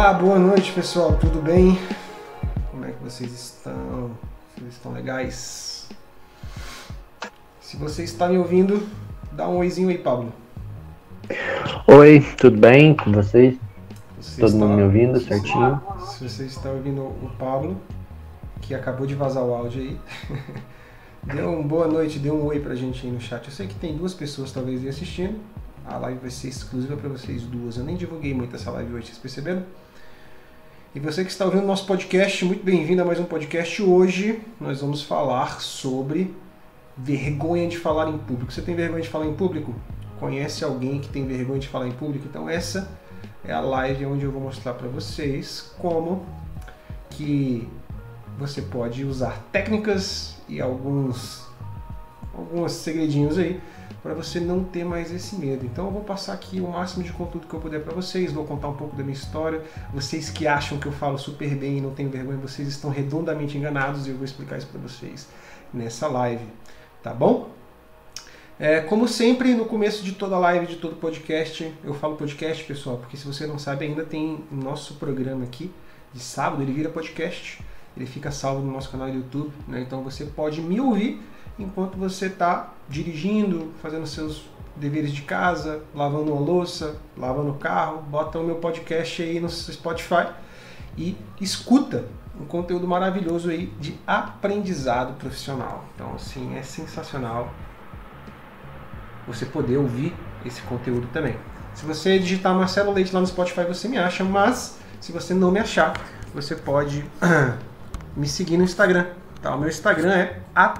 Olá, boa noite pessoal, tudo bem? Como é que vocês estão? Vocês estão legais? Se você está me ouvindo, dá um oizinho aí, Pablo. Oi, tudo bem com vocês? Todo mundo me ouvindo certinho? Se você está ouvindo o Pablo, que acabou de vazar o áudio aí, dê uma boa noite, dê um oi pra gente aí no chat. Eu sei que tem duas pessoas talvez aí assistindo. A live vai ser exclusiva para vocês duas. Eu nem divulguei muito essa live hoje, vocês perceberam? E você que está ouvindo o nosso podcast, muito bem-vindo a mais um podcast. Hoje nós vamos falar sobre vergonha de falar em público. Você tem vergonha de falar em público? Conhece alguém que tem vergonha de falar em público? Então essa é a live onde eu vou mostrar para vocês como que você pode usar técnicas e alguns segredinhos aí para você não ter mais esse medo. Então eu vou passar aqui o máximo de conteúdo que eu puder para vocês, vou contar um pouco da minha história. Vocês que acham que eu falo super bem e não tenho vergonha, vocês estão redondamente enganados e eu vou explicar isso para vocês nessa live, tá bom? Como sempre, no começo de toda live, de todo podcast, eu falo podcast, pessoal, porque se você não sabe ainda, tem o nosso programa aqui de sábado, ele vira podcast, ele fica salvo no nosso canal do YouTube, né? Então você pode me ouvir enquanto você está dirigindo, fazendo seus deveres de casa, lavando uma louça, lavando o carro, bota o meu podcast aí no Spotify e escuta um conteúdo maravilhoso aí de aprendizado profissional. Então, assim, é sensacional você poder ouvir esse conteúdo também. Se você digitar Marcelo Leite lá no Spotify, você me acha, mas se você não me achar, você pode me seguir no Instagram. Tá? O meu Instagram é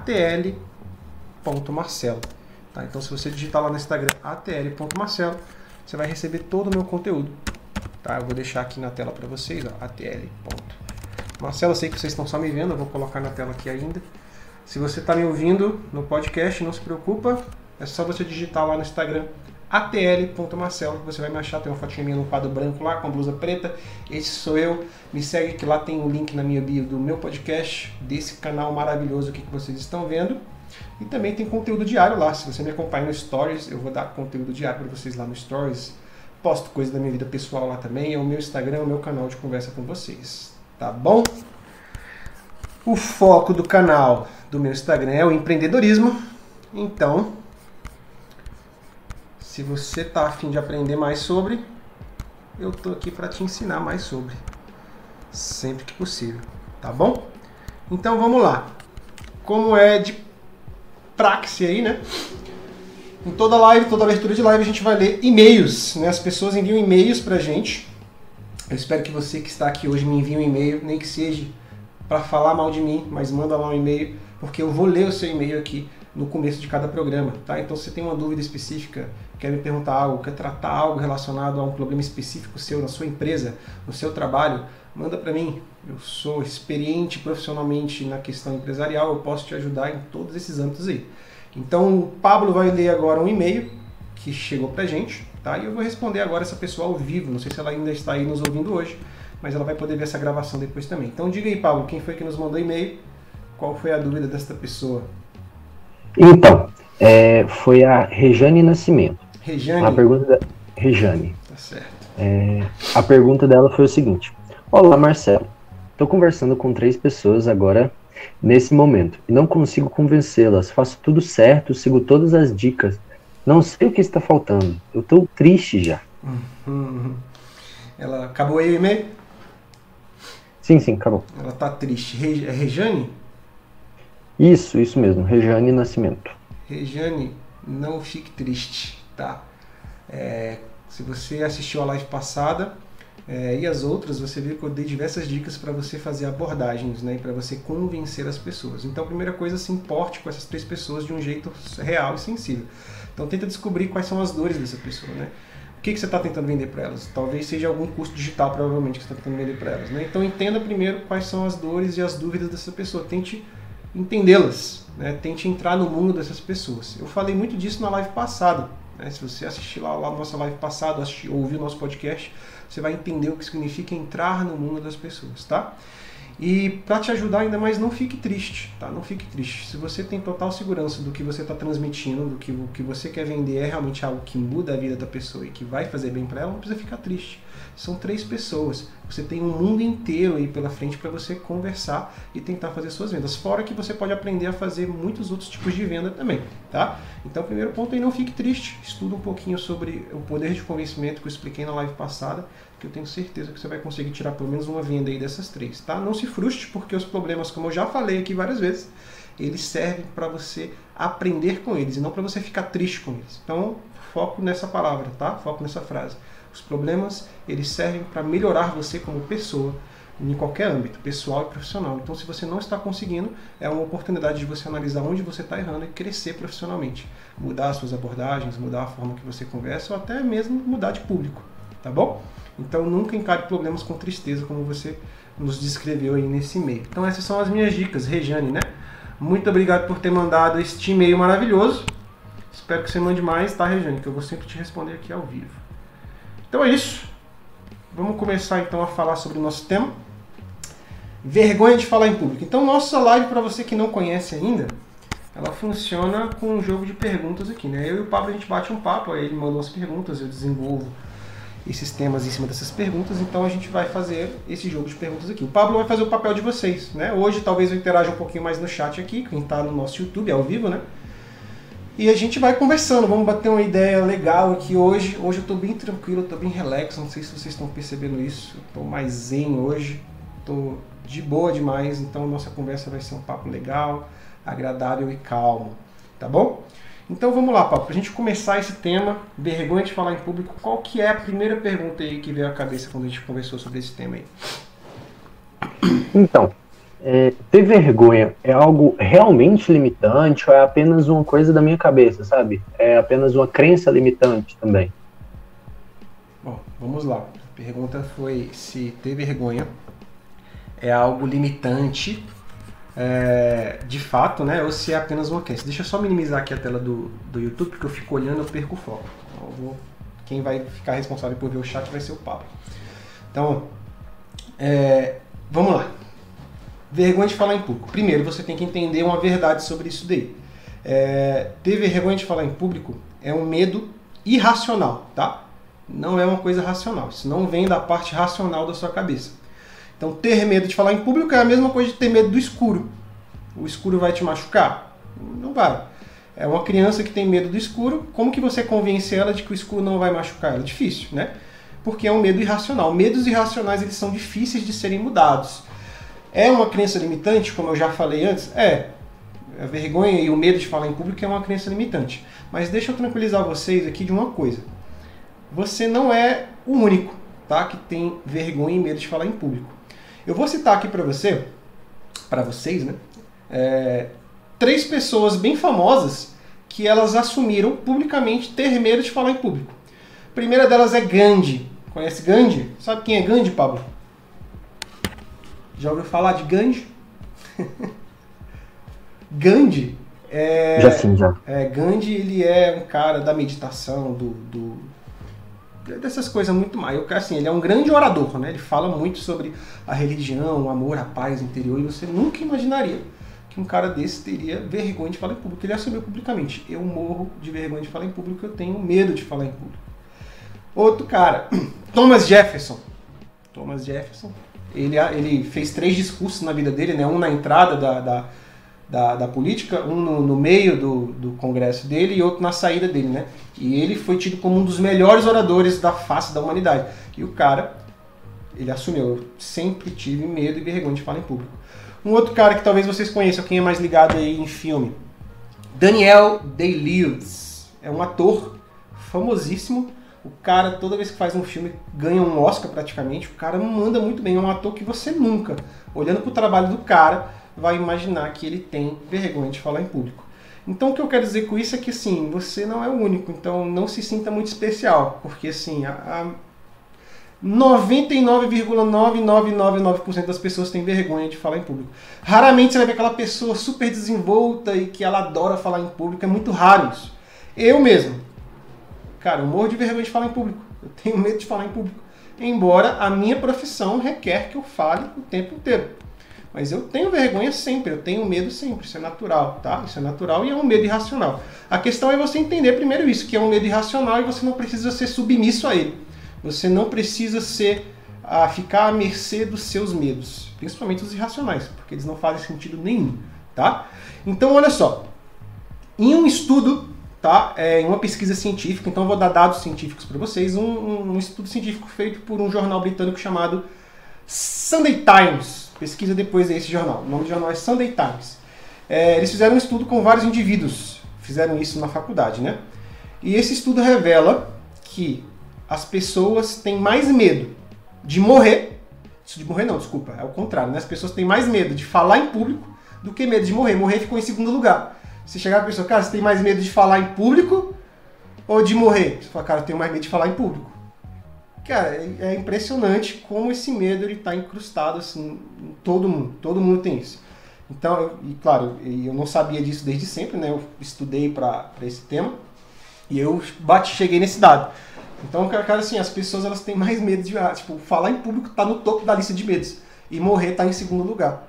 atl.marcelo. Tá? Então, se você digitar lá no Instagram atl.marcelo, você vai receber todo o meu conteúdo. Tá? Eu vou deixar aqui na tela para vocês, ó, atl.marcelo. Eu sei que vocês estão só me vendo, eu vou colocar na tela aqui ainda. Se você está me ouvindo no podcast, não se preocupa, é só você digitar lá no Instagram atl.marcelo, que você vai me achar. Tem uma fotinha minha no quadro branco lá, com a blusa preta. Esse sou eu. Me segue que lá tem o link na minha bio do meu podcast, desse canal maravilhoso aqui que vocês estão vendo. E também tem conteúdo diário lá. Se você me acompanha no Stories, eu vou dar conteúdo diário para vocês lá no Stories. Posto coisa da minha vida pessoal lá também. É o meu Instagram, é o meu canal de conversa com vocês. Tá bom? O foco do canal do meu Instagram é o empreendedorismo. Então, se você está a fim de aprender mais sobre, eu estou aqui para te ensinar mais sobre, sempre que possível, tá bom? Então vamos lá. Como é de praxe aí, né? Em toda live, toda abertura de live, a gente vai ler e-mails, né? As pessoas enviam e-mails pra gente. Eu espero que você que está aqui hoje me envie um e-mail, nem que seja para falar mal de mim, mas manda lá um e-mail, porque eu vou ler o seu e-mail aqui no começo de cada programa, tá? Então, se você tem uma dúvida específica, quer me perguntar algo, quer tratar algo relacionado a um problema específico seu, na sua empresa, no seu trabalho, manda para mim. Eu sou experiente profissionalmente na questão empresarial, eu posso te ajudar em todos esses âmbitos aí. Então, o Pablo vai ler agora um e-mail que chegou pra gente, tá? E eu vou responder agora essa pessoa ao vivo. Não sei se ela ainda está aí nos ouvindo hoje, mas ela vai poder ver essa gravação depois também. Então, diga aí, Pablo, quem foi que nos mandou e-mail? Qual foi a dúvida desta pessoa? Então, foi a Rejane Nascimento. Rejane? A pergunta Rejane. Tá certo. A pergunta dela foi o seguinte: Olá, Marcelo. Estou conversando com 3 pessoas agora, nesse momento, e não consigo convencê-las. Faço tudo certo, sigo todas as dicas. Não sei o que está faltando. Eu estou triste já. Ela acabou aí o e-mail? Sim, acabou. Ela tá triste. É Rejane? Isso mesmo, Rejane Nascimento. Rejane, não fique triste, tá? Se você assistiu a live passada e as outras, você viu que eu dei diversas dicas para você fazer abordagens, né? Para você convencer as pessoas. Então, a primeira coisa, se importe com essas 3 pessoas de um jeito real e sensível. Então, tenta descobrir quais são as dores dessa pessoa, né? O que você está tentando vender para elas? Talvez seja algum curso digital, provavelmente, que você está tentando vender para elas, né? Então, entenda primeiro quais são as dores e as dúvidas dessa pessoa. Tente entendê-las, né? Tente entrar no mundo dessas pessoas. Eu falei muito disso na live passada, né? Se você assistir lá na nossa live passada, ouviu o nosso podcast, você vai entender o que significa entrar no mundo das pessoas, tá? E para te ajudar ainda mais, não fique triste, tá? Não fique triste. Se você tem total segurança do que você está transmitindo, do que o que você quer vender é realmente algo que muda a vida da pessoa e que vai fazer bem para ela, não precisa ficar triste. São 3 pessoas. Você tem um mundo inteiro aí pela frente para você conversar e tentar fazer suas vendas. Fora que você pode aprender a fazer muitos outros tipos de venda também, tá? Então, o primeiro ponto aí, não fique triste. Estuda um pouquinho sobre o poder de convencimento que eu expliquei na live passada, que eu tenho certeza que você vai conseguir tirar pelo menos uma venda aí dessas 3, tá? Não se frustre, porque os problemas, como eu já falei aqui várias vezes, eles servem para você aprender com eles e não para você ficar triste com eles. Então, foco nessa palavra, tá? Foco nessa frase. Os problemas, eles servem para melhorar você como pessoa em qualquer âmbito, pessoal e profissional. Então, se você não está conseguindo, é uma oportunidade de você analisar onde você está errando e crescer profissionalmente. Mudar as suas abordagens, mudar a forma que você conversa ou até mesmo mudar de público, tá bom? Então, nunca encare problemas com tristeza, como você nos descreveu aí nesse e-mail. Então, essas são as minhas dicas, Rejane, né? Muito obrigado por ter mandado este e-mail maravilhoso. Espero que você mande mais, tá, Rejane? Que eu vou sempre te responder aqui ao vivo. Então é isso. Vamos começar então a falar sobre o nosso tema. Vergonha de falar em público. Então, nossa live, para você que não conhece ainda, ela funciona com um jogo de perguntas aqui, né? Eu e o Pablo, a gente bate um papo, aí ele manda umas perguntas, eu desenvolvo esses temas em cima dessas perguntas, então a gente vai fazer esse jogo de perguntas aqui. O Pablo vai fazer o papel de vocês, né? Hoje talvez eu interaja um pouquinho mais no chat aqui, quem está no nosso YouTube, ao vivo, né? E a gente vai conversando, vamos bater uma ideia legal aqui hoje. Hoje eu estou bem tranquilo, estou bem relax, não sei se vocês estão percebendo isso. Estou mais zen hoje, estou de boa demais, então a nossa conversa vai ser um papo legal, agradável e calmo, tá bom? Então vamos lá, Pablo, para a gente começar esse tema, vergonha de falar em público, qual que é a primeira pergunta aí que veio à cabeça quando a gente conversou sobre esse tema aí? Então, ter vergonha é algo realmente limitante ou é apenas uma coisa da minha cabeça, sabe? É apenas uma crença limitante também. Bom, vamos lá. A pergunta foi se ter vergonha é algo limitante, de fato, né? Ou se é apenas uma crença. Deixa eu só minimizar aqui a tela do YouTube, porque eu fico olhando e eu perco o foco. Então, quem vai ficar responsável por ver o chat vai ser o Pablo. Então, vamos lá. Vergonha de falar em público. Primeiro, você tem que entender uma verdade sobre isso daí. Ter vergonha de falar em público é um medo irracional, tá? Não é uma coisa racional. Isso não vem da parte racional da sua cabeça. Então, ter medo de falar em público é a mesma coisa de ter medo do escuro. O escuro vai te machucar? Não vai. É uma criança que tem medo do escuro, como que você convence ela de que o escuro não vai machucar ela? Difícil, né? Porque é um medo irracional. Medos irracionais, eles são difíceis de serem mudados. É uma crença limitante, como eu já falei antes? A vergonha e o medo de falar em público é uma crença limitante. Mas deixa eu tranquilizar vocês aqui de uma coisa. Você não é o único, tá, que tem vergonha e medo de falar em público. Eu vou citar aqui para vocês, né, 3 pessoas bem famosas que elas assumiram publicamente ter medo de falar em público. A primeira delas é Gandhi. Conhece Gandhi? Sabe quem é Gandhi, Pablo? Já ouviu falar de Gandhi? Gandhi Já. Gandhi, ele é um cara da meditação, dessas coisas muito mais. Assim, ele é um grande orador, né? Ele fala muito sobre a religião, o amor, a paz interior, e você nunca imaginaria que um cara desse teria vergonha de falar em público. Ele assumiu publicamente: eu morro de vergonha de falar em público, eu tenho medo de falar em público. Outro cara, Thomas Jefferson. Ele fez 3 discursos na vida dele, né? Um na entrada da política, um no meio do congresso dele e outro na saída dele, né? E ele foi tido como um dos melhores oradores da face da humanidade. E o cara, ele assumiu: eu sempre tive medo e vergonha de falar em público. Um outro cara que talvez vocês conheçam, quem é mais ligado aí em filme, Daniel Day-Lewis. É um ator famosíssimo. O cara, toda vez que faz um filme, ganha um Oscar praticamente. O cara manda muito bem. É um ator que você nunca, olhando para o trabalho do cara, vai imaginar que ele tem vergonha de falar em público. Então, o que eu quero dizer com isso é que, assim, você não é o único. Então, não se sinta muito especial. Porque, assim, a 99,9999% das pessoas têm vergonha de falar em público. Raramente você vai ver aquela pessoa super desenvolta e que ela adora falar em público. É muito raro isso. Eu mesmo. Cara, eu morro de vergonha de falar em público. Eu tenho medo de falar em público. embora a minha profissão requer que eu fale o tempo inteiro. Mas eu tenho vergonha sempre, eu tenho medo sempre, isso é natural, tá? Isso é natural e é um medo irracional. A questão é você entender primeiro isso, que é um medo irracional e você não precisa ser submisso a ele. Você não precisa ficar à mercê dos seus medos, principalmente os irracionais, porque eles não fazem sentido nenhum, tá? Então, olha só, em um estudo, tá? Em uma pesquisa científica, então eu vou dar dados científicos para vocês, um estudo científico feito por um jornal britânico chamado Sunday Times. Pesquisa depois desse jornal. O nome do jornal é Sunday Times. Eles fizeram um estudo com vários indivíduos. Fizeram isso na faculdade, né? E esse estudo revela que as pessoas têm mais medo de morrer. De morrer não, desculpa. É o contrário, né? As pessoas têm mais medo de falar em público do que medo de morrer. Morrer ficou em segundo lugar. Se chegar a pessoa, cara, você tem mais medo de falar em público ou de morrer? Você fala, cara, eu tenho mais medo de falar em público. Cara, é impressionante como esse medo está incrustado assim, em todo mundo. Todo mundo tem isso. Então, claro, eu não sabia disso desde sempre, né? Eu estudei para esse tema e eu cheguei nesse dado. Então, cara, assim, as pessoas elas têm mais medo de... Tipo, falar em público está no topo da lista de medos e morrer está em segundo lugar.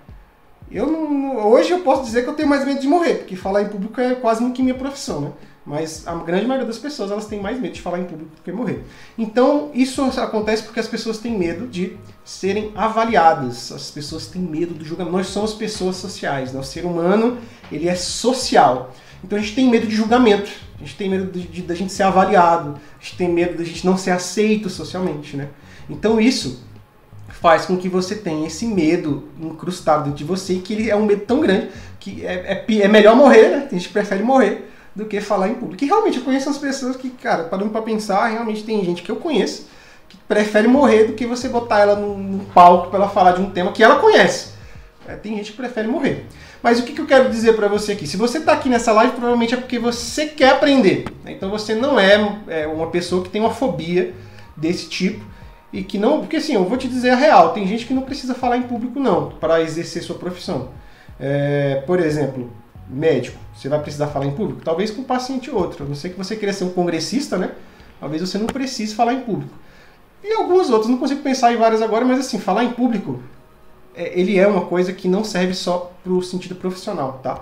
Hoje eu posso dizer que eu tenho mais medo de morrer, porque falar em público é quase que minha profissão, né? Mas a grande maioria das pessoas elas têm mais medo de falar em público do que morrer. Então, isso acontece porque as pessoas têm medo de serem avaliadas. As pessoas têm medo do julgamento. Nós somos pessoas sociais, né? O ser humano ele é social. Então a gente tem medo de julgamento. A gente tem medo da gente ser avaliado. A gente tem medo da gente não ser aceito socialmente, né? Então isso faz com que você tenha esse medo incrustado dentro de você, e que ele é um medo tão grande que é melhor morrer, né? Tem gente que prefere morrer do que falar em público. E realmente eu conheço as pessoas que, cara, parando pra pensar, realmente tem gente que eu conheço que prefere morrer do que você botar ela num palco pra ela falar de um tema que ela conhece. Tem gente que prefere morrer. Mas o que eu quero dizer pra você aqui? Se você tá aqui nessa live, provavelmente é porque você quer aprender. Então você não é uma pessoa que tem uma fobia desse tipo e que não... Porque assim, eu vou te dizer a real, tem gente que não precisa falar em público não, para exercer sua profissão. Por exemplo, médico, você vai precisar falar em público? Talvez com um paciente ou outro. A não ser que você queira ser um congressista, né? Talvez você não precise falar em público. E alguns outros, não consigo pensar em vários agora, mas assim, falar em público, ele é uma coisa que não serve só para o sentido profissional, tá?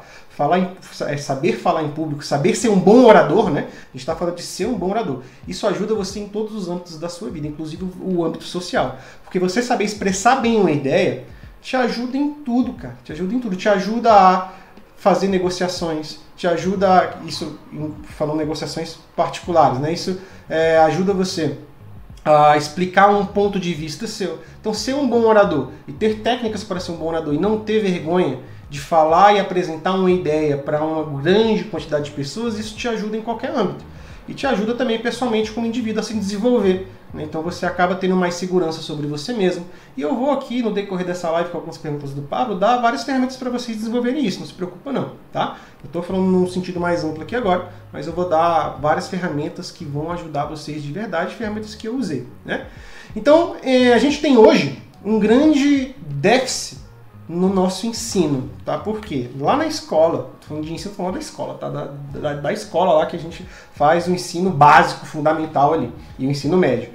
Saber falar em público, saber ser um bom orador, né? A gente está falando de ser um bom orador. Isso ajuda você em todos os âmbitos da sua vida, inclusive o âmbito social. Porque você saber expressar bem uma ideia te ajuda em tudo, cara. Te ajuda em tudo. Te ajuda a fazer negociações, te ajuda, isso falando negociações particulares, né? Isso ajuda você a explicar um ponto de vista seu. Então, ser um bom orador e ter técnicas para ser um bom orador e não ter vergonha de falar e apresentar uma ideia para uma grande quantidade de pessoas, isso te ajuda em qualquer âmbito. E te ajuda também pessoalmente como indivíduo a se desenvolver. Então você acaba tendo mais segurança sobre você mesmo. E eu vou aqui, no decorrer dessa live, com algumas perguntas do Pablo, dar várias ferramentas para vocês desenvolverem isso. Não se preocupa não, tá? Eu estou falando num sentido mais amplo aqui agora, mas eu vou dar várias ferramentas que vão ajudar vocês de verdade, ferramentas que eu usei, né? Então, a gente tem hoje um grande déficit no nosso ensino, tá? Por quê? Lá na escola, tô falando de ensino, falando da escola, tá? Da escola lá que a gente faz o ensino básico, fundamental ali, e o ensino médio.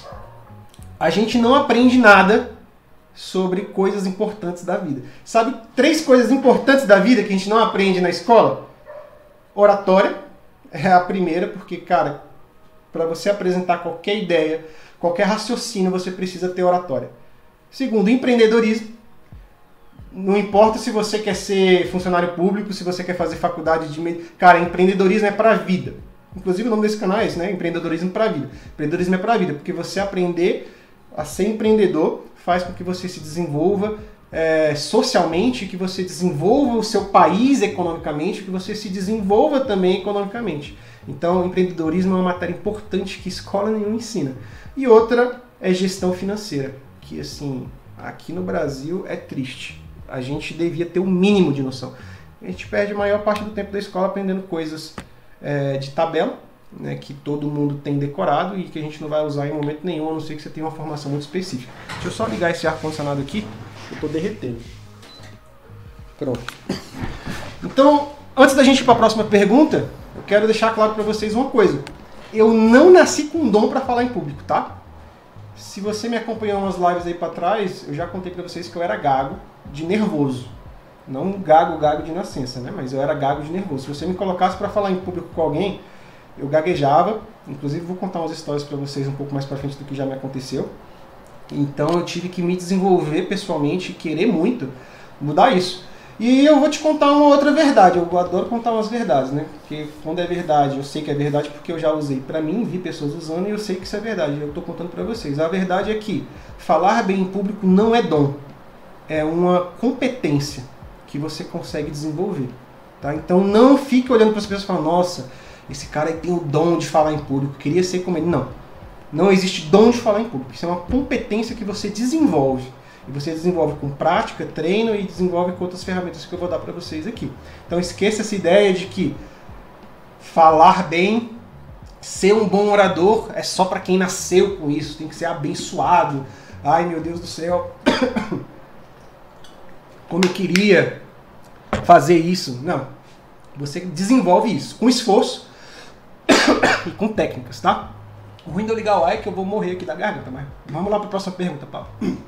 A gente não aprende nada sobre coisas importantes da vida. Sabe 3 coisas importantes da vida que a gente não aprende na escola? Oratória é a primeira, porque, cara, para você apresentar qualquer ideia, qualquer raciocínio, você precisa ter oratória. Segundo, empreendedorismo. Não importa se você quer ser funcionário público, se você quer fazer faculdade de... Cara, empreendedorismo é para a vida. Inclusive o nome desse canal é esse, né? Empreendedorismo para a vida. Empreendedorismo é para a vida, porque você aprender a ser empreendedor faz com que você se desenvolva socialmente, que você desenvolva o seu país economicamente, que você se desenvolva também economicamente. Então, empreendedorismo é uma matéria importante que escola nenhuma ensina. E outra é gestão financeira, que assim, aqui no Brasil é triste. A gente devia ter o mínimo de noção. A gente perde a maior parte do tempo da escola aprendendo coisas de tabela, né, que todo mundo tem decorado e que a gente não vai usar em momento nenhum, a não ser que você tenha uma formação muito específica. Deixa eu só ligar esse ar-condicionado aqui, eu estou derretendo. Pronto. Então, antes da gente ir para a próxima pergunta, eu quero deixar claro para vocês uma coisa. Eu não nasci com dom para falar em público, tá? Se você me acompanhou umas lives aí pra trás, eu já contei pra vocês que eu era gago de nervoso. Não gago de nascença, né? Mas eu era gago de nervoso. Se você me colocasse pra falar em público com alguém, eu gaguejava. Inclusive vou contar umas histórias pra vocês um pouco mais pra frente do que já me aconteceu. Então eu tive que me desenvolver pessoalmente e querer muito mudar isso. E eu vou te contar uma outra verdade. Eu adoro contar umas verdades, né? Porque quando é verdade, eu sei que é verdade porque eu já usei pra mim, vi pessoas usando e eu sei que isso é verdade. Eu tô contando pra vocês. A verdade é que falar bem em público não é dom. É uma competência que você consegue desenvolver. Tá? Então não fique olhando para as pessoas e falando, nossa, esse cara aí tem o dom de falar em público, queria ser como ele. Não. Não existe dom de falar em público. Isso é uma competência que você desenvolve. E você desenvolve com prática, treino e desenvolve com outras ferramentas que eu vou dar para vocês aqui. Então esqueça essa ideia de que falar bem, ser um bom orador é só para quem nasceu com isso, tem que ser abençoado. Ai meu Deus do céu, como eu queria fazer isso. Não, você desenvolve isso com esforço e com técnicas, tá? O ruim de eu ligar o ar é que eu vou morrer aqui da garganta, mas vamos lá para a próxima pergunta, Paulo.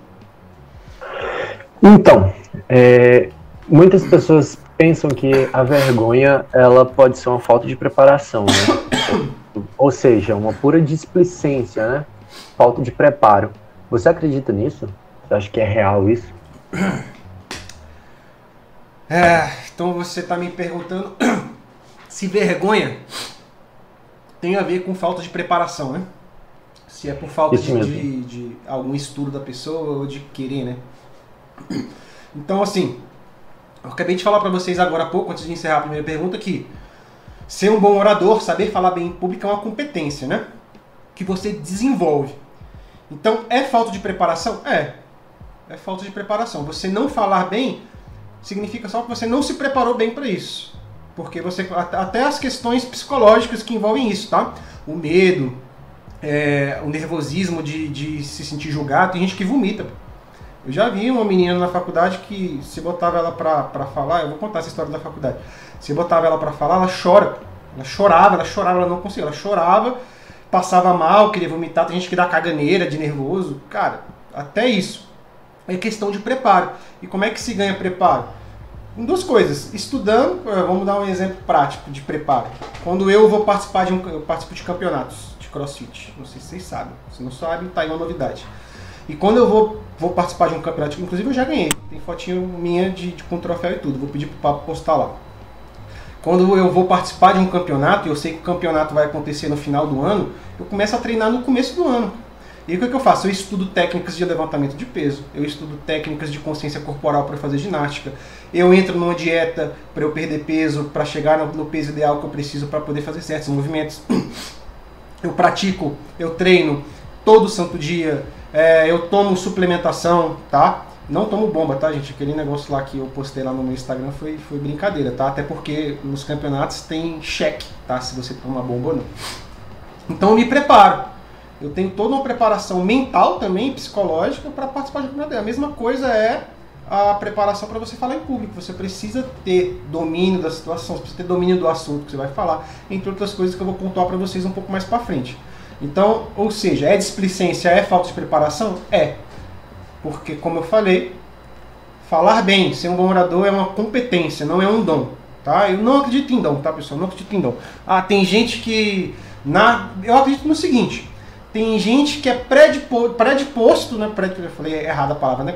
Então, muitas pessoas pensam que a vergonha ela pode ser uma falta de preparação, né? Ou seja, uma pura displicência, né? Falta de preparo. Você acredita nisso? Você acha que é real isso? Então você está me perguntando se vergonha tem a ver com falta de preparação, né? Se é por falta de algum estudo da pessoa ou de querer, né? Então, assim, eu acabei de falar para vocês agora há pouco, antes de encerrar a primeira pergunta, que ser um bom orador, saber falar bem em público é uma competência, né? Que você desenvolve. Então, é falta de preparação? É falta de preparação. Você não falar bem significa só que você não se preparou bem para isso. Porque você até as questões psicológicas que envolvem isso, tá? O medo, o nervosismo de se sentir julgado, tem gente que vomita. Eu já vi uma menina na faculdade que se botava ela pra falar, eu vou contar essa história da faculdade, se botava ela pra falar, ela chora. Ela chorava, ela não conseguia, ela chorava, passava mal, queria vomitar, tem gente que dá caganeira de nervoso. Cara, até isso é questão de preparo. E como é que se ganha preparo? Em duas coisas, estudando, vamos dar um exemplo prático de preparo. Quando eu vou participar eu participo de campeonatos de CrossFit, não sei se vocês sabem, se não sabem, tá aí uma novidade. E quando eu vou participar de um campeonato, inclusive eu já ganhei, tem fotinho minha com troféu e tudo, vou pedir pro Papo postar lá. Quando eu vou participar de um campeonato, e eu sei que o campeonato vai acontecer no final do ano, eu começo a treinar no começo do ano. E o que eu faço? Eu estudo técnicas de levantamento de peso, eu estudo técnicas de consciência corporal para fazer ginástica, eu entro numa dieta para eu perder peso, para chegar no peso ideal que eu preciso para poder fazer certos movimentos. Eu pratico, eu treino todo santo dia, eu tomo suplementação, tá? Não tomo bomba, tá, gente? Aquele negócio lá que eu postei lá no meu Instagram foi brincadeira, tá? Até porque nos campeonatos tem cheque, tá? Se você toma bomba ou não. Então eu me preparo. Eu tenho toda uma preparação mental também, psicológica, para participar de um campeonato. A mesma coisa é a preparação para você falar em público. Você precisa ter domínio da situação, você precisa ter domínio do assunto que você vai falar, entre outras coisas que eu vou pontuar para vocês um pouco mais para frente. Então, ou seja, é displicência, é falta de preparação? É. Porque, como eu falei, falar bem, ser um bom orador é uma competência, não é um dom. Tá? Eu não acredito em dom, tá, pessoal? Não acredito em dom. Tem gente que... Eu acredito no seguinte, tem gente que é predisposto, né? Eu falei errada a palavra, né?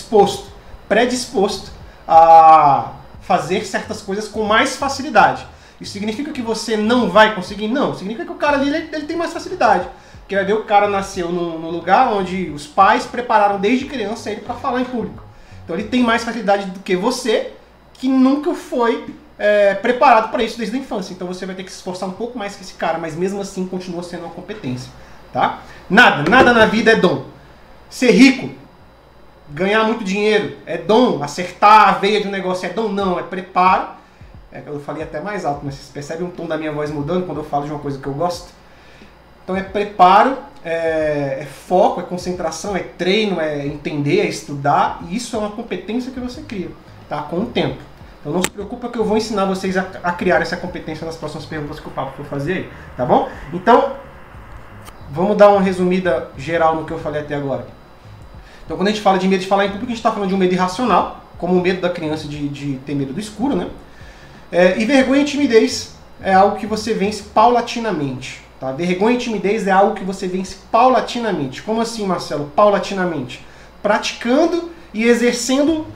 Predisposto a fazer certas coisas com mais facilidade. Isso significa que você não vai conseguir? Não. Significa que o cara ali ele tem mais facilidade. Porque vai ver o cara nasceu num lugar onde os pais prepararam desde criança ele para falar em público. Então ele tem mais facilidade do que você, que nunca foi preparado para isso desde a infância. Então você vai ter que se esforçar um pouco mais que esse cara, mas mesmo assim continua sendo uma competência. Tá? Nada na vida é dom. Ser rico, ganhar muito dinheiro é dom. Acertar a veia de um negócio é dom? Não, é preparo. Eu falei até mais alto, mas vocês percebem um tom da minha voz mudando quando eu falo de uma coisa que eu gosto? Então é preparo, é foco, é concentração, é treino, é entender, é estudar. E isso é uma competência que você cria, tá? Com o tempo. Então não se preocupa que eu vou ensinar vocês a criar essa competência nas próximas perguntas que o Papo for fazer aí, tá bom? Então, vamos dar uma resumida geral no que eu falei até agora. Então, quando a gente fala de medo de falar em público, a gente está falando de um medo irracional, como o medo da criança de ter medo do escuro, né? E vergonha e timidez é algo que você vence paulatinamente. Tá? Vergonha e timidez é algo que você vence paulatinamente. Como assim, Marcelo? Paulatinamente. Praticando e exercendo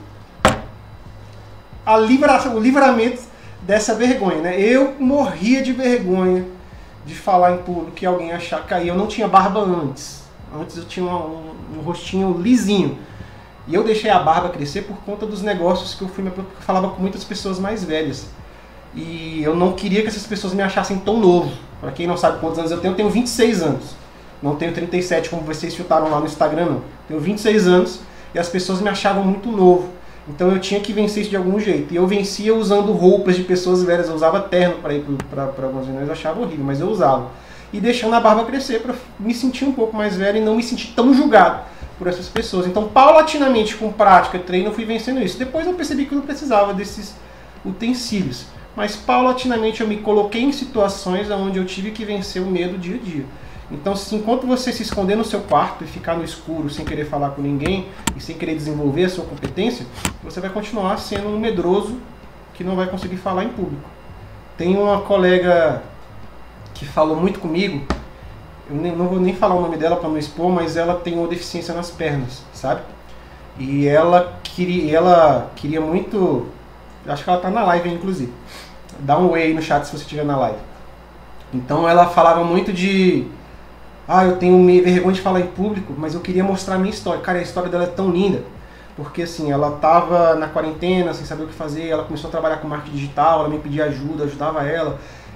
o livramento dessa vergonha. Né? Eu morria de vergonha de falar em público que alguém achar que eu não tinha barba antes. Antes eu tinha um rostinho lisinho. E eu deixei a barba crescer por conta dos negócios que eu falava com muitas pessoas mais velhas. E eu não queria que essas pessoas me achassem tão novo. Para quem não sabe quantos anos eu tenho 26 anos. Não tenho 37 como vocês chutaram lá no Instagram, não. Tenho 26 anos e as pessoas me achavam muito novo. Então eu tinha que vencer isso de algum jeito. E eu vencia usando roupas de pessoas velhas. Eu usava terno para ir para algumas reuniões, eu achava horrível, mas eu usava. E deixando a barba crescer para me sentir um pouco mais velho e não me sentir tão julgado por essas pessoas. Então, paulatinamente, com prática, treino, eu fui vencendo isso. Depois eu percebi que eu não precisava desses utensílios. Mas paulatinamente eu me coloquei em situações onde eu tive que vencer o medo dia a dia. Então, enquanto você se esconder no seu quarto e ficar no escuro sem querer falar com ninguém e sem querer desenvolver a sua competência, você vai continuar sendo um medroso que não vai conseguir falar em público. Tem uma colega que falou muito comigo, eu não vou nem falar o nome dela para não expor, mas ela tem uma deficiência nas pernas, sabe? E ela queria muito, acho que ela tá na live aí, inclusive. Dá um oi aí no chat se você estiver na live. Então ela falava muito de eu tenho vergonha de falar em público, mas eu queria mostrar a minha história. Cara, a história dela é tão linda, porque assim, ela tava na quarentena, sem saber o que fazer, ela começou a trabalhar com marketing digital, ela me pedia ajuda, ajudava ela.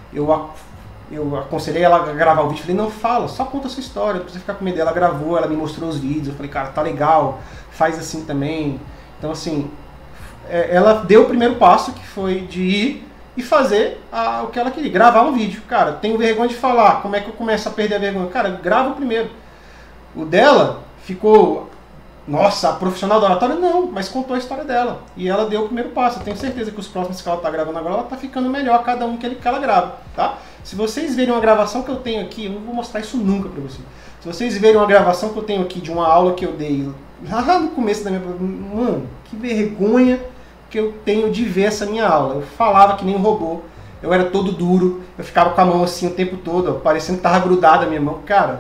Eu aconselhei ela a gravar o vídeo, falei, não, fala, só conta a sua história, não precisa ficar com medo. Ela gravou, ela me mostrou os vídeos, eu falei, cara, tá legal, faz assim também. Então assim, ela deu o primeiro passo, que foi de ir e fazer o que ela queria, gravar um vídeo. Cara, tenho vergonha de falar, como é que eu começo a perder a vergonha? Cara, grava o primeiro. O dela ficou, nossa, a profissional da oratória? Não, mas contou a história dela. E ela deu o primeiro passo. Eu tenho certeza que os próximos que ela tá gravando agora, ela tá ficando melhor, cada um que ela grava, tá? Se vocês verem uma gravação que eu tenho aqui, eu não vou mostrar isso nunca pra vocês. Se vocês verem uma gravação que eu tenho aqui de uma aula que eu dei lá no começo da minha... Mano, que vergonha que eu tenho de ver essa minha aula. Eu falava que nem um robô, eu era todo duro, eu ficava com a mão assim o tempo todo, ó, parecendo que tava grudada a minha mão. Cara,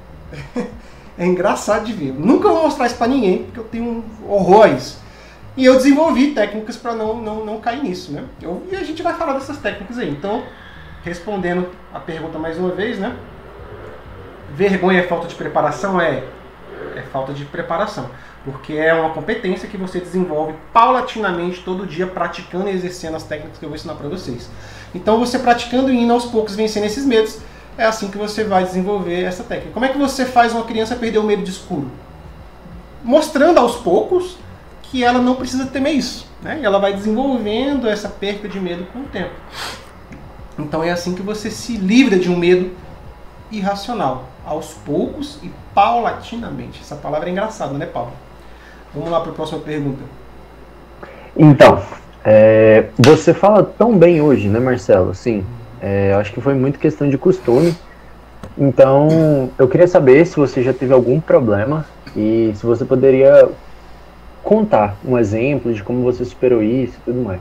é engraçado de ver. Eu nunca vou mostrar isso pra ninguém, porque eu tenho um horror a isso. E eu desenvolvi técnicas para não cair nisso, né? E a gente vai falar dessas técnicas aí. Então, respondendo a pergunta mais uma vez, né? Vergonha é falta de preparação? É falta de preparação. Porque é uma competência que você desenvolve paulatinamente, todo dia, praticando e exercendo as técnicas que eu vou ensinar para vocês. Então, você praticando e indo aos poucos, vencendo esses medos, é assim que você vai desenvolver essa técnica. Como é que você faz uma criança perder o medo de escuro? Mostrando aos poucos que ela não precisa temer isso, né? E ela vai desenvolvendo essa perca de medo com o tempo. Então é assim que você se livra de um medo irracional, aos poucos e paulatinamente. Essa palavra é engraçada, né, Paulo? Vamos lá para a próxima pergunta. Então, você fala tão bem hoje, né, Marcelo? Assim, acho que foi muito questão de costume. Então, eu queria saber se você já teve algum problema e se você poderia contar um exemplo de como você superou isso e tudo mais.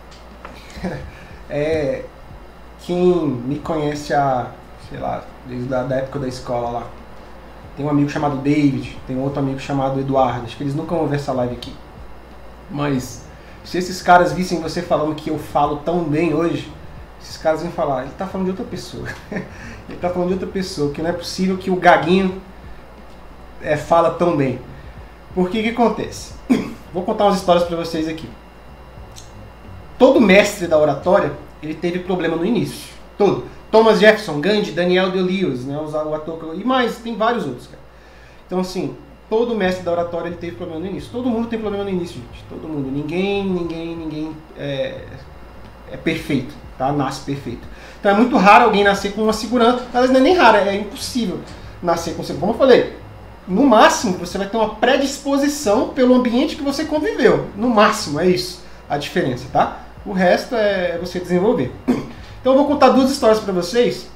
Quem me conhece sei lá, desde a época da escola lá, tem um amigo chamado David, tem outro amigo chamado Eduardo, acho que eles nunca vão ver essa live aqui. Mas se esses caras vissem você falando que eu falo tão bem hoje, esses caras iam falar, ele tá falando de outra pessoa. Ele tá falando de outra pessoa, que não é possível que o gaguinho fala tão bem. Porque o que acontece? Vou contar umas histórias para vocês aqui. Todo mestre da oratória, ele teve problema no início. Todo. Thomas Jefferson, Gandhi, Daniel Day-Lewis, né, o ator, e mais, tem vários outros, cara. Então, assim, todo mestre da oratória, ele teve problema no início. Todo mundo tem problema no início, gente. Todo mundo. Ninguém é perfeito, tá? Nasce perfeito. Então é muito raro alguém nascer com uma segurança. Mas não é nem raro, é impossível nascer com segurança. Como eu falei, no máximo você vai ter uma predisposição pelo ambiente que você conviveu. No máximo, é isso a diferença, tá? O resto é você desenvolver. Então eu vou contar duas histórias para vocês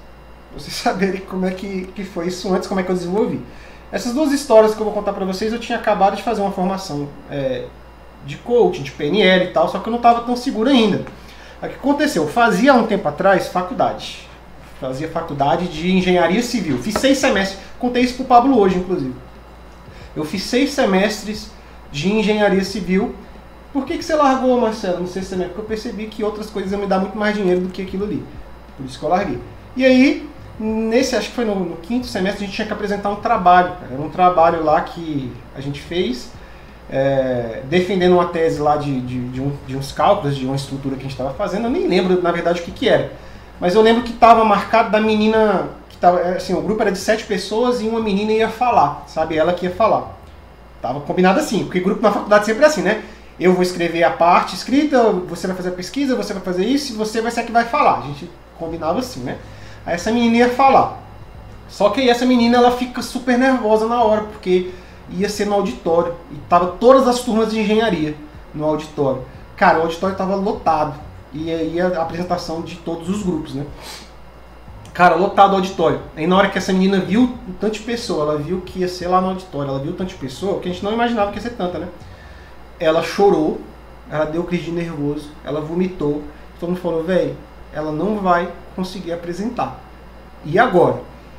Pra vocês saberem como é que foi isso antes, como é que eu desenvolvi. Essas duas histórias que eu vou contar pra vocês, eu tinha acabado de fazer uma formação de coaching, de PNL e tal, só que eu não estava tão seguro ainda. O que aconteceu? Eu fazia há um tempo atrás faculdade. Fazia faculdade de engenharia civil. Fiz 6 semestres. Contei isso pro Pablo hoje, inclusive. Eu fiz 6 semestres de engenharia civil. Por que você largou, Marcelo, no 6º semestre? Porque eu percebi que outras coisas iam me dar muito mais dinheiro do que aquilo ali. Por isso que eu larguei. E aí, acho que foi no 5º semestre, a gente tinha que apresentar um trabalho. Cara. Era um trabalho lá que a gente fez, defendendo uma tese lá de uns cálculos, de uma estrutura que a gente estava fazendo. Eu nem lembro, na verdade, o que era. Mas eu lembro que estava marcado da menina, que tava, assim, o grupo era de 7 pessoas e uma menina ia falar, sabe? Ela que ia falar. Tava combinado assim, porque grupo na faculdade sempre é assim, né? Eu vou escrever a parte escrita, você vai fazer a pesquisa, você vai fazer isso e você vai ser a que vai falar. A gente combinava assim, né? Aí essa menina ia falar. Só que aí essa menina, ela fica super nervosa na hora, porque ia ser no auditório. E tava todas as turmas de engenharia no auditório. Cara, o auditório tava lotado. E aí a apresentação de todos os grupos, né? Cara, lotado o auditório. Aí na hora que essa menina viu o tanto de pessoa, ela viu que ia ser lá no auditório, ela viu o tanto de pessoa, que a gente não imaginava que ia ser tanta, né? Ela chorou, ela deu crise de nervoso, ela vomitou. Todo mundo falou, velho, ela não vai conseguir apresentar. E agora?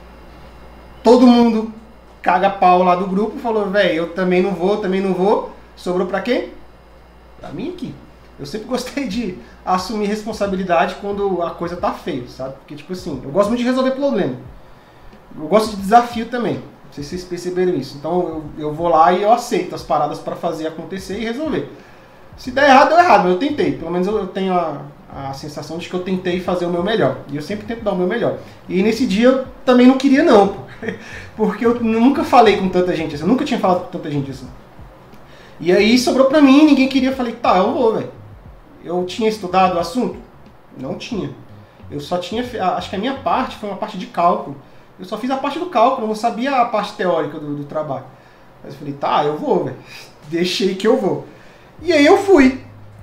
Todo mundo caga pau lá do grupo falou, velho, eu também não vou. Sobrou pra quem? Pra mim aqui. Eu sempre gostei de assumir responsabilidade quando a coisa tá feia, sabe? Porque, tipo assim, eu gosto muito de resolver problema. Eu gosto de desafio também. Não sei se vocês perceberam isso. Então eu vou lá e eu aceito as paradas pra fazer acontecer e resolver. Se der errado, deu errado, mas eu tentei. Pelo menos eu tenho a sensação de que eu tentei fazer o meu melhor. E eu sempre tento dar o meu melhor. E nesse dia eu também não queria não, pô. Porque eu nunca falei com tanta gente assim. Eu nunca tinha falado com tanta gente assim. E aí sobrou pra mim, ninguém queria. Eu falei, tá, eu vou, velho. Eu tinha estudado o assunto? Não tinha. Eu só tinha... Acho que a minha parte foi uma parte de cálculo. Eu só fiz a parte do cálculo, eu não sabia a parte teórica do trabalho. Mas eu falei, tá, eu vou, velho. Deixei que eu vou. E aí eu fui.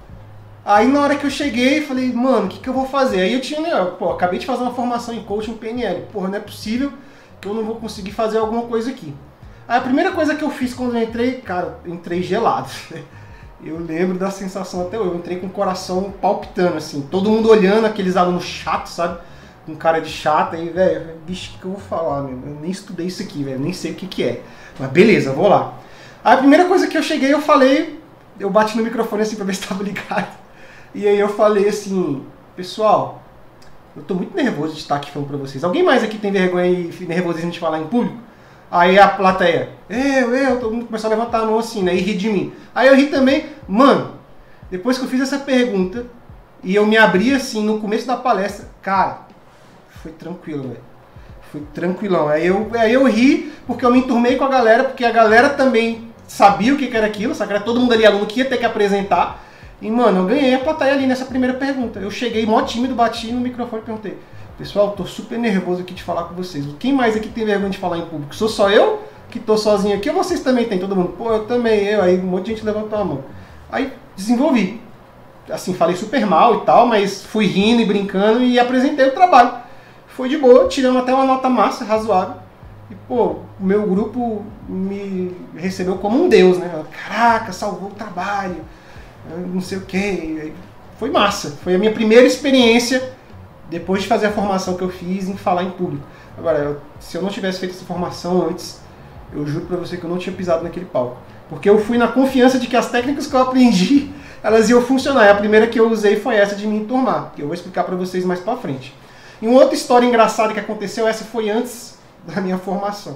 Aí na hora que eu cheguei, falei, mano, o que eu vou fazer? Aí eu tinha, né, pô, acabei de fazer uma formação em coaching PNL. Porra, não é possível que eu não vou conseguir fazer alguma coisa aqui. Aí a primeira coisa que eu fiz quando eu entrei, cara, eu entrei gelado. Eu lembro da sensação até hoje. Eu entrei com o coração palpitando, assim. Todo mundo olhando, aqueles alunos chatos, sabe? Com cara de chato. Aí, velho, bicho, o que eu vou falar, meu? Eu nem estudei isso aqui, velho. Nem sei o que é. Mas beleza, vou lá. Aí a primeira coisa que eu cheguei, eu falei... Eu bati no microfone assim pra ver se estava ligado. E aí eu falei assim... Pessoal, eu tô muito nervoso de estar aqui falando pra vocês. Alguém mais aqui tem vergonha e nervosismo de falar em público? Aí a plateia, todo mundo começou a levantar a mão assim, né, e rir de mim. Aí eu ri também, mano, depois que eu fiz essa pergunta, e eu me abri assim no começo da palestra, cara, foi tranquilo, velho. Foi tranquilão. Aí eu ri, porque eu me enturmei com a galera, porque a galera também sabia o que era aquilo, sabe? Era todo mundo ali, aluno que ia ter que apresentar. E, mano, eu ganhei a plateia ali nessa primeira pergunta. Eu cheguei mó tímido, bati no microfone e perguntei, pessoal, tô super nervoso aqui de falar com vocês. Quem mais aqui tem vergonha de falar em público? Sou só eu que tô sozinho aqui ou vocês também tem? Todo mundo, pô, eu também, Aí um monte de gente levantou a mão. Aí desenvolvi. Assim, falei super mal e tal, mas fui rindo e brincando e apresentei o trabalho. Foi de boa, tiramos até uma nota massa, razoável. E, pô, o meu grupo me recebeu como um deus, né? Caraca, salvou o trabalho, não sei o quê. Foi massa. Foi a minha primeira experiência depois de fazer a formação que eu fiz em falar em público. Agora, se eu não tivesse feito essa formação antes, eu juro pra você que eu não tinha pisado naquele palco. Porque eu fui na confiança de que as técnicas que eu aprendi, elas iam funcionar. E a primeira que eu usei foi essa de me enturmar, que eu vou explicar pra vocês mais pra frente. E uma outra história engraçada que aconteceu, essa foi antes da minha formação.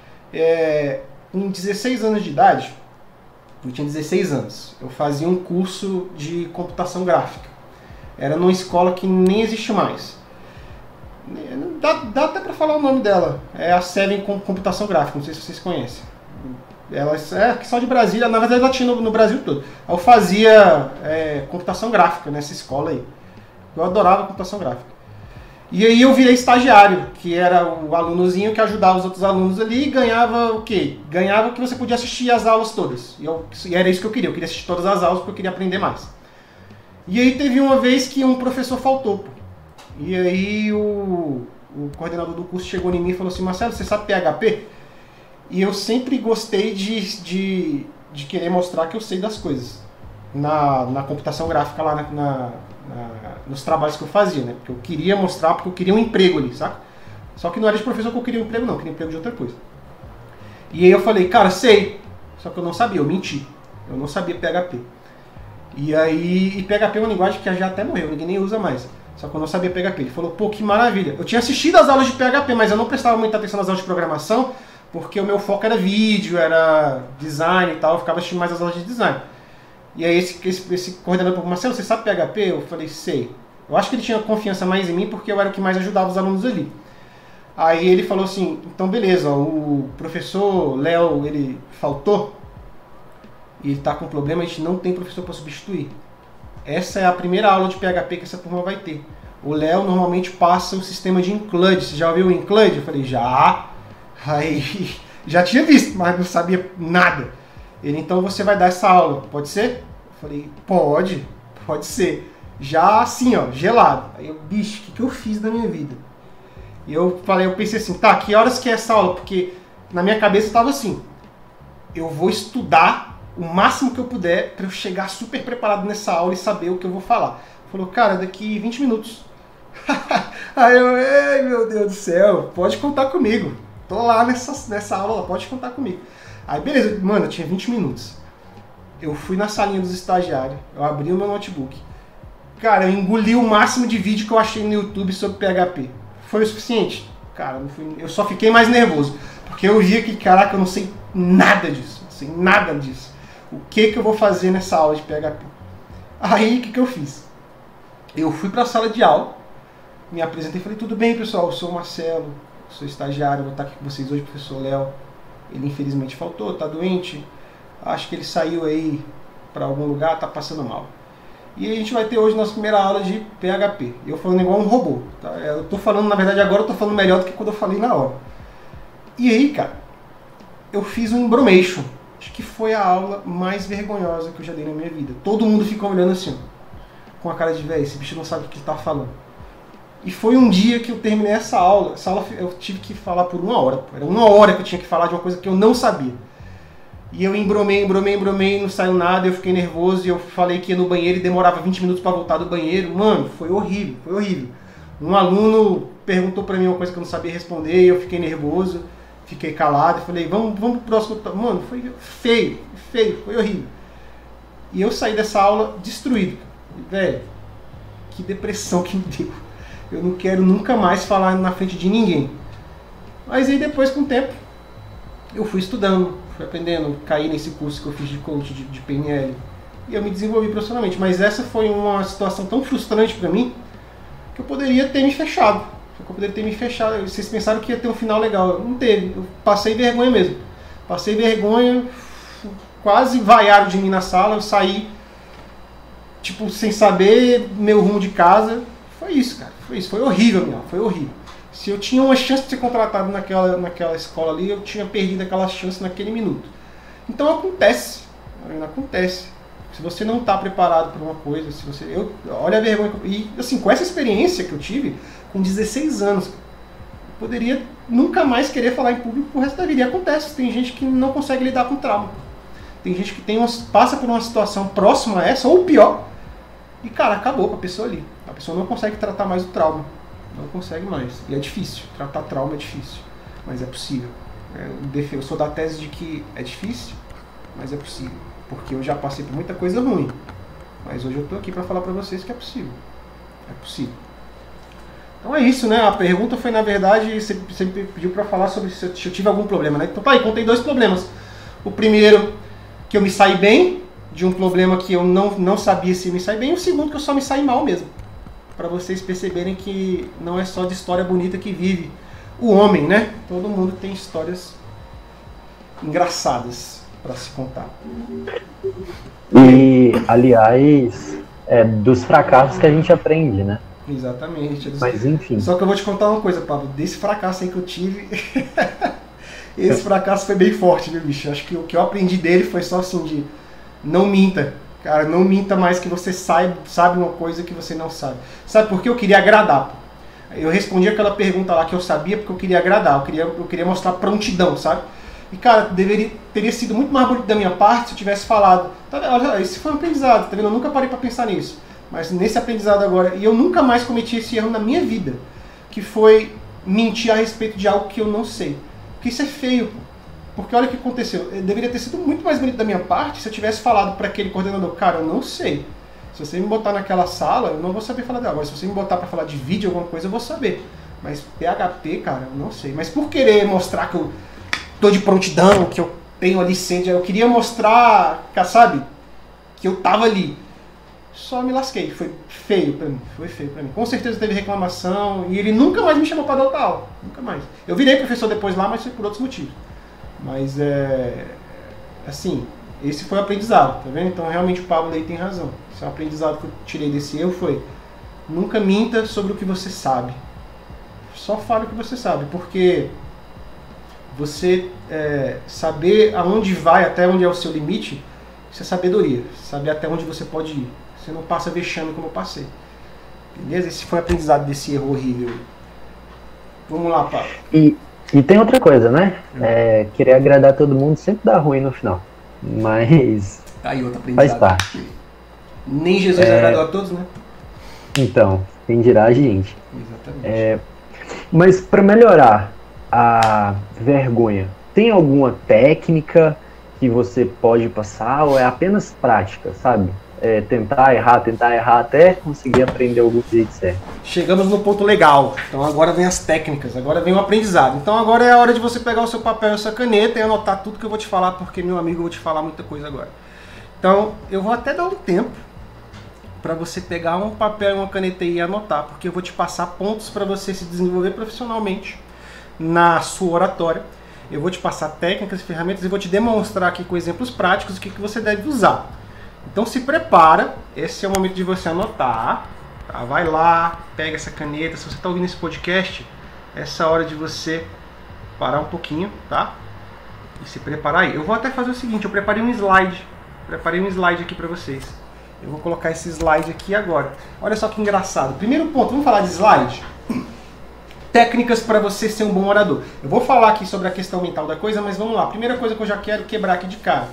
Com 16 anos de idade, eu tinha 16 anos, eu fazia um curso de computação gráfica. Era numa escola que nem existe mais. Dá até pra falar o nome dela. É a Seven Computação Gráfica, não sei se vocês conhecem. Ela é só de Brasília, na verdade ela tinha no Brasil todo. Eu fazia computação gráfica nessa escola aí. Eu adorava computação gráfica. E aí eu virei estagiário, que era o alunozinho que ajudava os outros alunos ali e ganhava o quê? Ganhava que você podia assistir as aulas todas. E era isso que eu queria assistir todas as aulas porque eu queria aprender mais. E aí teve uma vez que um professor faltou, pô. E aí o o coordenador do curso chegou em mim e falou assim, Marcelo, você sabe PHP? E eu sempre gostei de querer mostrar que eu sei das coisas. Na computação gráfica, lá nos trabalhos que eu fazia, né? Porque eu queria mostrar, porque eu queria um emprego ali, saca? Só que não era de professor que eu queria um emprego, não. Eu queria um emprego de outra coisa. E aí eu falei, cara, sei. Só que eu não sabia, eu menti. Eu não sabia PHP. E aí, PHP é uma linguagem que já até morreu, ninguém nem usa mais. Só que eu não sabia PHP. Ele falou, pô, que maravilha. Eu tinha assistido as aulas de PHP, mas eu não prestava muita atenção nas aulas de programação, porque o meu foco era vídeo, era design e tal. Eu ficava assistindo mais as aulas de design. E aí esse coordenador falou, Marcelo, você sabe PHP? Eu falei, sei. Eu acho que ele tinha confiança mais em mim, porque eu era o que mais ajudava os alunos ali. Aí ele falou assim, então beleza, ó, o professor Léo, ele faltou, e ele está com problema, a gente não tem professor para substituir. Essa é a primeira aula de PHP que essa turma vai ter. O Léo normalmente passa o sistema de include. Você já ouviu o include? Eu falei, já. Aí, já tinha visto, mas não sabia nada. Ele, então você vai dar essa aula, pode ser? Eu falei, pode ser. Já assim, ó, gelado. Aí eu, bicho, o que eu fiz da minha vida? E eu pensei assim, tá, que horas que é essa aula? Porque na minha cabeça estava assim, eu vou estudar o máximo que eu puder para eu chegar super preparado nessa aula e saber o que eu vou falar. Falou, cara, daqui 20 minutos. Aí eu, ei, meu Deus do céu, pode contar comigo. Tô lá nessa aula, pode contar comigo. Aí beleza, mano, eu tinha 20 minutos. Eu fui na salinha dos estagiários, eu abri o meu notebook. Cara, eu engoli o máximo de vídeo que eu achei no YouTube sobre PHP. Foi o suficiente? Cara, eu só fiquei mais nervoso. Porque eu via que, caraca, eu não sei nada disso. Não sei nada disso. O que eu vou fazer nessa aula de PHP? Aí, o que eu fiz? Eu fui para a sala de aula, me apresentei e falei, tudo bem, pessoal, eu sou o Marcelo, sou estagiário, vou estar aqui com vocês hoje, professor Léo. Ele infelizmente faltou, tá doente. Acho que ele saiu aí para algum lugar, tá passando mal. E a gente vai ter hoje nossa primeira aula de PHP. Eu falando igual um robô. Tá? Eu tô falando, na verdade, agora eu tô falando melhor do que quando eu falei na hora. E aí, cara, eu fiz um embromation. Acho que foi a aula mais vergonhosa que eu já dei na minha vida. Todo mundo ficou olhando assim, com a cara de, velho, esse bicho não sabe o que ele tá falando. E foi um dia que eu terminei essa aula eu tive que falar por 1 hora. Era 1 hora que eu tinha que falar de uma coisa que eu não sabia. E eu embromei, não saiu nada, eu fiquei nervoso e eu falei que ia no banheiro e demorava 20 minutos para voltar do banheiro. Mano, foi horrível, foi horrível. Um aluno perguntou para mim uma coisa que eu não sabia responder e eu fiquei nervoso, fiquei calado e falei, vamos pro próximo. Mano, foi feio, foi horrível. E eu saí dessa aula destruído. Velho, que depressão que me deu. Eu não quero nunca mais falar na frente de ninguém. Mas aí depois, com o tempo, eu fui estudando, fui aprendendo, caí nesse curso que eu fiz de coach de PNL. E eu me desenvolvi profissionalmente. Mas essa foi uma situação tão frustrante pra mim que eu poderia ter me fechado. Vocês pensaram que ia ter um final legal. Não teve. Eu passei vergonha mesmo. Passei vergonha, quase vaiaram de mim na sala. Eu saí, tipo, sem saber meu rumo de casa. Foi isso, cara. Foi isso. Foi horrível, meu. Foi horrível. Se eu tinha uma chance de ser contratado naquela escola ali, eu tinha perdido aquela chance naquele minuto. Então acontece. Se você não está preparado para uma coisa, olha a vergonha. E assim, com essa experiência que eu tive, com 16 anos, eu poderia nunca mais querer falar em público pro resto da vida. E acontece, tem gente que não consegue lidar com trauma. Tem gente que passa por uma situação próxima a essa, ou pior, e cara, acabou com a pessoa ali. A pessoa não consegue tratar mais o trauma. Não consegue mais. E é difícil. Tratar trauma é difícil. Mas é possível. Eu sou da tese de que é difícil, mas é possível. Porque eu já passei por muita coisa ruim. Mas hoje eu tô aqui para falar para vocês que é possível. É possível. Então é isso, né? A pergunta foi, na verdade, você me pediu para falar sobre se eu tive algum problema, né? Então tá aí, contei 2 problemas. O primeiro, que eu me saí bem de um problema que eu não sabia se me sair bem. E o segundo, que eu só me saí mal mesmo. Para vocês perceberem que não é só de história bonita que vive o homem, né? Todo mundo tem histórias engraçadas para se contar. E, aliás, é dos fracassos que a gente aprende, né? Exatamente. Mas enfim. Só que eu vou te contar uma coisa, Pablo. Desse fracasso aí que eu tive, esse fracasso foi bem forte, viu, bicho? Acho que o que eu aprendi dele foi só assim de não minta. Cara, não minta mais que você sabe uma coisa que você não sabe. Sabe por que eu queria agradar? Pô? Eu respondi aquela pergunta lá que eu sabia porque eu queria agradar, eu queria mostrar prontidão, sabe? E, cara, teria sido muito mais bonito da minha parte se eu tivesse falado. Tá, olha, esse foi um aprendizado, tá vendo? Eu nunca parei pra pensar nisso. Mas nesse aprendizado agora, e eu nunca mais cometi esse erro na minha vida, que foi mentir a respeito de algo que eu não sei. Porque isso é feio, pô. Porque olha o que aconteceu. Deveria ter sido muito mais bonito da minha parte se eu tivesse falado para aquele coordenador, cara, eu não sei. Se você me botar naquela sala, eu não vou saber falar dela. Agora, se você me botar para falar de vídeo, alguma coisa, eu vou saber. Mas PHP, cara, eu não sei. Mas por querer mostrar que eu tô de prontidão, que eu tenho ali sede, eu queria mostrar, sabe, que eu tava ali. Só me lasquei. Foi feio pra mim. Foi feio pra mim. Com certeza teve reclamação e ele nunca mais me chamou para dar outra aula. Nunca mais. Eu virei professor depois lá, mas foi por outros motivos. Mas assim, esse foi o aprendizado, tá vendo? Então realmente o Pablo aí tem razão. Esse é um aprendizado que eu tirei desse erro, foi: nunca minta sobre o que você sabe. Só fale o que você sabe, porque você saber aonde vai, até onde é o seu limite, isso é sabedoria. Saber até onde você pode ir. Você não passa vexame como eu passei. Beleza? Esse foi o aprendizado desse erro horrível. Vamos lá, Pablo. E tem outra coisa, né? Querer agradar todo mundo sempre dá ruim no final. Mas aí outro aprendizado. Faz parte. Nem Jesus agradou a todos, né? Então, quem dirá a gente. Exatamente. Mas para melhorar a vergonha, tem alguma técnica que você pode passar ou é apenas prática, sabe? Tentar errar até conseguir aprender algum jeito certo. Chegamos no ponto legal. Então agora vem as técnicas, agora vem o aprendizado. Então agora é a hora de você pegar o seu papel e a sua caneta e anotar tudo que eu vou te falar, porque, meu amigo, eu vou te falar muita coisa agora. Então eu vou até dar um tempo para você pegar um papel e uma caneta e anotar, porque eu vou te passar pontos para você se desenvolver profissionalmente na sua oratória. Eu vou te passar técnicas e ferramentas e vou te demonstrar aqui com exemplos práticos o que você deve usar. Então se prepara, esse é o momento de você anotar, tá? Vai lá, pega essa caneta. Se você está ouvindo esse podcast, essa é a hora de você parar um pouquinho, tá? E se preparar aí. Eu vou até fazer o seguinte, eu preparei um slide aqui para vocês. Eu vou colocar esse slide aqui agora. Olha só que engraçado. Primeiro ponto, vamos falar de slide? Técnicas para você ser um bom orador. Eu vou falar aqui sobre a questão mental da coisa, mas vamos lá. Primeira coisa que eu já quero quebrar aqui de cara.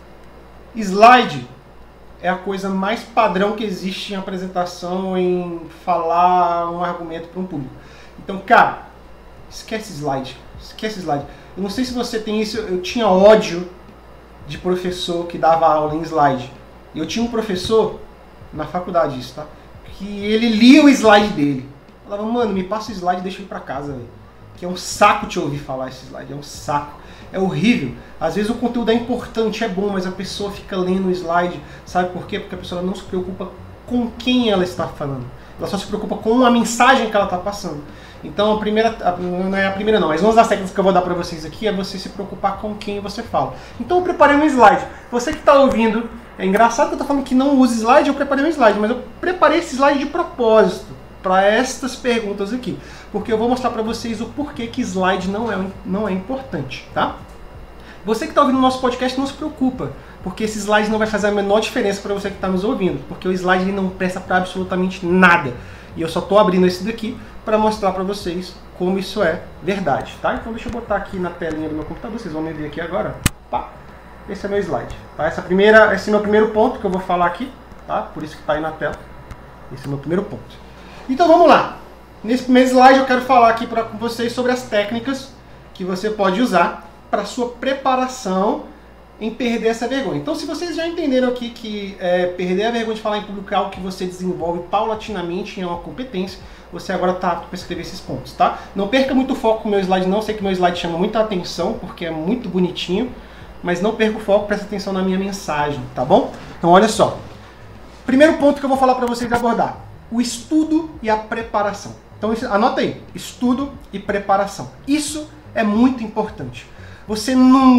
Slide é a coisa mais padrão que existe em apresentação, em falar um argumento para um público. Então, cara, esquece slide. Esquece slide. Eu não sei se você tem isso, eu tinha ódio de professor que dava aula em slide. Eu tinha um professor na faculdade, isso, tá? Que ele lia o slide dele. Falava, mano, me passa o slide e deixa eu ir pra casa, velho. Que é um saco te ouvir falar esse slide, é um saco. É horrível. Às vezes o conteúdo é importante, é bom, mas a pessoa fica lendo o slide. Sabe por quê? Porque a pessoa não se preocupa com quem ela está falando. Ela só se preocupa com a mensagem que ela está passando. Então não é a primeira não, mas uma das técnicas que eu vou dar para vocês aqui é você se preocupar com quem você fala. Então eu preparei um slide. Você que está ouvindo, é engraçado que eu estou falando que não usa slide, eu preparei um slide, mas eu preparei esse slide de propósito para estas perguntas aqui, porque eu vou mostrar para vocês o porquê que slide não é importante, tá? Você que está ouvindo o nosso podcast, não se preocupa, porque esse slide não vai fazer a menor diferença para você que está nos ouvindo, porque o slide ele não presta para absolutamente nada. E eu só estou abrindo esse daqui para mostrar para vocês como isso é verdade, tá? Então deixa eu botar aqui na telinha do meu computador, vocês vão me ver aqui agora. Pá. Esse é meu slide, tá? Esse é meu primeiro ponto que eu vou falar aqui, tá? Por isso que está aí na tela. Esse é o meu primeiro ponto. Então vamos lá. Nesse primeiro slide eu quero falar aqui com vocês sobre as técnicas que você pode usar para sua preparação em perder essa vergonha. Então, se vocês já entenderam aqui que perder a vergonha de falar em público é algo que você desenvolve paulatinamente, é uma competência, você agora está apto para escrever esses pontos, tá? Não perca muito foco com o meu slide, não. Sei que meu slide chama muita atenção, porque é muito bonitinho, mas não perca o foco, presta atenção na minha mensagem, tá bom? Então, olha só. Primeiro ponto que eu vou falar para vocês abordar: o estudo e a preparação. Então, anota aí, estudo e preparação. Isso é muito importante. Você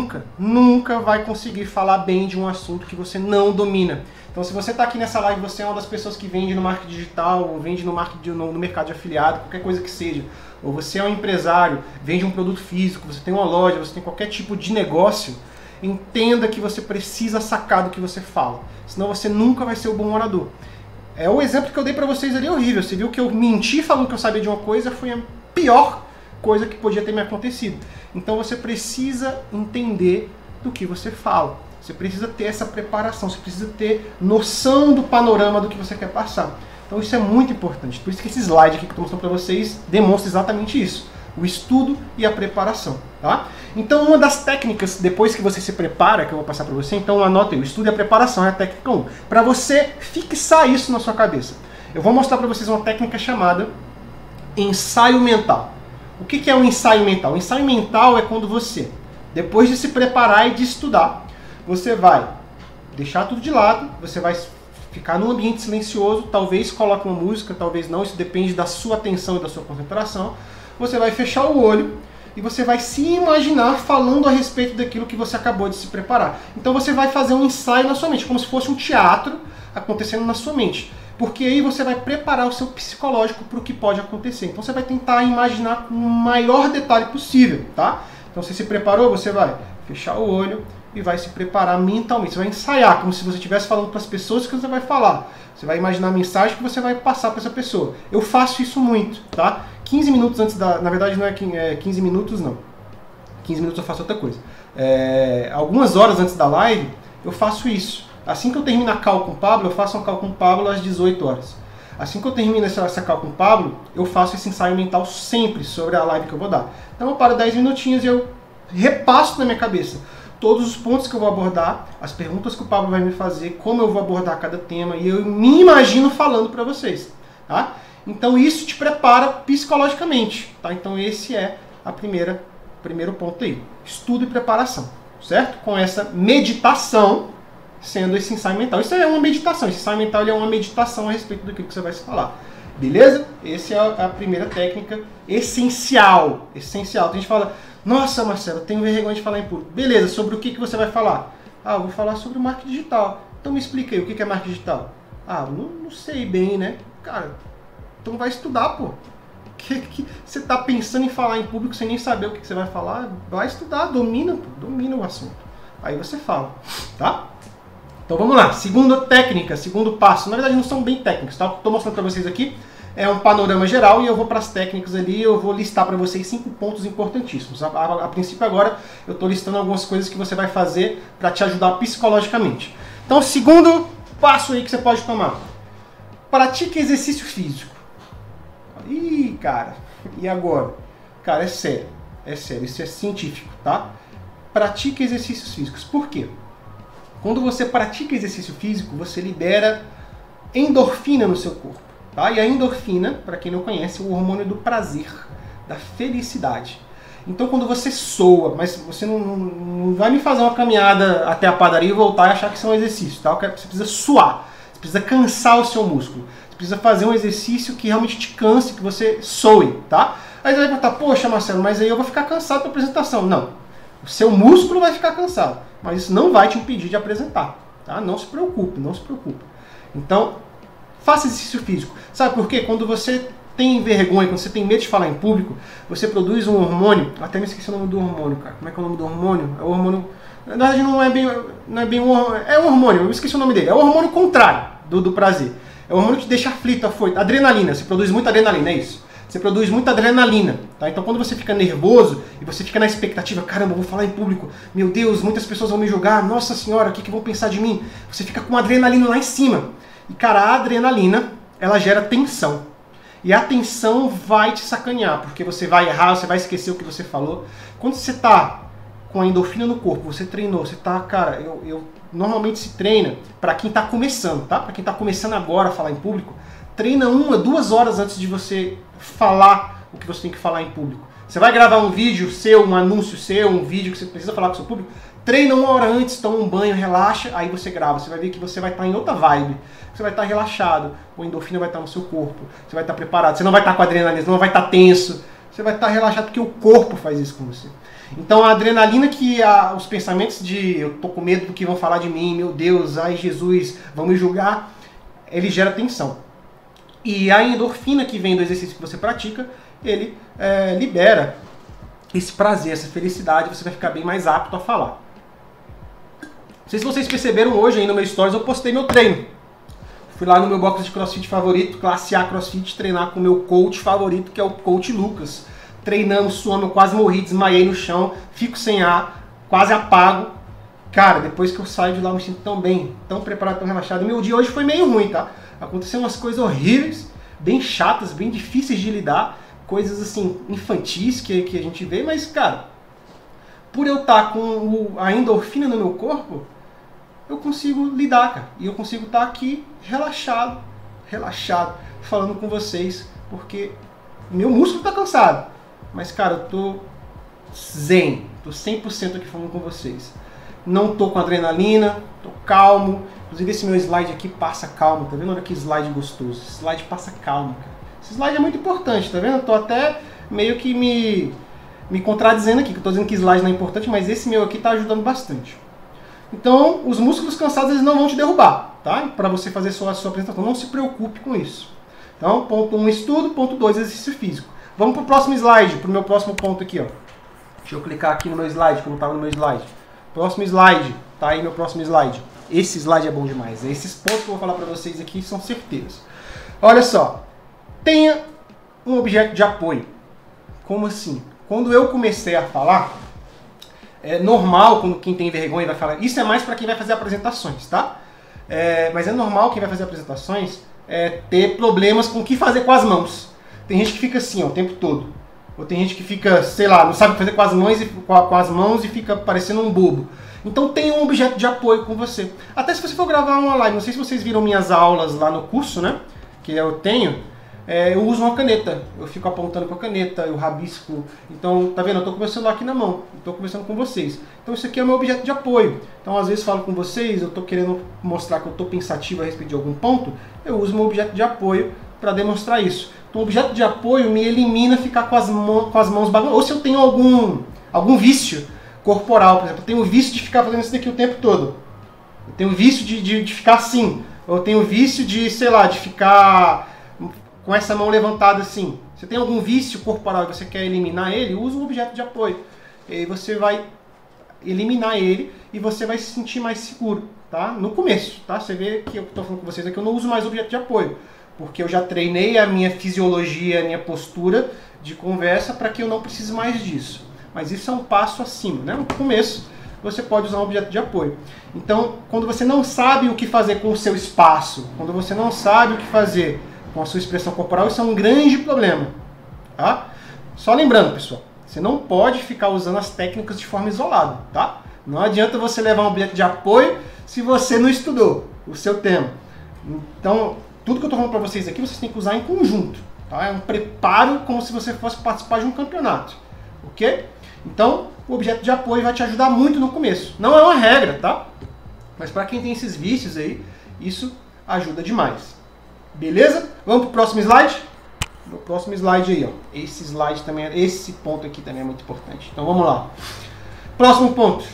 nunca vai conseguir falar bem de um assunto que você não domina. Então, se você está aqui nessa live, você é uma das pessoas que vende no marketing digital, ou vende no mercado de afiliado, qualquer coisa que seja, ou você é um empresário, vende um produto físico, você tem uma loja, você tem qualquer tipo de negócio, entenda que você precisa sacar do que você fala. Senão você nunca vai ser um bom orador. É o exemplo que eu dei pra vocês ali, horrível. Você viu que eu menti falando que eu sabia de uma coisa, foi a pior coisa que podia ter me acontecido. Então você precisa entender do que você fala. Você precisa ter essa preparação, você precisa ter noção do panorama do que você quer passar. Então isso é muito importante. Por isso que esse slide aqui que eu estou mostrando para vocês demonstra exatamente isso. O estudo e a preparação. Tá? Então uma das técnicas, depois que você se prepara, que eu vou passar para você, então anota aí, o estudo e a preparação é a técnica 1. Para você fixar isso na sua cabeça. Eu vou mostrar para vocês uma técnica chamada ensaio mental. O que é um ensaio mental? O ensaio mental é quando você, depois de se preparar e de estudar, você vai deixar tudo de lado, você vai ficar num ambiente silencioso, talvez coloque uma música, talvez não, isso depende da sua atenção e da sua concentração. Você vai fechar o olho e você vai se imaginar falando a respeito daquilo que você acabou de se preparar. Então você vai fazer um ensaio na sua mente, como se fosse um teatro acontecendo na sua mente. Porque aí você vai preparar o seu psicológico para o que pode acontecer. Então você vai tentar imaginar com o maior detalhe possível, tá? Então você se preparou, você vai fechar o olho e vai se preparar mentalmente. Você vai ensaiar, como se você estivesse falando para as pessoas que você vai falar. Você vai imaginar a mensagem que você vai passar para essa pessoa. Eu faço isso muito, tá? 15 minutos antes da... Na verdade não é 15 minutos, não. 15 minutos eu faço outra coisa. Algumas horas antes da live, eu faço isso. Assim que eu termino a call com o Pablo, eu faço uma call com o Pablo às 18 horas. Assim que eu termino essa call com o Pablo, eu faço esse ensaio mental sempre sobre a live que eu vou dar. Então eu paro 10 minutinhos e eu repasso na minha cabeça todos os pontos que eu vou abordar, as perguntas que o Pablo vai me fazer, como eu vou abordar cada tema, e eu me imagino falando para vocês. Tá? Então isso te prepara psicologicamente. Tá? Então esse é o primeiro ponto aí. Estudo e preparação. Certo? Com essa meditação sendo esse ensaio mental. Isso é uma meditação. Esse ensaio mental é uma meditação a respeito do que você vai se falar. Beleza? Essa é a primeira técnica essencial. Essencial. A gente fala, nossa, Marcelo, eu tenho vergonha de falar em público. Beleza, sobre o que você vai falar? Ah, eu vou falar sobre marketing digital. Então me explica aí, o que é marketing digital? Ah, não sei bem, né? Cara, então vai estudar, pô. Que você tá pensando em falar em público sem nem saber o que você vai falar? Vai estudar, domina o assunto. Aí você fala, tá? Então vamos lá, segunda técnica, segundo passo. Na verdade não são bem técnicas, tá? O que eu estou mostrando para vocês aqui é um panorama geral e eu vou para as técnicas ali, eu vou listar para vocês 5 pontos importantíssimos. A princípio agora eu estou listando algumas coisas que você vai fazer para te ajudar psicologicamente. Então o segundo passo aí que você pode tomar. Pratique exercício físico. Ih, cara, e agora? Cara, é sério, isso é científico, tá? Pratique exercícios físicos. Por quê? Quando você pratica exercício físico, você libera endorfina no seu corpo. Tá? E a endorfina, para quem não conhece, é o hormônio do prazer, da felicidade. Então quando você soa, mas você não vai me fazer uma caminhada até a padaria e voltar e achar que isso é um exercício. Tá? Você precisa suar, você precisa cansar o seu músculo. Você precisa fazer um exercício que realmente te canse, que você soe. Tá? Aí você vai perguntar, poxa Marcelo, mas aí eu vou ficar cansado para a apresentação. Não, o seu músculo vai ficar cansado. Mas isso não vai te impedir de apresentar. Tá? Não se preocupe, não se preocupe. Então, faça exercício físico. Sabe por quê? Quando você tem vergonha, quando você tem medo de falar em público, você produz um hormônio. Até me esqueci o nome do hormônio, cara. Como é que é o nome do hormônio? É o hormônio... Na verdade, não é bem um hormônio. É um hormônio, eu esqueci o nome dele. É o hormônio contrário do prazer. É o hormônio que te deixa aflito, afoito. Adrenalina. Você produz muita adrenalina, é isso? Você produz muita adrenalina, tá? Então quando você fica nervoso e você fica na expectativa, caramba, eu vou falar em público, meu Deus, muitas pessoas vão me julgar, nossa senhora, o que vão pensar de mim? Você fica com a adrenalina lá em cima. E cara, a adrenalina, ela gera tensão. E a tensão vai te sacanear, porque você vai errar, você vai esquecer o que você falou. Quando você tá com a endorfina no corpo, você treinou, você tá, cara, eu normalmente se treina para quem tá começando, tá? Para quem tá começando agora a falar em público, treina 1 a 2 horas antes de você falar o que você tem que falar em público. Você vai gravar um vídeo seu, um anúncio seu, um vídeo que você precisa falar com o seu público, treina 1 hora antes, toma um banho, relaxa, aí você grava. Você vai ver que você vai estar em outra vibe. Você vai estar relaxado, o endorfina vai estar no seu corpo, você vai estar preparado, você não vai estar com adrenalina, você não vai estar tenso, você vai estar relaxado porque o corpo faz isso com você. Então a adrenalina os pensamentos de eu tô com medo do que vão falar de mim, meu Deus, ai Jesus, vão me julgar, ele gera tensão. E a endorfina que vem do exercício que você pratica, ele libera esse prazer, essa felicidade, você vai ficar bem mais apto a falar. Não sei se vocês perceberam hoje aí no meu stories, eu postei meu treino. Fui lá no meu box de CrossFit favorito, Classe A CrossFit, treinar com o meu coach favorito, que é o Coach Lucas. Treinamos, suando, eu quase morri, desmaiei no chão, fico sem ar, quase apago. Cara, depois que eu saio de lá eu me sinto tão bem, tão preparado, tão relaxado. E meu dia hoje foi meio ruim, tá? Aconteceram umas coisas horríveis, bem chatas, bem difíceis de lidar, coisas assim, infantis que a gente vê, mas, cara, por eu estar com a endorfina no meu corpo, eu consigo lidar, cara. E eu consigo estar aqui relaxado, falando com vocês, porque meu músculo tá cansado. Mas, cara, eu tô zen, tô 100% aqui falando com vocês. Não tô com adrenalina, tô calmo. Inclusive esse meu slide aqui passa calmo, tá vendo? Olha que slide gostoso. Esse slide passa calmo, cara. Esse slide é muito importante, tá vendo? Eu tô até meio que me contradizendo aqui, que eu tô dizendo que slide não é importante, mas esse meu aqui tá ajudando bastante. Então, os músculos cansados eles não vão te derrubar, tá? Para você fazer a sua apresentação, não se preocupe com isso. Então, ponto 1, estudo, ponto 2, exercício físico. Vamos pro próximo slide, pro meu próximo ponto aqui, ó. Deixa eu clicar aqui no meu slide, que eu não tava no meu slide. Próximo slide, tá aí meu próximo slide. Esse slide é bom demais. Esses pontos que eu vou falar para vocês aqui são certeiros. Olha só, tenha um objeto de apoio. Como assim? Quando eu comecei a falar, é normal quando quem tem vergonha vai falar. Isso é mais para quem vai fazer apresentações, tá? Mas é normal quem vai fazer apresentações ter problemas com o que fazer com as mãos. Tem gente que fica assim, ó, o tempo todo. Ou tem gente que fica, sei lá, não sabe o que fazer com as mãos e fica parecendo um bobo. Então tenha um objeto de apoio com você. Até se você for gravar uma live, não sei se vocês viram minhas aulas lá no curso, né? Que eu tenho. Eu uso uma caneta. Eu fico apontando com a caneta, eu rabisco. Então, tá vendo? Eu tô com o meu celular aqui na mão. Estou conversando com vocês. Então isso aqui é o meu objeto de apoio. Então às vezes falo com vocês, eu tô querendo mostrar que eu tô pensativo a respeito de algum ponto. Eu uso meu objeto de apoio para demonstrar isso. Então o objeto de apoio me elimina ficar com as mãos bagunçadas. Ou se eu tenho algum vício corporal, por exemplo, eu tenho o vício de ficar fazendo isso daqui o tempo todo. Eu tenho o vício de ficar assim. Eu tenho o vício de, sei lá, de ficar com essa mão levantada assim. Você tem algum vício corporal e você quer eliminar ele, usa um objeto de apoio. E aí você vai eliminar ele e você vai se sentir mais seguro, tá? No começo, tá? Você vê que eu estou falando com vocês aqui, eu não uso mais objeto de apoio. Porque eu já treinei a minha fisiologia, a minha postura de conversa para que eu não precise mais disso. Mas isso é um passo acima, né? No começo, você pode usar um objeto de apoio. Então, quando você não sabe o que fazer com o seu espaço, quando você não sabe o que fazer com a sua expressão corporal, isso é um grande problema, tá? Só lembrando, pessoal, você não pode ficar usando as técnicas de forma isolada, tá? Não adianta você levar um objeto de apoio se você não estudou o seu tema. Então, tudo que eu estou falando para vocês aqui, vocês têm que usar em conjunto. Tá? É um preparo como se você fosse participar de um campeonato. Ok? Então, o objeto de apoio vai te ajudar muito no começo. Não é uma regra, tá? Mas para quem tem esses vícios aí, isso ajuda demais. Beleza? Vamos para o próximo slide? No próximo slide aí, ó. Esse slide também, esse ponto aqui também é muito importante. Então vamos lá. Próximo ponto.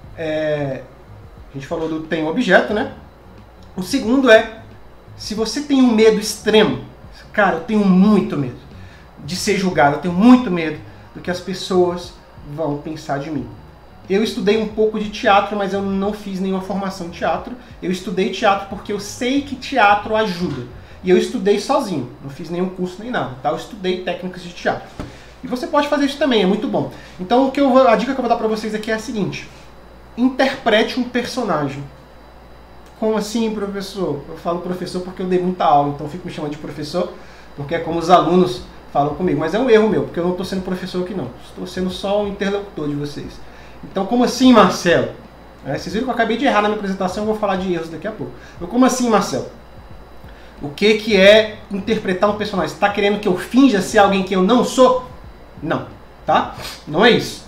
A gente falou do tem um objeto, né? O segundo é, se você tem um medo extremo, cara, eu tenho muito medo de ser julgado, eu tenho muito medo do que as pessoas vão pensar de mim. Eu estudei um pouco de teatro, mas eu não fiz nenhuma formação em teatro. Eu estudei teatro porque eu sei que teatro ajuda. E eu estudei sozinho, não fiz nenhum curso nem nada, tá? Eu estudei técnicas de teatro. E você pode fazer isso também, é muito bom. Então a dica que eu vou dar pra vocês aqui é a seguinte: interprete um personagem. Como assim, professor? Eu falo professor porque eu dei muita aula, então eu fico me chamando de professor, porque é como os alunos falam comigo. Mas é um erro meu, porque eu não estou sendo professor aqui não. Estou sendo só o interlocutor de vocês. Então, como assim, Marcelo? Vocês viram que eu acabei de errar na minha apresentação, eu vou falar de erros daqui a pouco. Então, como assim, Marcelo? O que é interpretar um personagem? Você está querendo que eu finja ser alguém que eu não sou? Não, tá? Não é isso.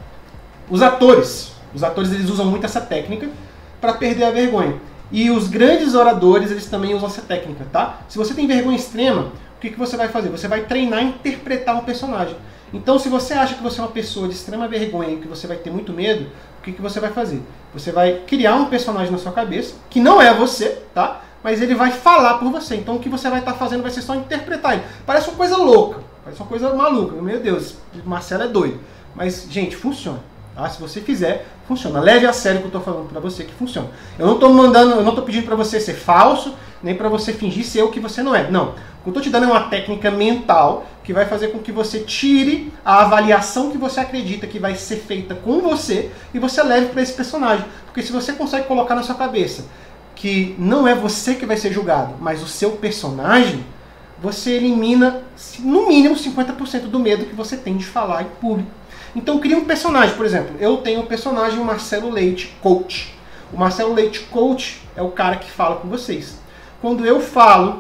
Os atores eles usam muito essa técnica para perder a vergonha. E os grandes oradores, eles também usam essa técnica, tá? Se você tem vergonha extrema, o que você vai fazer? Você vai treinar a interpretar um personagem. Então, se você acha que você é uma pessoa de extrema vergonha e que você vai ter muito medo, o que você vai fazer? Você vai criar um personagem na sua cabeça, que não é você, tá? Mas ele vai falar por você. Então, o que você vai estar fazendo vai ser só interpretar ele. Parece uma coisa louca, parece uma coisa maluca. Meu Deus, Marcelo é doido. Mas, gente, funciona. Tá? Se você fizer, funciona. Leve a sério o que eu estou falando para você que funciona. Eu não estou pedindo para você ser falso, nem para você fingir ser o que você não é. Não. O que eu estou te dando é uma técnica mental que vai fazer com que você tire a avaliação que você acredita que vai ser feita com você e você leve para esse personagem. Porque se você consegue colocar na sua cabeça que não é você que vai ser julgado, mas o seu personagem, você elimina, no mínimo, 50% do medo que você tem de falar em público. Então cria um personagem, por exemplo, eu tenho o personagem Marcelo Leite Coach. O Marcelo Leite Coach é o cara que fala com vocês. Quando eu falo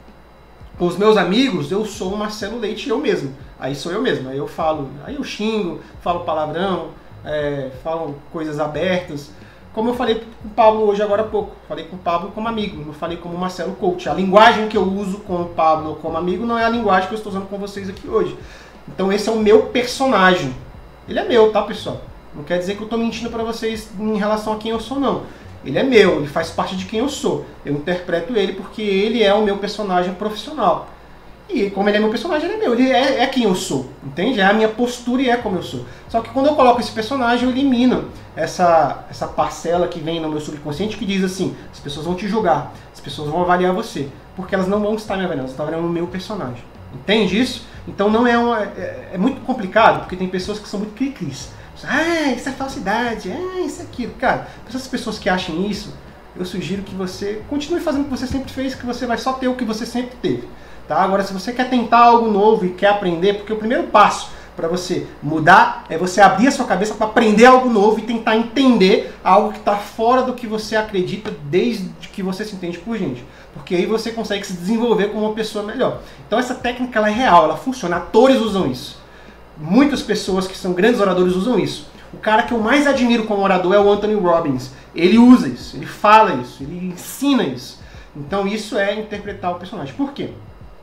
com os meus amigos, eu sou o Marcelo Leite eu mesmo. Aí sou eu mesmo, aí eu falo, aí eu xingo, falo palavrão, falo coisas abertas. Como eu falei com o Pablo hoje, agora há pouco. Falei com o Pablo como amigo, não falei como Marcelo Coach. A linguagem que eu uso com o Pablo como amigo não é a linguagem que eu estou usando com vocês aqui hoje. Então esse é o meu personagem. Ele é meu, tá, pessoal? Não quer dizer que eu estou mentindo para vocês em relação a quem eu sou, não. Ele é meu, ele faz parte de quem eu sou. Eu interpreto ele porque ele é o meu personagem profissional. E como ele é meu personagem, ele é meu. Ele é quem eu sou, entende? É a minha postura e é como eu sou. Só que quando eu coloco esse personagem, eu elimino essa parcela que vem no meu subconsciente que diz assim, as pessoas vão te julgar, as pessoas vão avaliar você. Porque elas não vão estar me avaliando, elas estão avaliando o meu personagem. Entende isso? Então não é muito complicado, porque tem pessoas que são muito cri-cris. Isso é falsidade, isso é aquilo. Cara, essas pessoas que acham isso, eu sugiro que você continue fazendo o que você sempre fez, que você vai só ter o que você sempre teve. Tá? Agora, se você quer tentar algo novo e quer aprender, porque o primeiro passo para você mudar é você abrir a sua cabeça para aprender algo novo e tentar entender algo que está fora do que você acredita desde que você se entende por gente. Porque aí você consegue se desenvolver como uma pessoa melhor. Então essa técnica ela é real, ela funciona. Atores usam isso. Muitas pessoas que são grandes oradores usam isso. O cara que eu mais admiro como orador é o Anthony Robbins. Ele usa isso, ele fala isso, ele ensina isso. Então isso é interpretar o personagem. Por quê?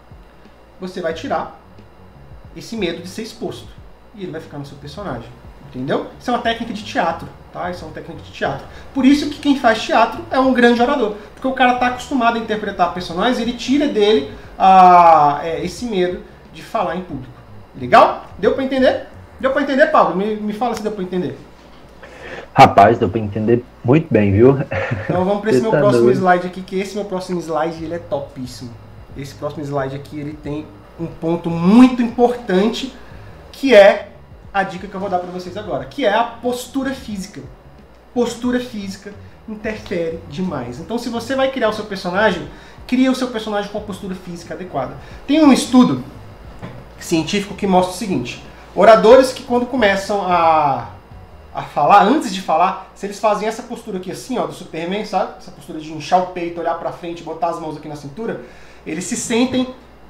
Você vai tirar esse medo de ser exposto. E ele vai ficar no seu personagem. Entendeu? Isso é uma técnica de teatro. Tá? Isso é uma técnica de teatro. Por isso que quem faz teatro é um grande orador. Porque o cara está acostumado a interpretar personagens e ele tira dele esse medo de falar em público. Legal? Deu para entender? Deu para entender, Pablo? Me fala se deu para entender. Rapaz, deu para entender muito bem, viu? Então vamos para esse meu próximo slide aqui, que esse meu próximo slide ele é topíssimo. Esse próximo slide aqui ele tem um ponto muito importante, que é a dica que eu vou dar para vocês agora, que é a postura física. Postura física interfere demais. Então se você vai criar o seu personagem, cria o seu personagem com a postura física adequada. Tem um estudo científico que mostra o seguinte: oradores que quando começam a falar, antes de falar, se eles fazem essa postura aqui assim, ó, do Superman, sabe? Essa postura de inchar o peito, olhar para frente, botar as mãos aqui na cintura, eles se sentem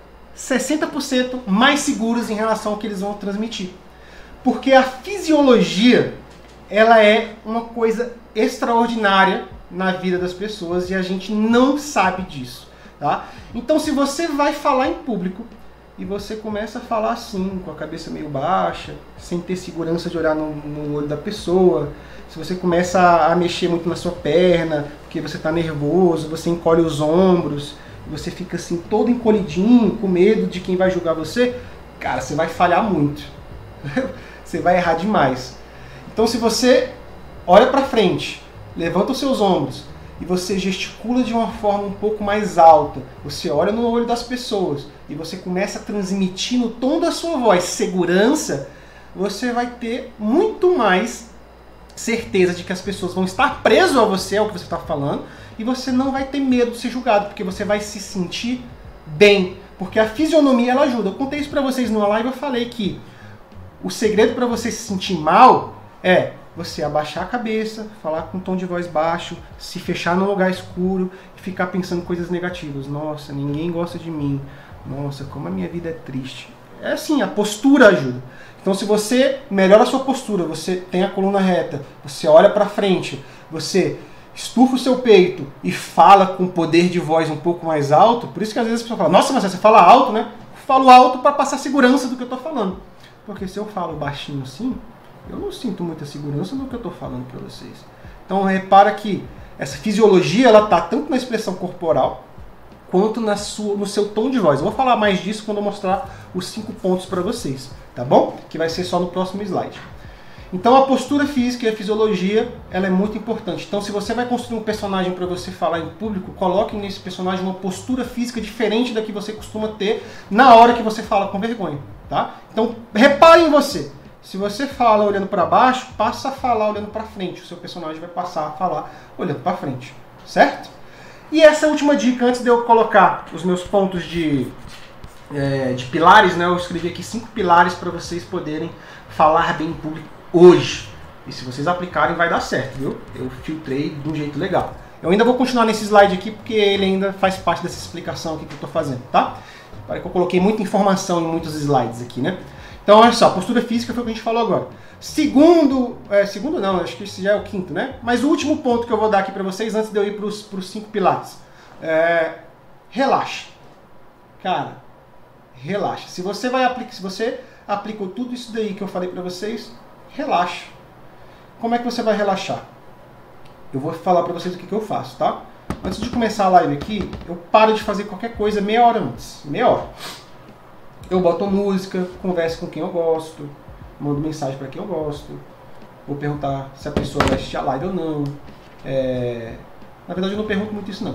60% mais seguros em relação ao que eles vão transmitir. Porque a fisiologia, ela é uma coisa extraordinária na vida das pessoas e a gente não sabe disso, tá? Então se você vai falar em público e você começa a falar assim, com a cabeça meio baixa, sem ter segurança de olhar no olho da pessoa, se você começa a mexer muito na sua perna, porque você está nervoso, você encolhe os ombros, você fica assim todo encolhidinho, com medo de quem vai julgar você, cara, você vai falhar muito. Você vai errar demais. Então se você olha para frente, levanta os seus ombros e você gesticula de uma forma um pouco mais alta, você olha no olho das pessoas e você começa a transmitir no tom da sua voz segurança, você vai ter muito mais certeza de que as pessoas vão estar presas a você, ao que você está falando, e você não vai ter medo de ser julgado, porque você vai se sentir bem, porque a fisionomia ela ajuda. Eu contei isso para vocês numa live, eu falei que o segredo para você se sentir mal é você abaixar a cabeça, falar com um tom de voz baixo, se fechar num lugar escuro e ficar pensando coisas negativas. Nossa, ninguém gosta de mim. Nossa, como a minha vida é triste. É assim, a postura ajuda. Então se você melhora a sua postura, você tem a coluna reta, você olha para frente, você estufa o seu peito e fala com poder de voz um pouco mais alto, por isso que às vezes as pessoas falam, nossa, mas você fala alto, né? Eu falo alto para passar segurança do que eu estou falando. Porque se eu falo baixinho assim, eu não sinto muita segurança no que eu estou falando para vocês. Então repara que essa fisiologia ela está tanto na expressão corporal quanto no seu tom de voz. Eu vou falar mais disso quando eu mostrar os 5 pontos para vocês, tá bom? Que vai ser só no próximo slide. Então a postura física e a fisiologia, ela é muito importante. Então se você vai construir um personagem para você falar em público, coloque nesse personagem uma postura física diferente da que você costuma ter na hora que você fala com vergonha, tá? Então repare em você. Se você fala olhando para baixo, passa a falar olhando para frente. O seu personagem vai passar a falar olhando para frente, certo? E essa última dica, antes de eu colocar os meus pontos de pilares, né? Eu escrevi aqui 5 pilares para vocês poderem falar bem em público hoje. E se vocês aplicarem, vai dar certo, viu? Eu filtrei de um jeito legal. Eu ainda vou continuar nesse slide aqui, porque ele ainda faz parte dessa explicação aqui que eu estou fazendo, tá? Parece que eu coloquei muita informação em muitos slides aqui, né? Então, olha só, postura física foi o que a gente falou agora. Segundo não, acho que esse já é o 5º, né? Mas o último ponto que eu vou dar aqui para vocês, antes de eu ir para os 5 pilares. Relaxa. Cara, relaxa. Se você aplicou tudo isso daí que eu falei para vocês, relaxa. Como é que você vai relaxar? Eu vou falar para vocês o que eu faço, tá? Antes de começar a live aqui, eu paro de fazer qualquer coisa meia hora antes. Meia hora. Eu boto música, converso com quem eu gosto, mando mensagem para quem eu gosto, vou perguntar se a pessoa vai assistir a live ou não. Na verdade eu não pergunto muito isso não.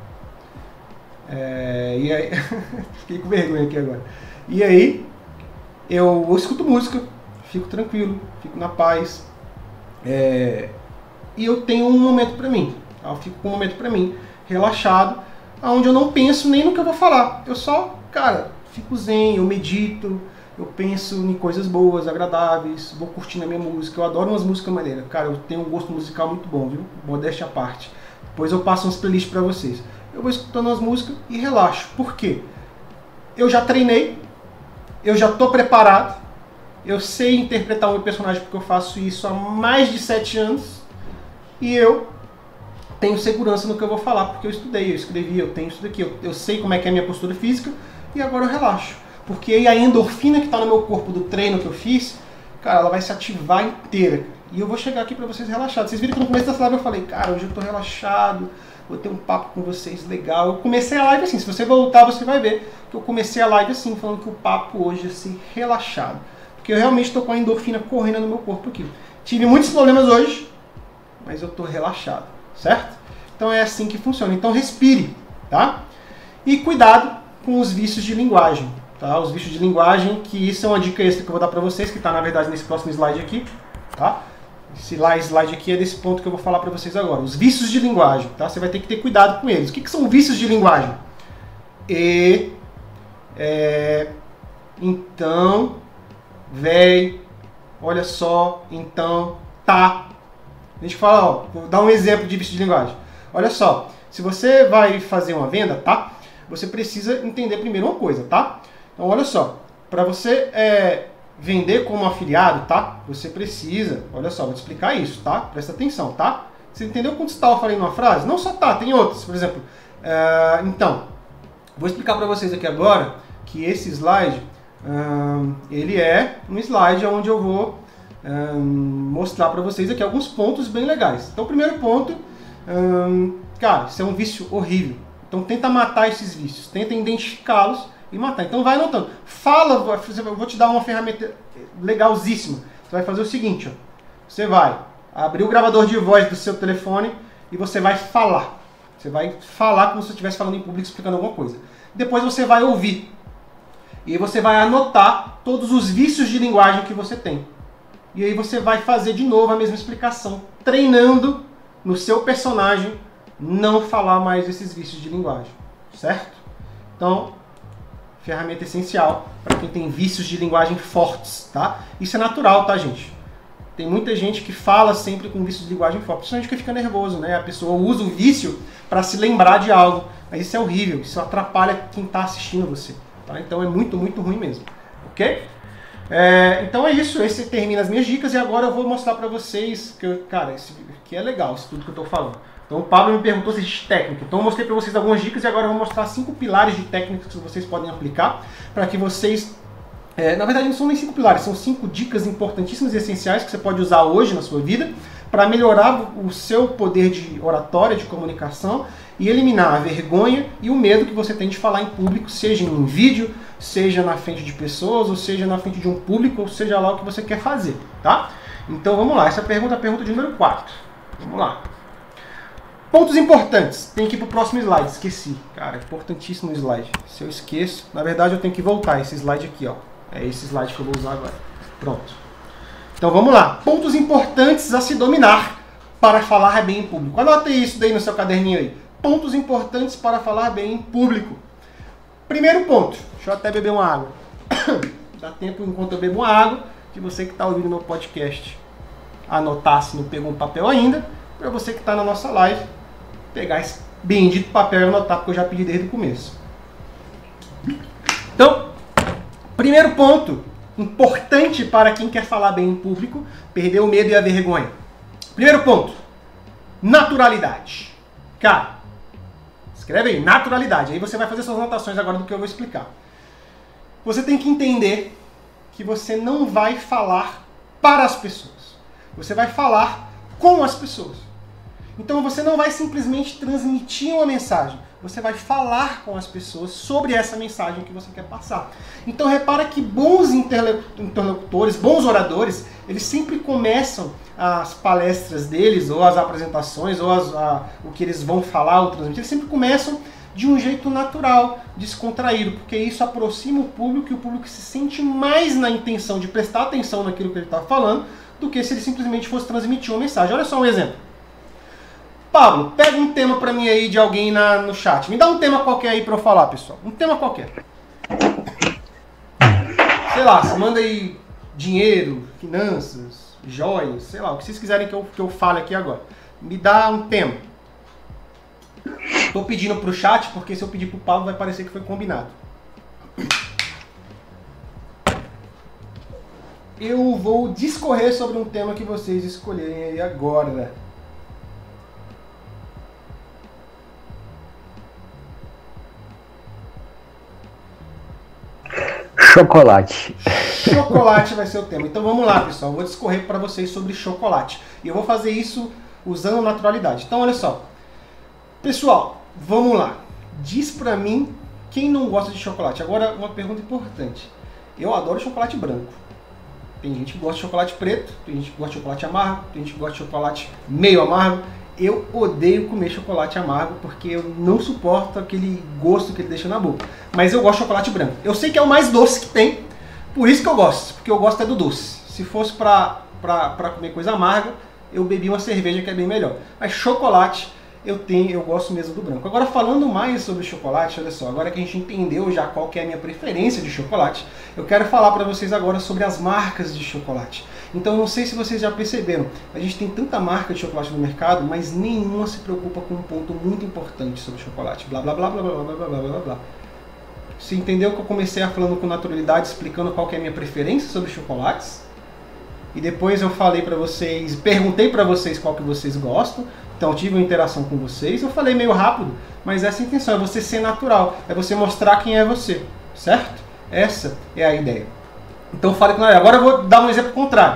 E aí, fiquei com vergonha aqui agora. E aí, eu escuto música, fico tranquilo, fico na paz. E eu tenho um momento para mim. Eu fico com um momento para mim, relaxado, onde eu não penso nem no que eu vou falar. Eu só, cara, fico zen, eu medito, eu penso em coisas boas, agradáveis, vou curtindo a minha música. Eu adoro umas músicas maneiras. Cara, eu tenho um gosto musical muito bom, viu? Modéstia à parte. Depois eu passo umas playlists para vocês. Eu vou escutando as músicas e relaxo. Por quê? Eu já treinei, eu já estou preparado, eu sei interpretar o meu personagem porque eu faço isso há mais de 7 anos e eu tenho segurança no que eu vou falar porque eu estudei, eu escrevi, eu tenho isso daqui, eu sei como é que é a minha postura física e agora eu relaxo. Porque aí a endorfina que está no meu corpo do treino que eu fiz, cara, ela vai se ativar inteira. E eu vou chegar aqui para vocês relaxados. Vocês viram que no começo dessa live eu falei, cara, hoje eu estou relaxado, vou ter um papo com vocês legal. Eu comecei a live assim, se você voltar você vai ver que eu comecei a live assim, falando que o papo hoje é assim, relaxado. Porque eu realmente estou com a endorfina correndo no meu corpo aqui. Tive muitos problemas hoje, mas eu estou relaxado, certo? Então é assim que funciona. Então respire, tá? E cuidado com os vícios de linguagem, tá? Os vícios de linguagem, que isso é uma dica extra que eu vou dar para vocês, que está na verdade nesse próximo slide aqui, tá? Esse slide aqui é desse ponto que eu vou falar para vocês agora. Os vícios de linguagem, tá? Você vai ter que ter cuidado com eles. O que são vícios de linguagem? Então, véi, olha só, então, tá. A gente fala, ó, vou dar um exemplo de vício de linguagem. Olha só, se você vai fazer uma venda, tá? Você precisa entender primeiro uma coisa, tá? Então, olha só, para você vender como afiliado, tá? Você precisa, olha só, vou te explicar isso, tá? Presta atenção, tá? Você entendeu quantos tá eu falei numa frase? Não só tá, tem outros, por exemplo. Então, vou explicar para vocês aqui agora que esse slide, ele é um slide onde eu vou mostrar para vocês aqui alguns pontos bem legais. Então, o primeiro ponto, cara, isso é um vício horrível. Então, tenta matar esses vícios, tenta identificá-los e matar. Então vai anotando. Fala, eu vou te dar uma ferramenta legalzíssima. Você vai fazer o seguinte, ó. Você vai abrir o gravador de voz do seu telefone e você vai falar. Você vai falar como se você estivesse falando em público, explicando alguma coisa. Depois você vai ouvir. E você vai anotar todos os vícios de linguagem que você tem. E aí você vai fazer de novo a mesma explicação, treinando no seu personagem não falar mais esses vícios de linguagem. Certo? Então, ferramenta essencial para quem tem vícios de linguagem fortes, tá? Isso é natural, tá, gente? Tem muita gente que fala sempre com vícios de linguagem forte, principalmente que fica nervoso, né? A pessoa usa o vício para se lembrar de algo, mas isso é horrível, isso atrapalha quem está assistindo você, tá? Então é muito, muito ruim mesmo, ok? Então é isso, esse termina as minhas dicas e agora eu vou mostrar para vocês, cara, esse aqui é legal, isso tudo que eu estou falando. Então o Pablo me perguntou se existe técnica, então eu mostrei para vocês algumas dicas e agora eu vou mostrar 5 pilares de técnicas que vocês podem aplicar para que vocês, na verdade não são nem 5 pilares, são 5 dicas importantíssimas e essenciais que você pode usar hoje na sua vida para melhorar o seu poder de oratória, de comunicação e eliminar a vergonha e o medo que você tem de falar em público, seja em vídeo, seja na frente de pessoas, ou seja na frente de um público, ou seja lá o que você quer fazer, tá? Então vamos lá, essa pergunta é a pergunta de número 4. Vamos lá. Pontos importantes. Tem que ir para o próximo slide, esqueci. Cara, importantíssimo o slide. Se eu esqueço, na verdade eu tenho que voltar esse slide aqui, ó. É esse slide que eu vou usar agora. Pronto. Então vamos lá. Pontos importantes a se dominar para falar bem em público. Anote isso daí no seu caderninho aí. Pontos importantes para falar bem em público. Primeiro ponto. Deixa eu até beber uma água. Dá tempo enquanto eu bebo uma água de você que está ouvindo meu podcast anotar se não pegou um papel ainda. Para você que está na nossa live pegar esse bendito papel e anotar, porque eu já pedi desde o começo. Então, primeiro ponto importante para quem quer falar bem em público, perder o medo e a vergonha. Primeiro ponto, naturalidade. Cara, escreve aí, naturalidade. Aí você vai fazer suas anotações agora do que eu vou explicar. Você tem que entender que você não vai falar para as pessoas. Você vai falar com as pessoas. Então você não vai simplesmente transmitir uma mensagem. Você vai falar com as pessoas sobre essa mensagem que você quer passar. Então repara que bons interlocutores, bons oradores, eles sempre começam as palestras deles, ou as apresentações, ou o que eles vão falar ou transmitir, eles sempre começam de um jeito natural, descontraído, porque isso aproxima o público e o público se sente mais na intenção de prestar atenção naquilo que ele está falando, do que se ele simplesmente fosse transmitir uma mensagem. Olha só um exemplo. Pablo, pega um tema pra mim aí de alguém no chat. Me dá um tema qualquer aí pra eu falar, pessoal. Um tema qualquer. Sei lá, você manda aí dinheiro, finanças, joias, sei lá, o que vocês quiserem que eu fale aqui agora. Me dá um tema. Tô pedindo pro chat, porque se eu pedir pro Pablo vai parecer que foi combinado. Eu vou discorrer sobre um tema que vocês escolherem aí agora. Chocolate. Chocolate vai ser o tema. Então vamos lá, pessoal. Eu vou discorrer para vocês sobre chocolate. E eu vou fazer isso usando naturalidade. Então olha só. Pessoal, vamos lá. Diz pra mim quem não gosta de chocolate. Agora uma pergunta importante. Eu adoro chocolate branco. Tem gente que gosta de chocolate preto, tem gente que gosta de chocolate amargo, tem gente que gosta de chocolate meio amargo. Eu odeio comer chocolate amargo porque eu não suporto aquele gosto que ele deixa na boca. Mas eu gosto de chocolate branco. Eu sei que é o mais doce que tem, por isso que eu gosto, porque eu gosto é do doce. Se fosse pra comer coisa amarga, eu bebi uma cerveja que é bem melhor. Mas chocolate, eu gosto mesmo do branco. Agora falando mais sobre chocolate, olha só, agora que a gente entendeu já qual que é a minha preferência de chocolate, eu quero falar para vocês agora sobre as marcas de chocolate. Então não sei se vocês já perceberam, a gente tem tanta marca de chocolate no mercado, mas nenhuma se preocupa com um ponto muito importante sobre chocolate. Blá blá blá blá blá blá blá blá blá blá. Você entendeu que eu comecei falando com naturalidade, explicando qual que é a minha preferência sobre chocolates? E depois eu falei para vocês, perguntei para vocês qual que vocês gostam. Então tive uma interação com vocês, eu falei meio rápido, mas essa é a intenção, é você ser natural, é você mostrar quem é você, certo? Essa é a ideia. Então fale com ela. Agora eu vou dar um exemplo contrário.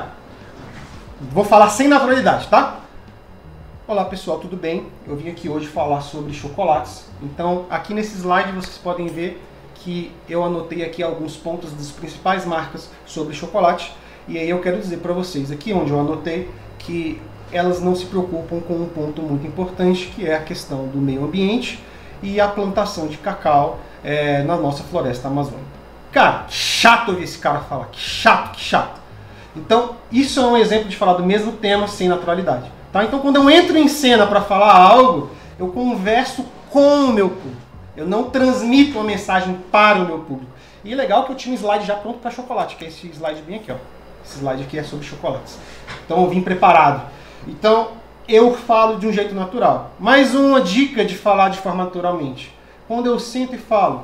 Vou falar sem naturalidade, tá? Olá pessoal, tudo bem? Eu vim aqui hoje falar sobre chocolates. Então aqui nesse slide vocês podem ver que eu anotei aqui alguns pontos das principais marcas sobre chocolate. E aí eu quero dizer para vocês aqui onde eu anotei que elas não se preocupam com um ponto muito importante, que é a questão do meio ambiente e a plantação de cacau na nossa floresta amazônica. Cara, chato ouvir esse cara falar, que chato, que chato. Então, isso é um exemplo de falar do mesmo tema sem naturalidade. Tá? Então, quando eu entro em cena para falar algo, eu converso com o meu público. Eu não transmito uma mensagem para o meu público. E é legal que eu tinha um slide já pronto para chocolate, que é esse slide bem aqui, ó. Esse slide aqui é sobre chocolates. Então, eu vim preparado. Então, eu falo de um jeito natural. Mais uma dica de falar de forma naturalmente. Quando eu sento e falo,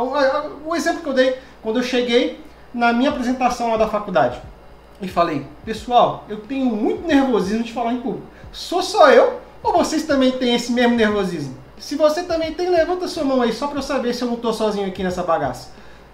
o exemplo que eu dei, quando eu cheguei na minha apresentação lá da faculdade e falei, pessoal, eu tenho muito nervosismo de falar em público. Sou só eu ou vocês também têm esse mesmo nervosismo? Se você também tem, levanta sua mão aí, só para eu saber se eu não estou sozinho aqui nessa bagaça.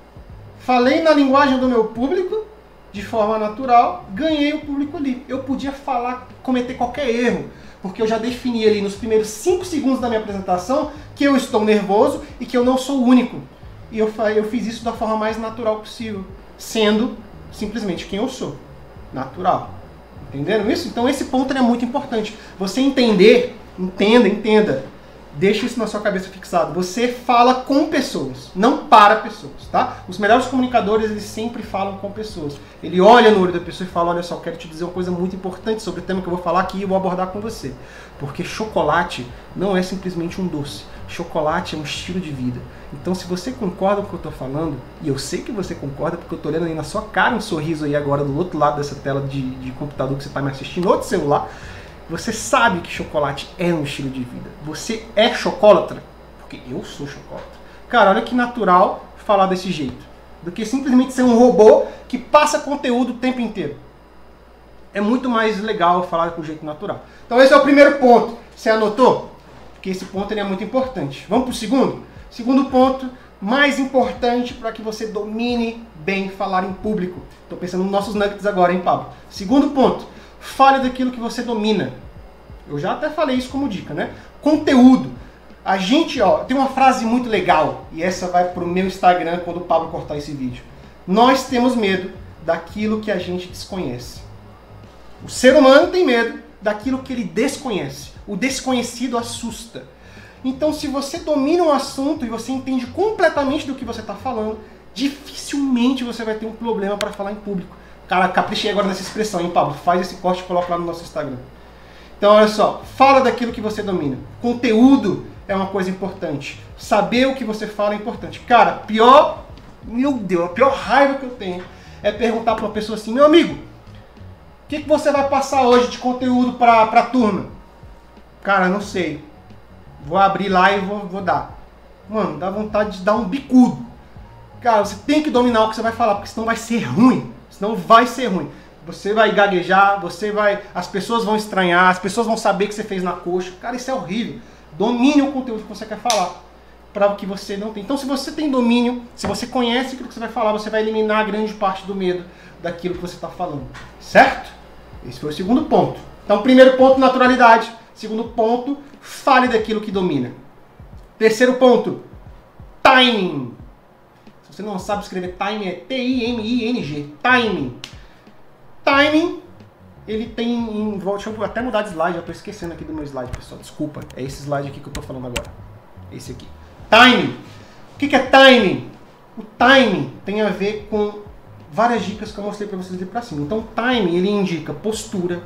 Falei na linguagem do meu público, de forma natural, ganhei o público ali. Eu podia falar, cometer qualquer erro, porque eu já defini ali nos primeiros 5 segundos da minha apresentação que eu estou nervoso e que eu não sou o único. E eu fiz isso da forma mais natural possível, sendo simplesmente quem eu sou. Natural. Entenderam isso? Então esse ponto é muito importante. Você entenda. Deixe isso na sua cabeça fixado. Você fala com pessoas, não para pessoas, tá? Os melhores comunicadores, eles sempre falam com pessoas. Ele olha no olho da pessoa e fala, olha só, quero te dizer uma coisa muito importante sobre o tema que eu vou falar aqui e eu vou abordar com você. Porque chocolate não é simplesmente um doce. Chocolate é um estilo de vida. Então se você concorda com o que eu estou falando, e eu sei que você concorda, porque eu estou olhando aí na sua cara um sorriso aí agora do outro lado dessa tela de computador que você está me assistindo, outro celular, você sabe que chocolate é um estilo de vida. Você é chocolatra? Porque eu sou chocolatra. Cara, olha que natural falar desse jeito. Do que simplesmente ser um robô que passa conteúdo o tempo inteiro. É muito mais legal falar com jeito natural. Então esse é o primeiro ponto. Você anotou? Porque esse ponto ele é muito importante. Vamos para o segundo? Segundo ponto, mais importante para que você domine bem falar em público. Estou pensando nos nossos nuggets agora, hein, Pablo? Segundo ponto. Fale daquilo que você domina. Eu já até falei isso como dica, né? Conteúdo. A gente, tem uma frase muito legal, e essa vai pro meu Instagram quando o Pablo cortar esse vídeo. Nós temos medo daquilo que a gente desconhece. O ser humano tem medo daquilo que ele desconhece. O desconhecido assusta. Então, se você domina um assunto e você entende completamente do que você está falando, dificilmente você vai ter um problema para falar em público. Cara, caprichei agora nessa expressão, hein, Pablo? Faz esse corte e coloca lá no nosso Instagram. Então, olha só. Fala daquilo que você domina. Conteúdo é uma coisa importante. Saber o que você fala é importante. Cara, meu Deus, a pior raiva que eu tenho é perguntar para uma pessoa assim, meu amigo, o que você vai passar hoje de conteúdo para a turma? Cara, não sei. Vou abrir lá e vou dar. Mano, dá vontade de dar um bicudo. Cara, você tem que dominar o que você vai falar, porque senão vai ser ruim. Senão vai ser ruim. Você vai gaguejar, as pessoas vão estranhar, as pessoas vão saber que você fez na coxa. Cara, isso é horrível. Domine o conteúdo que você quer falar, para o que você não tem. Então, se você tem domínio, se você conhece aquilo que você vai falar, você vai eliminar a grande parte do medo daquilo que você está falando. Certo? Esse foi o segundo ponto. Então, primeiro ponto, naturalidade. Segundo ponto, fale daquilo que domina. Terceiro ponto, timing. Se você não sabe escrever timing, é T-I-M-I-N-G. Timing. Timing, ele tem... Deixa eu até mudar de slide, eu estou esquecendo aqui do meu slide, pessoal. Desculpa, é esse slide aqui que eu estou falando agora. Esse aqui. Timing. O que é timing? O timing tem a ver com várias dicas que eu mostrei para vocês ali para cima. Então, timing, ele indica postura,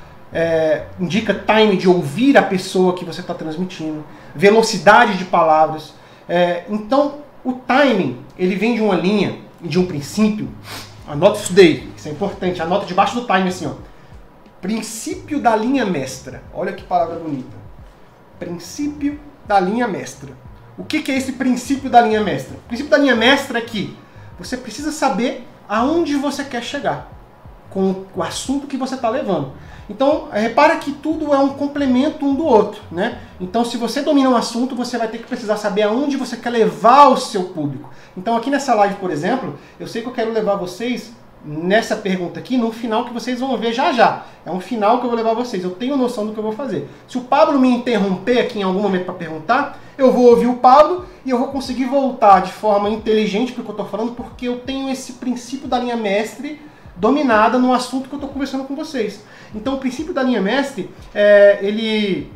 indica time de ouvir a pessoa que você está transmitindo, velocidade de palavras. Então, o timing, ele vem de uma linha, de um princípio. Anota isso daí, isso é importante. Anota debaixo do time assim, ó. Princípio da linha mestra. Olha que palavra bonita. Princípio da linha mestra. O que é esse princípio da linha mestra? O princípio da linha mestra é que você precisa saber aonde você quer chegar com o assunto que você está levando. Então, repara que tudo é um complemento um do outro, né? Então, se você domina um assunto, você vai ter que precisar saber aonde você quer levar o seu público. Então, aqui nessa live, por exemplo, eu sei que eu quero levar vocês nessa pergunta aqui, no final que vocês vão ver já já. É um final que eu vou levar vocês. Eu tenho noção do que eu vou fazer. Se o Pablo me interromper aqui em algum momento para perguntar, eu vou ouvir o Pablo e eu vou conseguir voltar de forma inteligente para o que eu estou falando, porque eu tenho esse princípio da linha mestre dominada no assunto que eu estou conversando com vocês. Então, o princípio da linha mestre, ele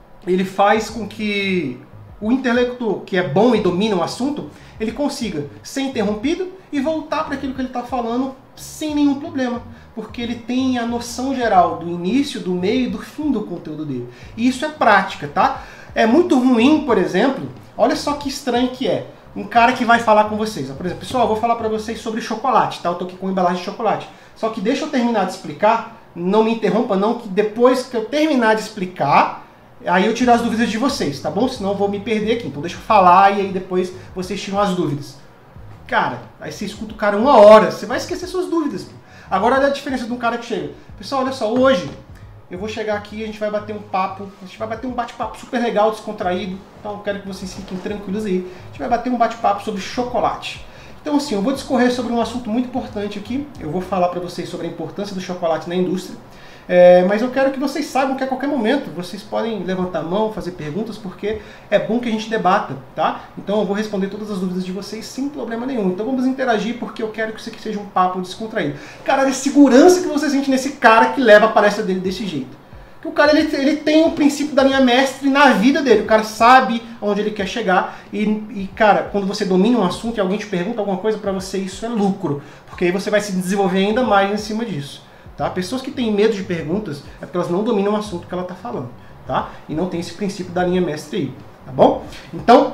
faz com que o intelecto que é bom e domina o assunto, ele consiga ser interrompido e voltar para aquilo que ele está falando sem nenhum problema, porque ele tem a noção geral do início, do meio e do fim do conteúdo dele. E isso é prática, tá? É muito ruim, por exemplo, olha só que estranho que é, um cara que vai falar com vocês. Por exemplo, pessoal, eu vou falar para vocês sobre chocolate, tá? Eu tô aqui com embalagem de chocolate. Só que deixa eu terminar de explicar, não me interrompa não, que depois que eu terminar de explicar, aí eu tiro as dúvidas de vocês, tá bom? Senão eu vou me perder aqui. Então deixa eu falar e aí depois vocês tiram as dúvidas. Cara, aí você escuta o cara 1 hora, você vai esquecer suas dúvidas. Agora olha a diferença de um cara que chega. Pessoal, olha só, hoje eu vou chegar aqui e a gente vai bater um papo, a gente vai bater um bate-papo super legal, descontraído. Então eu quero que vocês fiquem tranquilos aí. A gente vai bater um bate-papo sobre chocolate. Então assim, eu vou discorrer sobre um assunto muito importante aqui. Eu vou falar para vocês sobre a importância do chocolate na indústria. Mas eu quero que vocês saibam que a qualquer momento vocês podem levantar a mão, fazer perguntas, porque é bom que a gente debata, tá? Então eu vou responder todas as dúvidas de vocês sem problema nenhum. Então vamos interagir, porque eu quero que isso aqui seja um papo descontraído. Cara, a segurança que você sente nesse cara que leva a palestra dele desse jeito. Que o cara ele tem o princípio da linha mestre na vida dele. O cara sabe onde ele quer chegar. E cara, quando você domina um assunto e alguém te pergunta alguma coisa pra você, isso é lucro. Porque aí você vai se desenvolver ainda mais em cima disso. Tá? Pessoas que têm medo de perguntas é porque elas não dominam o assunto que ela está falando, tá? E não tem esse princípio da linha mestre aí, tá bom? Então,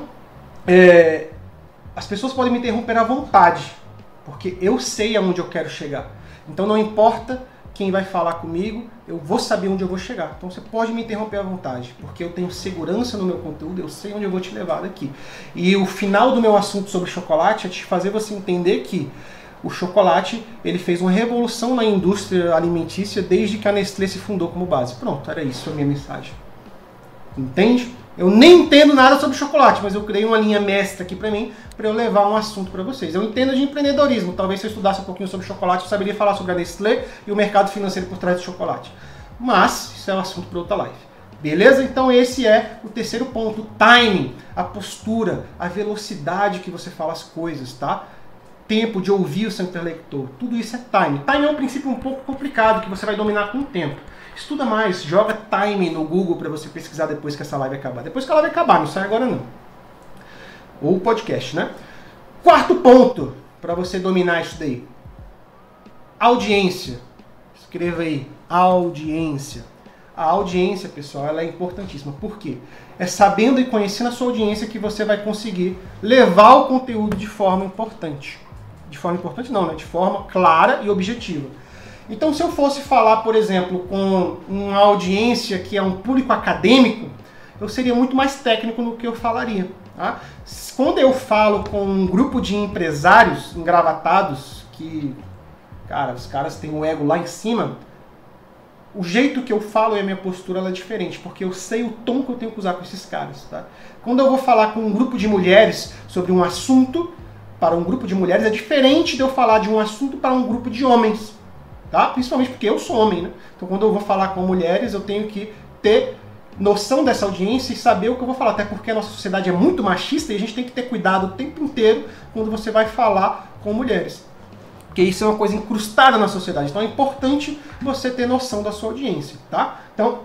as pessoas podem me interromper à vontade, porque eu sei aonde eu quero chegar. Então não importa quem vai falar comigo, eu vou saber onde eu vou chegar. Então você pode me interromper à vontade, porque eu tenho segurança no meu conteúdo, eu sei onde eu vou te levar daqui. E o final do meu assunto sobre chocolate é te fazer você entender que o chocolate, ele fez uma revolução na indústria alimentícia desde que a Nestlé se fundou como base. Pronto, era isso a minha mensagem. Entende? Eu nem entendo nada sobre chocolate, mas eu criei uma linha mestra aqui para mim, para eu levar um assunto para vocês. Eu entendo de empreendedorismo. Talvez se eu estudasse um pouquinho sobre chocolate, eu saberia falar sobre a Nestlé e o mercado financeiro por trás do chocolate. Mas, isso é um assunto para outra live. Beleza? Então esse é o terceiro ponto. O timing, a postura, a velocidade que você fala as coisas, tá? Tempo de ouvir o seu interlocutor, tudo isso é time. Time é um princípio um pouco complicado que você vai dominar com o tempo. Estuda mais, joga time no Google para você pesquisar depois que essa live acabar. Depois que ela vai acabar, não sai agora não. Ou o podcast, né? Quarto ponto para você dominar isso daí. Audiência. Escreva aí, audiência. A audiência, pessoal, ela é importantíssima. Por quê? É sabendo e conhecendo a sua audiência que você vai conseguir levar o conteúdo de forma importante. De forma importante não, né? De forma clara e objetiva. Então, se eu fosse falar, por exemplo, com uma audiência que é um público acadêmico, eu seria muito mais técnico no que eu falaria. Tá? Quando eu falo com um grupo de empresários engravatados, que, cara, os caras têm um ego lá em cima, o jeito que eu falo e a minha postura ela é diferente, porque eu sei o tom que eu tenho que usar com esses caras. Tá? Quando eu vou falar com um grupo de mulheres sobre um assunto, para um grupo de mulheres, é diferente de eu falar de um assunto para um grupo de homens. Tá? Principalmente porque eu sou homem. Né? Então quando eu vou falar com mulheres, eu tenho que ter noção dessa audiência e saber o que eu vou falar. Até porque a nossa sociedade é muito machista e a gente tem que ter cuidado o tempo inteiro quando você vai falar com mulheres. Porque isso é uma coisa incrustada na sociedade. Então é importante você ter noção da sua audiência. Tá?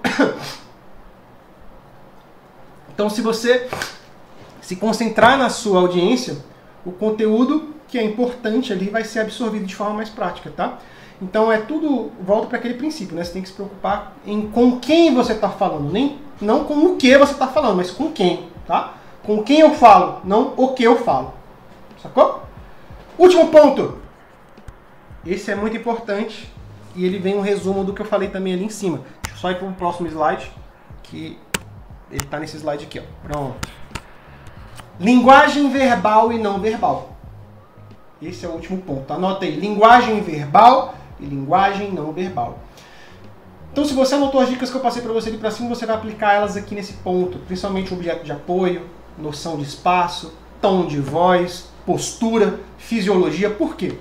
Então se você se concentrar na sua audiência, o conteúdo que é importante ali vai ser absorvido de forma mais prática. Tá? Então é tudo, volta para aquele princípio, né? Você tem que se preocupar com quem você está falando. Não com o que você está falando, mas com quem. Tá? Com quem eu falo, não o que eu falo. Sacou? Último ponto. Esse é muito importante e ele vem um resumo do que eu falei também ali em cima. Deixa eu só ir para o próximo slide, que ele está nesse slide aqui. Ó. Pronto. Linguagem verbal e não verbal. Esse é o último ponto. Anota aí. Linguagem verbal e linguagem não verbal. Então, se você anotou as dicas que eu passei para você ali para cima, você vai aplicar elas aqui nesse ponto. Principalmente o objeto de apoio, noção de espaço, tom de voz, postura, fisiologia. Por quê?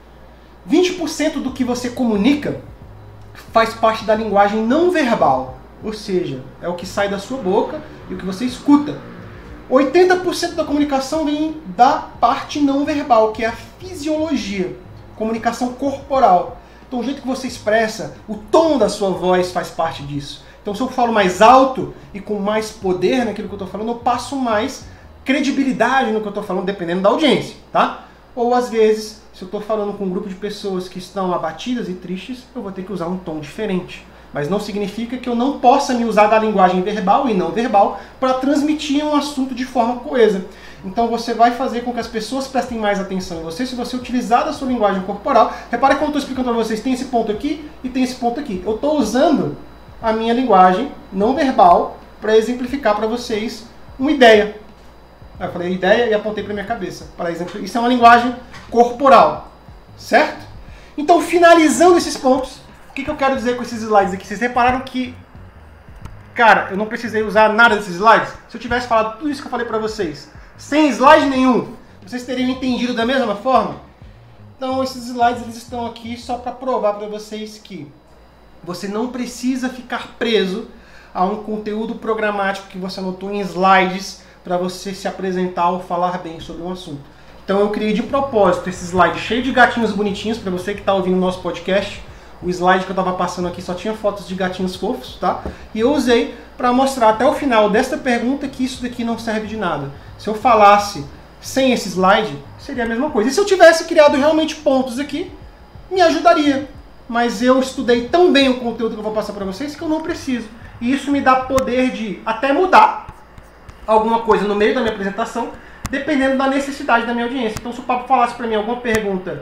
20% do que você comunica faz parte da linguagem não verbal. Ou seja, é o que sai da sua boca e o que você escuta. 80% da comunicação vem da parte não verbal, que é a fisiologia, comunicação corporal. Então o jeito que você expressa, o tom da sua voz faz parte disso. Então se eu falo mais alto e com mais poder naquilo que eu estou falando, eu passo mais credibilidade no que eu estou falando, dependendo da audiência. Tá? Ou às vezes, se eu estou falando com um grupo de pessoas que estão abatidas e tristes, eu vou ter que usar um tom diferente. Mas não significa que eu não possa me usar da linguagem verbal e não verbal para transmitir um assunto de forma coesa. Então você vai fazer com que as pessoas prestem mais atenção em você se você utilizar da sua linguagem corporal. Repare que eu estou explicando para vocês, tem esse ponto aqui e tem esse ponto aqui. Eu estou usando a minha linguagem não verbal para exemplificar para vocês uma ideia. Eu falei ideia e apontei para minha cabeça. Para exemplo, isso é uma linguagem corporal, certo? Então, finalizando esses pontos, o que eu quero dizer com esses slides aqui? Vocês repararam que, cara, eu não precisei usar nada desses slides? Se eu tivesse falado tudo isso que eu falei para vocês, sem slide nenhum, vocês teriam entendido da mesma forma? Então, esses slides eles estão aqui só para provar para vocês que Você não precisa ficar preso a um conteúdo programático que você anotou em slides para você se apresentar ou falar bem sobre um assunto. Então eu criei de propósito esse slide cheio de gatinhos bonitinhos para você que está ouvindo o nosso podcast. O slide que eu estava passando aqui só tinha fotos de gatinhos fofos, tá? E eu usei para mostrar até o final desta pergunta que isso daqui não serve de nada. Se eu falasse sem esse slide, seria a mesma coisa. E se eu tivesse criado realmente pontos aqui, me ajudaria. Mas eu estudei tão bem o conteúdo que eu vou passar para vocês que eu não preciso. E isso me dá poder de até mudar alguma coisa no meio da minha apresentação, dependendo da necessidade da minha audiência. Então, se o Pablo falasse para mim alguma pergunta,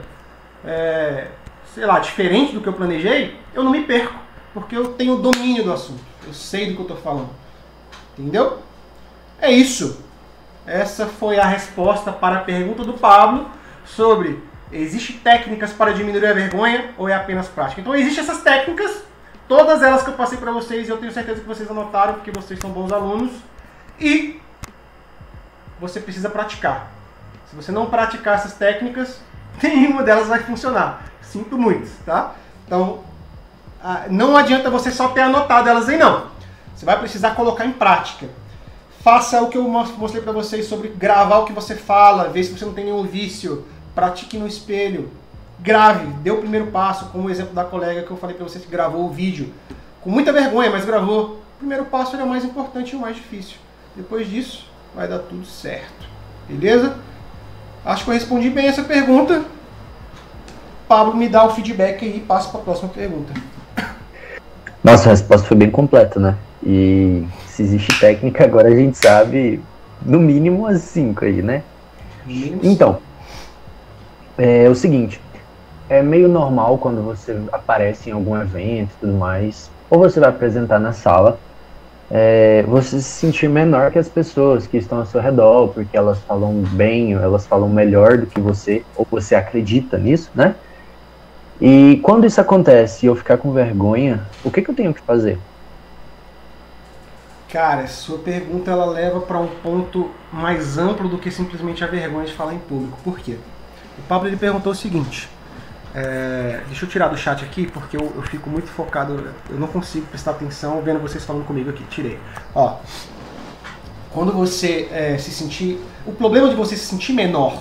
sei lá, diferente do que eu planejei, eu não me perco, porque eu tenho domínio do assunto. Eu sei do que eu estou falando. Entendeu? É isso. Essa foi a resposta para a pergunta do Pablo sobre: existem técnicas para diminuir a vergonha ou é apenas prática? Então, existem essas técnicas, todas elas que eu passei para vocês, e eu tenho certeza que vocês anotaram, porque vocês são bons alunos. E você precisa praticar. Se você não praticar essas técnicas, nenhuma delas vai funcionar. Sinto muito, tá? Então, não adianta você só ter anotado elas aí, não. Você vai precisar colocar em prática. Faça o que eu mostrei para vocês sobre gravar o que você fala, ver se você não tem nenhum vício. Pratique no espelho. Grave, dê o primeiro passo, como o exemplo da colega que eu falei para vocês que gravou o vídeo. Com muita vergonha, mas gravou. O primeiro passo era o mais importante e o mais difícil. Depois disso, vai dar tudo certo. Beleza? Acho que eu respondi bem essa pergunta. Pablo, me dá o feedback aí e passa para a próxima pergunta. Nossa, a resposta foi bem completa, né? E se existe técnica, agora a gente sabe, no mínimo as 5 aí, né? Então, é o seguinte, é meio normal quando você aparece em algum evento e tudo mais, ou você vai apresentar na sala, você se sentir menor que as pessoas que estão ao seu redor, porque elas falam bem, ou elas falam melhor do que você, ou você acredita nisso, né? E quando isso acontece e eu ficar com vergonha, o que eu tenho que fazer? Cara, sua pergunta ela leva para um ponto mais amplo do que simplesmente a vergonha de falar em público. Por quê? O Pablo ele perguntou o seguinte, deixa eu tirar do chat aqui, porque eu fico muito focado, eu não consigo prestar atenção vendo vocês falando comigo aqui. Tirei. Ó, quando você se sentir... O problema de você se sentir menor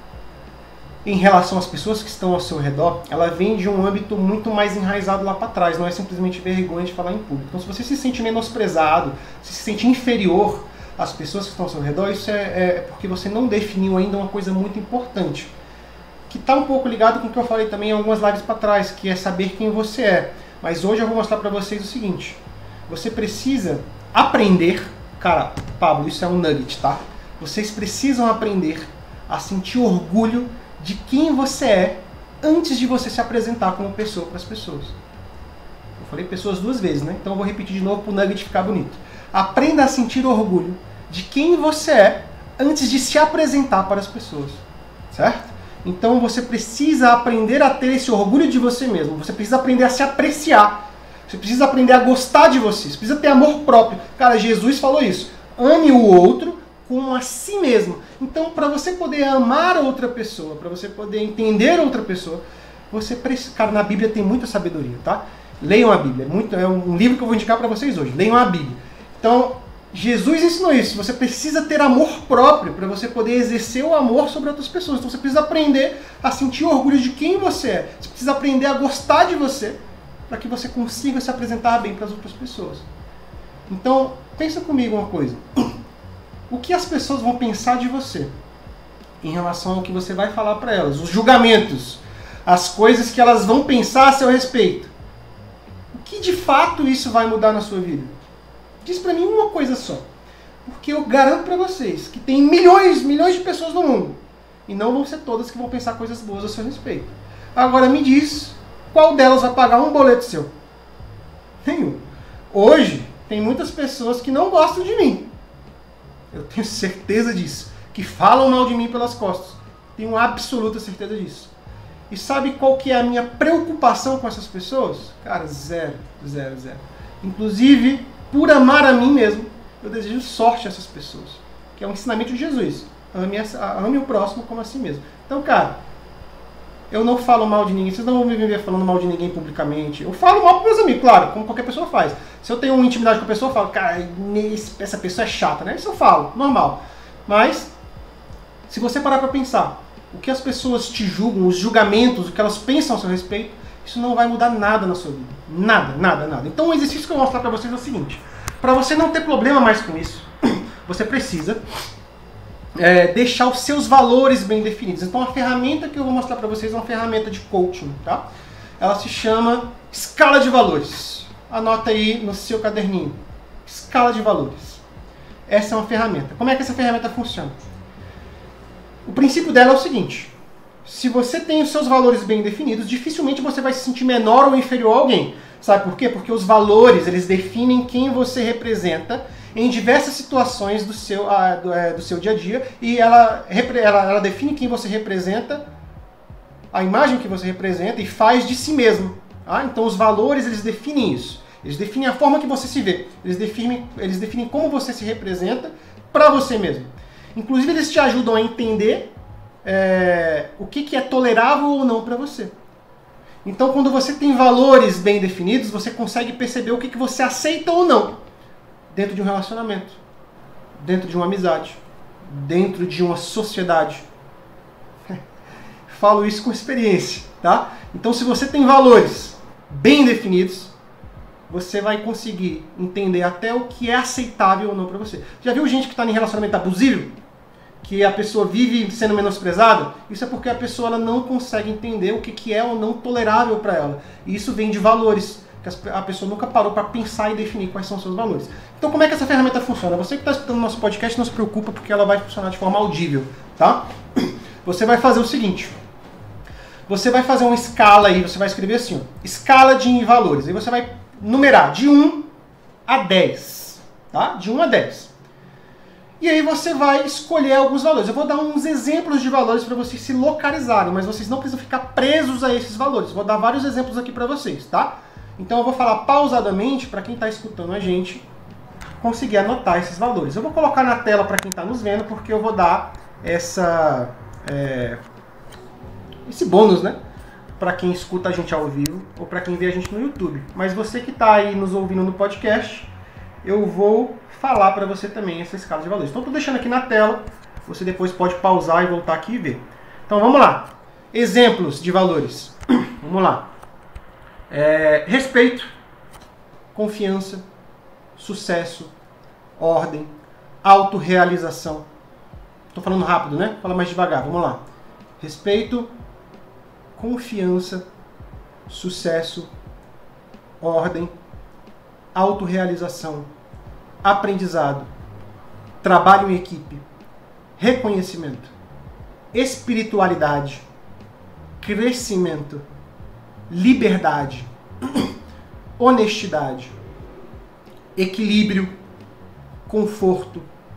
em relação às pessoas que estão ao seu redor, ela vem de um âmbito muito mais enraizado lá para trás, não é simplesmente vergonha de falar em público. Então, se você se sente menosprezado, se sente inferior às pessoas que estão ao seu redor, isso é porque você não definiu ainda uma coisa muito importante, que está um pouco ligado com o que eu falei também em algumas lives para trás, que é saber quem você é. Mas hoje eu vou mostrar para vocês o seguinte, você precisa aprender, cara, Pablo, isso é um nugget, tá? Vocês precisam aprender a sentir orgulho de quem você é antes de você se apresentar como pessoa para as pessoas. Eu falei pessoas 2 vezes, né? Então eu vou repetir de novo para o nugget ficar bonito. Aprenda a sentir orgulho de quem você é antes de se apresentar para as pessoas. Certo? Então você precisa aprender a ter esse orgulho de você mesmo. Você precisa aprender a se apreciar. Você precisa aprender a gostar de você. Você precisa ter amor próprio. Cara, Jesus falou isso. Ame o outro como a si mesmo. Então, para você poder amar outra pessoa, para você poder entender outra pessoa, você precisa... Cara, na Bíblia tem muita sabedoria, tá? Leiam a Bíblia. É um livro que eu vou indicar para vocês hoje. Leiam a Bíblia. Então, Jesus ensinou isso. Você precisa ter amor próprio para você poder exercer o amor sobre outras pessoas. Então, você precisa aprender a sentir orgulho de quem você é. Você precisa aprender a gostar de você para que você consiga se apresentar bem para as outras pessoas. Então, pensa comigo uma coisa. O que as pessoas vão pensar de você em relação ao que você vai falar para elas? Os julgamentos, as coisas que elas vão pensar a seu respeito. O que de fato isso vai mudar na sua vida? Diz para mim uma coisa só. Porque eu garanto para vocês que tem milhões de pessoas no mundo. E não vão ser todas que vão pensar coisas boas a seu respeito. Agora me diz, qual delas vai pagar um boleto seu? Nenhum. Hoje, tem muitas pessoas que não gostam de mim. Eu tenho certeza disso. Que falam mal de mim pelas costas. Tenho absoluta certeza disso. E sabe qual que é a minha preocupação com essas pessoas? Cara, zero. Inclusive, por amar a mim mesmo, eu desejo sorte a essas pessoas. Que é um ensinamento de Jesus. Ame o próximo como a si mesmo. Então, cara, eu não falo mal de ninguém, vocês não vão me ver falando mal de ninguém publicamente. Eu falo mal para meus amigos, claro, como qualquer pessoa faz. Se eu tenho uma intimidade com a pessoa, eu falo, cara, essa pessoa é chata, né? Isso eu falo, normal. Mas, se você parar para pensar, o que as pessoas te julgam, os julgamentos, o que elas pensam a seu respeito, isso não vai mudar nada na sua vida. Nada, nada, nada. Então o exercício que eu vou mostrar para vocês é o seguinte. Para você não ter problema mais com isso, você precisa deixar os seus valores bem definidos. Então a ferramenta que eu vou mostrar para vocês é uma ferramenta de coaching, tá? Ela se chama Escala de Valores. Anota aí no seu caderninho. Escala de Valores. Essa é uma ferramenta. Como é que essa ferramenta funciona? O princípio dela é o seguinte. Se você tem os seus valores bem definidos, dificilmente você vai se sentir menor ou inferior a alguém. Sabe por quê? Porque os valores, eles definem quem você representa em diversas situações do seu dia a dia, e ela define quem você representa, a imagem que você representa, e faz de si mesmo. Tá? Então os valores, eles definem isso. Eles definem a forma que você se vê. Eles definem como você se representa para você mesmo. Inclusive eles te ajudam a entender o que é tolerável ou não para você. Então quando você tem valores bem definidos, você consegue perceber o que você aceita ou não. Dentro de um relacionamento, dentro de uma amizade, dentro de uma sociedade. Falo isso com experiência, tá? Então se você tem valores bem definidos, você vai conseguir entender até o que é aceitável ou não para você. Já viu gente que está em relacionamento abusivo? Que a pessoa vive sendo menosprezada? Isso é porque a pessoa ela não consegue entender o que é ou não tolerável para ela. E isso vem de valores. Que a pessoa nunca parou para pensar e definir quais são os seus valores. Então como é que essa ferramenta funciona? Você que está escutando o nosso podcast, não se preocupa porque ela vai funcionar de forma audível, tá? Você vai fazer o seguinte. Você vai fazer uma escala aí, você vai escrever assim, ó, escala de valores. Aí você vai numerar de 1 a 10, tá? De 1 a 10. E aí você vai escolher alguns valores. Eu vou dar uns exemplos de valores para vocês se localizarem, mas vocês não precisam ficar presos a esses valores. Vou dar vários exemplos aqui para vocês, tá? Então eu vou falar pausadamente para quem está escutando a gente conseguir anotar esses valores. Eu vou colocar na tela para quem está nos vendo, porque eu vou dar esse bônus, né? Para quem escuta a gente ao vivo ou para quem vê a gente no YouTube. Mas você que está aí nos ouvindo no podcast, eu vou falar para você também essa escala de valores. Então estou deixando aqui na tela, você depois pode pausar e voltar aqui e ver. Então vamos lá. Exemplos de valores. Vamos lá. Respeito, confiança, sucesso, ordem, autorrealização. Estou falando rápido, né? Fala mais devagar, vamos lá. Respeito, confiança, sucesso, ordem, autorrealização, aprendizado, trabalho em equipe, reconhecimento, espiritualidade, crescimento, liberdade, honestidade, equilíbrio, conforto,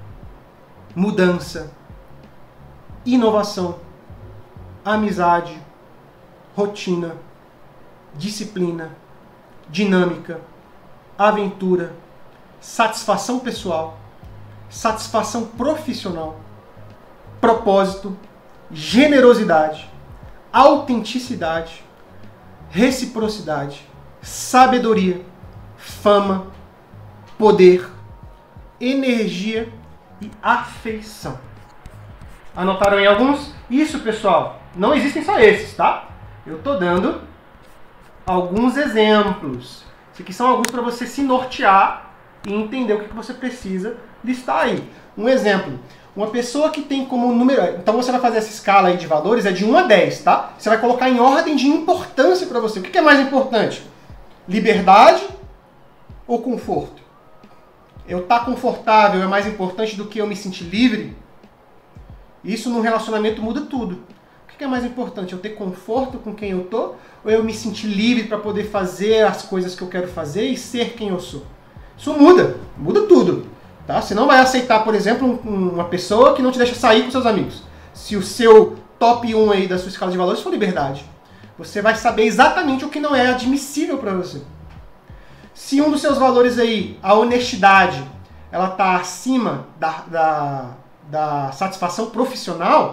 mudança, inovação, amizade, rotina, disciplina, dinâmica, aventura, satisfação pessoal, satisfação profissional, propósito, generosidade, autenticidade, reciprocidade, sabedoria, fama, poder, energia e afeição. Anotaram aí alguns? Isso, pessoal, não existem só esses, tá? Eu tô dando alguns exemplos. Esses aqui são alguns para você se nortear e entender o que você precisa listar aí. Um exemplo. Uma pessoa que tem como número... Então você vai fazer essa escala aí de valores, é de 1 a 10, tá? Você vai colocar em ordem de importância para você. O que é mais importante? Liberdade ou conforto? Eu estar confortável é mais importante do que eu me sentir livre? Isso no relacionamento muda tudo. O que é mais importante? Eu ter conforto com quem eu tô? Ou eu me sentir livre para poder fazer as coisas que eu quero fazer e ser quem eu sou? Isso muda tudo. Tá? Você não vai aceitar, por exemplo, uma pessoa que não te deixa sair com seus amigos. Se o seu top 1 aí da sua escala de valores for liberdade, você vai saber exatamente o que não é admissível para você. Se um dos seus valores aí, a honestidade, ela está acima da satisfação profissional,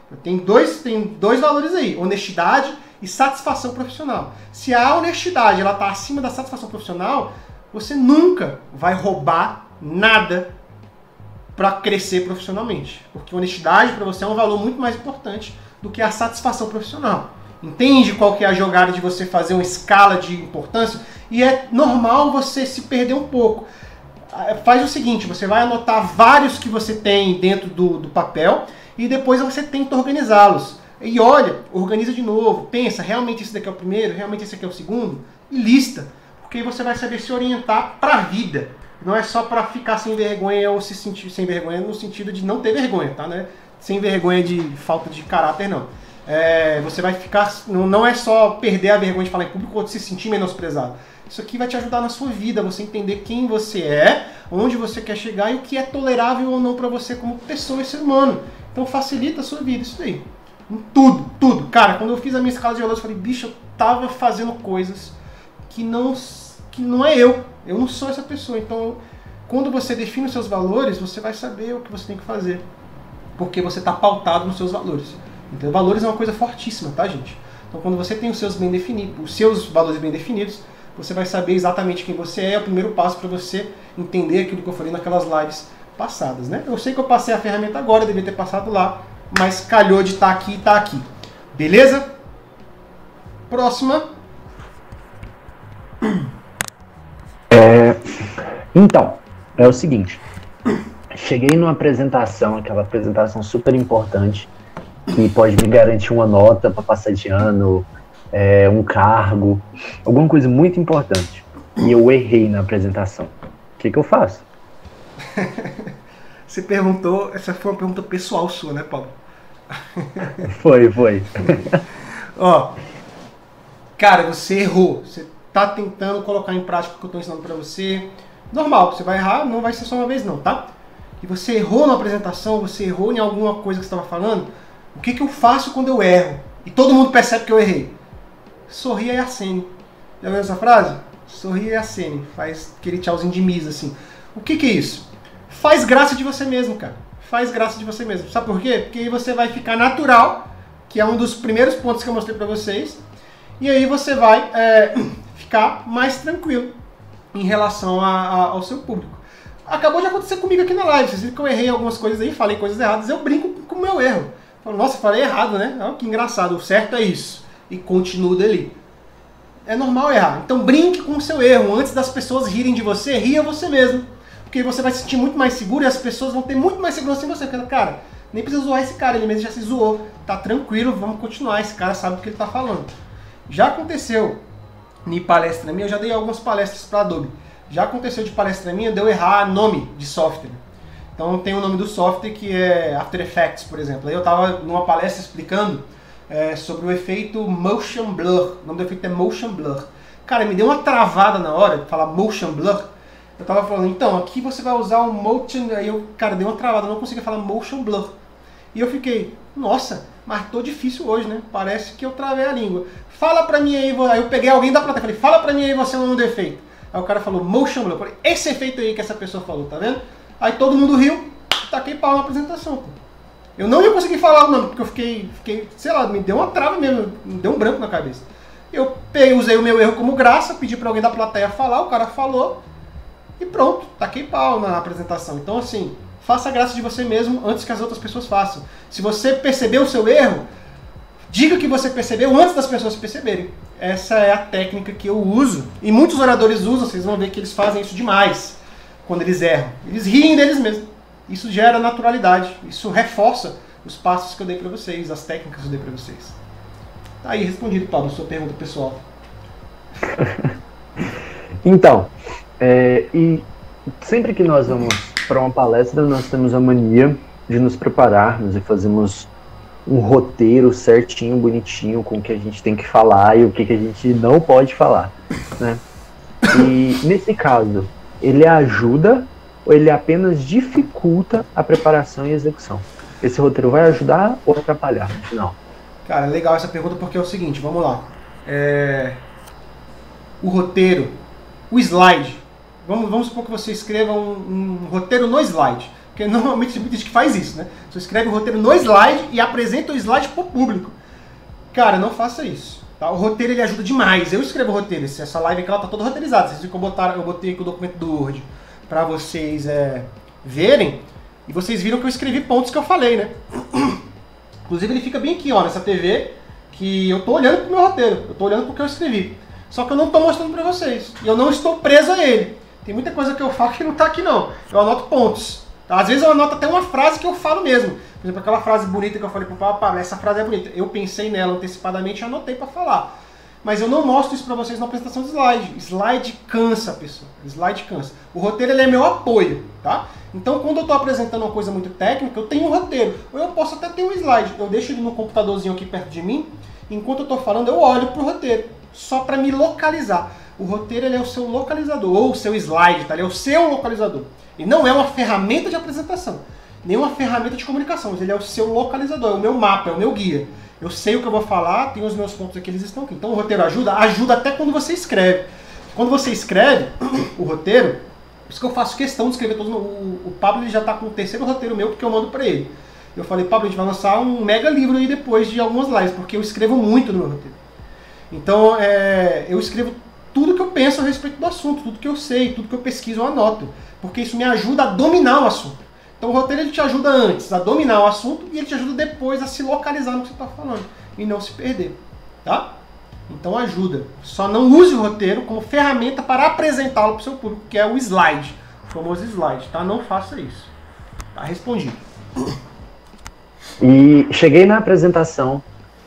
Tem dois valores aí, honestidade e satisfação profissional. Se a honestidade ela está acima da satisfação profissional, você nunca vai roubar nada para crescer profissionalmente. Porque honestidade para você é um valor muito mais importante do que a satisfação profissional. Entende qual que é a jogada de você fazer uma escala de importância? E é normal você se perder um pouco. Faz o seguinte, você vai anotar vários que você tem dentro do papel e depois você tenta organizá-los. E olha, organiza de novo, pensa, realmente esse daqui é o primeiro, realmente esse aqui é o segundo, e lista. Porque aí você vai saber se orientar para a vida. Não é só para ficar sem vergonha ou se sentir sem vergonha no sentido de não ter vergonha, tá? Né? Sem vergonha de falta de caráter, não. Você vai ficar, não é só perder a vergonha de falar em público ou de se sentir menosprezado. Isso aqui vai te ajudar na sua vida, você entender quem você é, onde você quer chegar e o que é tolerável ou não para você como pessoa e ser humano. Então facilita a sua vida, isso daí. Tudo. Cara, quando eu fiz a minha escala de valores, eu falei, bicho, eu tava fazendo coisas que não é eu. Eu não sou essa pessoa. Então, quando você define os seus valores, você vai saber o que você tem que fazer. Porque você está pautado nos seus valores. Então, valores é uma coisa fortíssima, tá, gente? Então, quando você tem os seus valores bem definidos, você vai saber exatamente quem você é. É o primeiro passo para você entender aquilo que eu falei naquelas lives passadas, né? Eu sei que eu passei a ferramenta agora, eu devia ter passado lá, mas calhou de estar aqui e estar aqui. Beleza? Próxima. Então, é o seguinte. Cheguei numa apresentação, aquela apresentação super importante, que pode me garantir uma nota para passar de ano, um cargo, alguma coisa muito importante. E eu errei na apresentação. O que eu faço? Você perguntou, essa foi uma pergunta pessoal sua, né, Paulo? Foi. Ó, cara, você errou. Você tá tentando colocar em prática o que eu tô ensinando pra você. Normal, você vai errar, não vai ser só uma vez não, tá? E você errou na apresentação, você errou em alguma coisa que você estava falando. O que eu faço quando eu erro? E todo mundo percebe que eu errei. Sorria e acene. Já viu essa frase? Sorria e acene. Faz aquele tchauzinho de misa, assim. O que é isso? Faz graça de você mesmo, cara. Faz graça de você mesmo. Sabe por quê? Porque aí você vai ficar natural, que é um dos primeiros pontos que eu mostrei pra vocês. E aí você vai ficar mais tranquilo em relação ao seu público. Acabou de acontecer comigo aqui na live. Vocês viram que eu errei algumas coisas aí, falei coisas erradas. Eu brinco com o meu erro. Falo, nossa, falei errado, né? Oh, que engraçado. O certo é isso. E continuo dali. É normal errar. Então brinque com o seu erro. Antes das pessoas rirem de você, ria você mesmo. Porque você vai se sentir muito mais seguro e as pessoas vão ter muito mais segurança em você. Porque, cara, nem precisa zoar esse cara, ele mesmo já se zoou. Tá tranquilo, vamos continuar. Esse cara sabe o que ele tá falando. Já aconteceu em palestra minha, eu já dei algumas palestras para Adobe. Já aconteceu de palestra minha de eu errar nome de software. Então tem o nome do software que é After Effects, por exemplo. Aí eu estava numa palestra explicando sobre o efeito Motion Blur. O nome do efeito é Motion Blur. Cara, me deu uma travada na hora de falar Motion Blur. Eu tava falando, então, aqui você vai usar o Motion... Aí eu, cara, deu uma travada, eu não conseguia falar Motion Blur. E eu fiquei, nossa, mas tô difícil hoje, né? Parece que eu travei a língua. Fala pra mim aí, aí eu peguei alguém da plateia e falei, fala pra mim aí você o nome do efeito. Aí o cara falou Motion Blur. Eu falei, esse efeito aí que essa pessoa falou, tá vendo? Aí todo mundo riu, taquei pau na apresentação. Pô. Eu não ia conseguir falar o nome, porque eu fiquei, sei lá, me deu uma trava mesmo, me deu um branco na cabeça. Eu usei o meu erro como graça, pedi pra alguém da plateia falar, o cara falou e pronto, taquei pau na apresentação. Então assim, faça graça de você mesmo antes que as outras pessoas façam. Se você percebeu o seu erro, diga que você percebeu antes das pessoas perceberem. Essa é a técnica que eu uso. E muitos oradores usam, vocês vão ver que eles fazem isso demais quando eles erram. Eles riem deles mesmos. Isso gera naturalidade. Isso reforça os passos que eu dei para vocês, as técnicas que eu dei para vocês. Tá aí respondido, Paulo, sua pergunta pessoal. Então, e sempre que nós vamos para uma palestra, nós temos a mania de nos prepararmos e fazemos um roteiro certinho, bonitinho, com o que a gente tem que falar e o que a gente não pode falar, né? E nesse caso, ele ajuda ou ele apenas dificulta a preparação e execução? Esse roteiro vai ajudar ou atrapalhar no final? Cara, legal essa pergunta porque é o seguinte, vamos lá. O roteiro, o slide, vamos supor que você escreva um roteiro no slide. Porque normalmente tem muita gente que faz isso, né? Você escreve o roteiro no slide e apresenta o slide pro público. Cara, não faça isso. Tá? O roteiro ele ajuda demais. Eu escrevo o roteiro. Essa live aqui ela tá toda roteirizada. Vocês viram que eu botei aqui o documento do Word para vocês verem. E vocês viram que eu escrevi pontos que eu falei, né? Inclusive ele fica bem aqui, ó, nessa TV, que eu tô olhando pro meu roteiro. Eu tô olhando pro que eu escrevi. Só que eu não tô mostrando para vocês. E eu não estou preso a ele. Tem muita coisa que eu falo que não tá aqui, não. Eu anoto pontos. Tá? Às vezes eu anoto até uma frase que eu falo mesmo. Por exemplo, aquela frase bonita que eu falei pro Pablo, essa frase é bonita. Eu pensei nela antecipadamente e anotei para falar. Mas eu não mostro isso para vocês na apresentação de slide. Slide cansa, pessoal. Slide cansa. O roteiro ele é meu apoio, tá? Então, quando eu estou apresentando uma coisa muito técnica, eu tenho um roteiro. Ou eu posso até ter um slide. Eu deixo ele no computadorzinho aqui perto de mim. Enquanto eu estou falando, eu olho pro roteiro. Só para me localizar. O roteiro ele é o seu localizador. Ou o seu slide, tá? Ele é o seu localizador. E não é uma ferramenta de apresentação. Nem uma ferramenta de comunicação. Ele é o seu localizador. É o meu mapa, é o meu guia. Eu sei o que eu vou falar, tem os meus pontos aqui, eles estão aqui. Então o roteiro ajuda até quando você escreve. Quando você escreve o roteiro, por isso que eu faço questão de escrever todos. O Pablo ele já está com o terceiro roteiro meu, porque eu mando para ele. Eu falei, Pablo, a gente vai lançar um mega livro aí depois de algumas lives, porque eu escrevo muito no meu roteiro. Então eu escrevo tudo que eu penso a respeito do assunto, tudo que eu sei, tudo que eu pesquiso, eu anoto. Porque isso me ajuda a dominar o assunto. Então o roteiro ele te ajuda antes a dominar o assunto e ele te ajuda depois a se localizar no que você está falando e não se perder, tá? Então ajuda. Só não use o roteiro como ferramenta para apresentá-lo para o seu público, que é o slide, o famoso slide, tá? Não faça isso. Tá respondido. E cheguei na apresentação,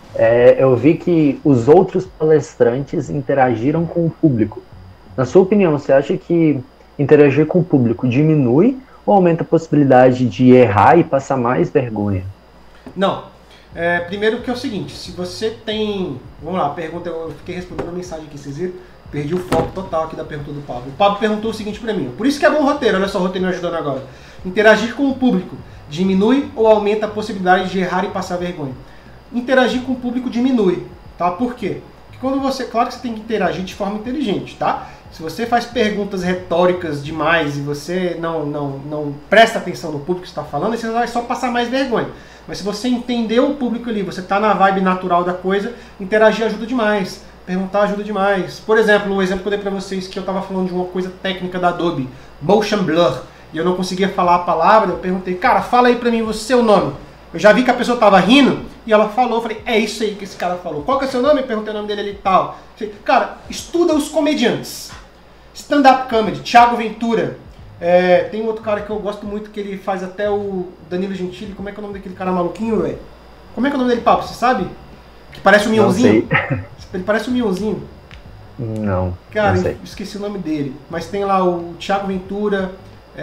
eu vi que os outros palestrantes interagiram com o público. Na sua opinião, você acha que interagir com o público diminui ou aumenta a possibilidade de errar e passar mais vergonha? Não. Primeiro que é o seguinte, se você tem... Vamos lá, a pergunta, eu fiquei respondendo a mensagem aqui, vocês viram? Perdi o foco total aqui da pergunta do Pablo. O Pablo perguntou o seguinte pra mim, por isso que é bom o roteiro, olha só o roteiro me ajudando agora. Interagir com o público diminui ou aumenta a possibilidade de errar e passar vergonha? Interagir com o público diminui, tá? Por quê? Porque quando você... Claro que você tem que interagir de forma inteligente, tá? Se você faz perguntas retóricas demais e você não presta atenção no público que está falando, você vai só passar mais vergonha. Mas se você entender o público ali, você está na vibe natural da coisa, interagir ajuda demais, perguntar ajuda demais. Por exemplo, o exemplo que eu dei para vocês que eu estava falando de uma coisa técnica da Adobe, Motion Blur, e eu não conseguia falar a palavra, eu perguntei, cara, fala aí para mim o seu nome. Eu já vi que a pessoa estava rindo e ela falou, eu falei, é isso aí que esse cara falou. Qual que é o seu nome? Eu perguntei o nome dele ali e tal. Cara, estuda os comediantes. Stand-up comedy, Thiago Ventura. Tem um outro cara que eu gosto muito, que ele faz até o Danilo Gentili. Como é que é o nome daquele cara maluquinho, velho? Como é que é o nome dele, Pablo? Você sabe? Que parece um Mionzinho. Ele parece um Mionzinho. Não. Cara, não sei. Esqueci o nome dele. Mas tem lá o Thiago Ventura,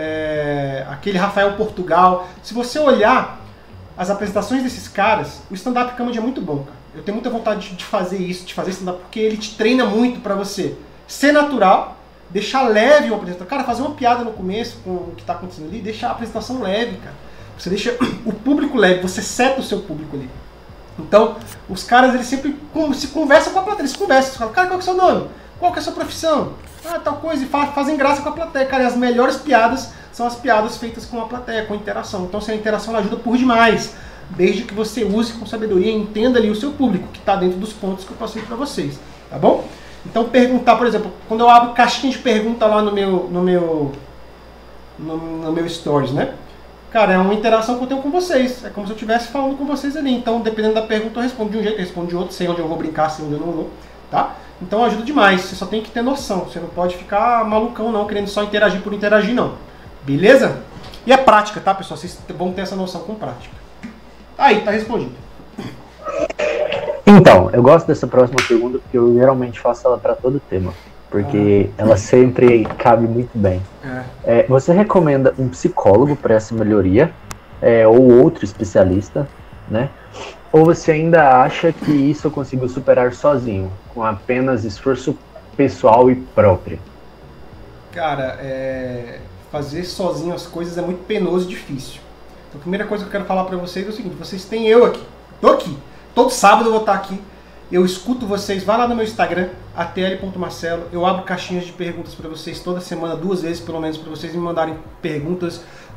aquele Rafael Portugal. Se você olhar as apresentações desses caras, o stand-up comedy é muito bom, cara. Eu tenho muita vontade de fazer isso, de fazer stand-up, porque ele te treina muito pra você ser natural, deixar leve uma apresentação. Cara, fazer uma piada no começo com o que está acontecendo ali, deixar a apresentação leve, cara. Você deixa o público leve, você seta o seu público ali. Então, os caras, eles sempre se conversam com a plateia, eles conversam. Eles falam, cara, qual que é o seu nome? Qual que é a sua profissão? Tal coisa. E fazem graça com a plateia. Cara, e as melhores piadas são as piadas feitas com a plateia, com interação. Então, a interação ajuda por demais. Desde que você use com sabedoria e entenda ali o seu público, que está dentro dos pontos que eu passei para vocês. Tá bom? Então perguntar, por exemplo, quando eu abro caixinha de pergunta lá no meu stories, né? Cara, é uma interação que eu tenho com vocês. É como se eu estivesse falando com vocês ali. Então, dependendo da pergunta, eu respondo de um jeito, eu respondo de outro, sei onde eu vou brincar, sei onde eu não vou, tá? Então ajuda demais. Você só tem que ter noção. Você não pode ficar malucão não, querendo só interagir por interagir não. Beleza? E é prática, tá, pessoal? Vocês vão ter essa noção com prática. Aí, tá respondido. Então, eu gosto dessa próxima pergunta porque eu geralmente faço ela para todo tema, porque ela sempre cabe muito bem. Você recomenda um psicólogo para essa melhoria, ou outro especialista, né? Ou você ainda acha que isso eu consigo superar sozinho, com apenas esforço pessoal e próprio? Cara, fazer sozinho as coisas é muito penoso e difícil. Então a primeira coisa que eu quero falar para vocês é o seguinte, vocês têm eu aqui, tô aqui. Todo sábado eu vou estar aqui, eu escuto vocês, vai lá no meu Instagram, atl.marcelo, eu abro caixinhas de perguntas para vocês toda semana, 2 vezes pelo menos, para vocês me mandarem perguntas,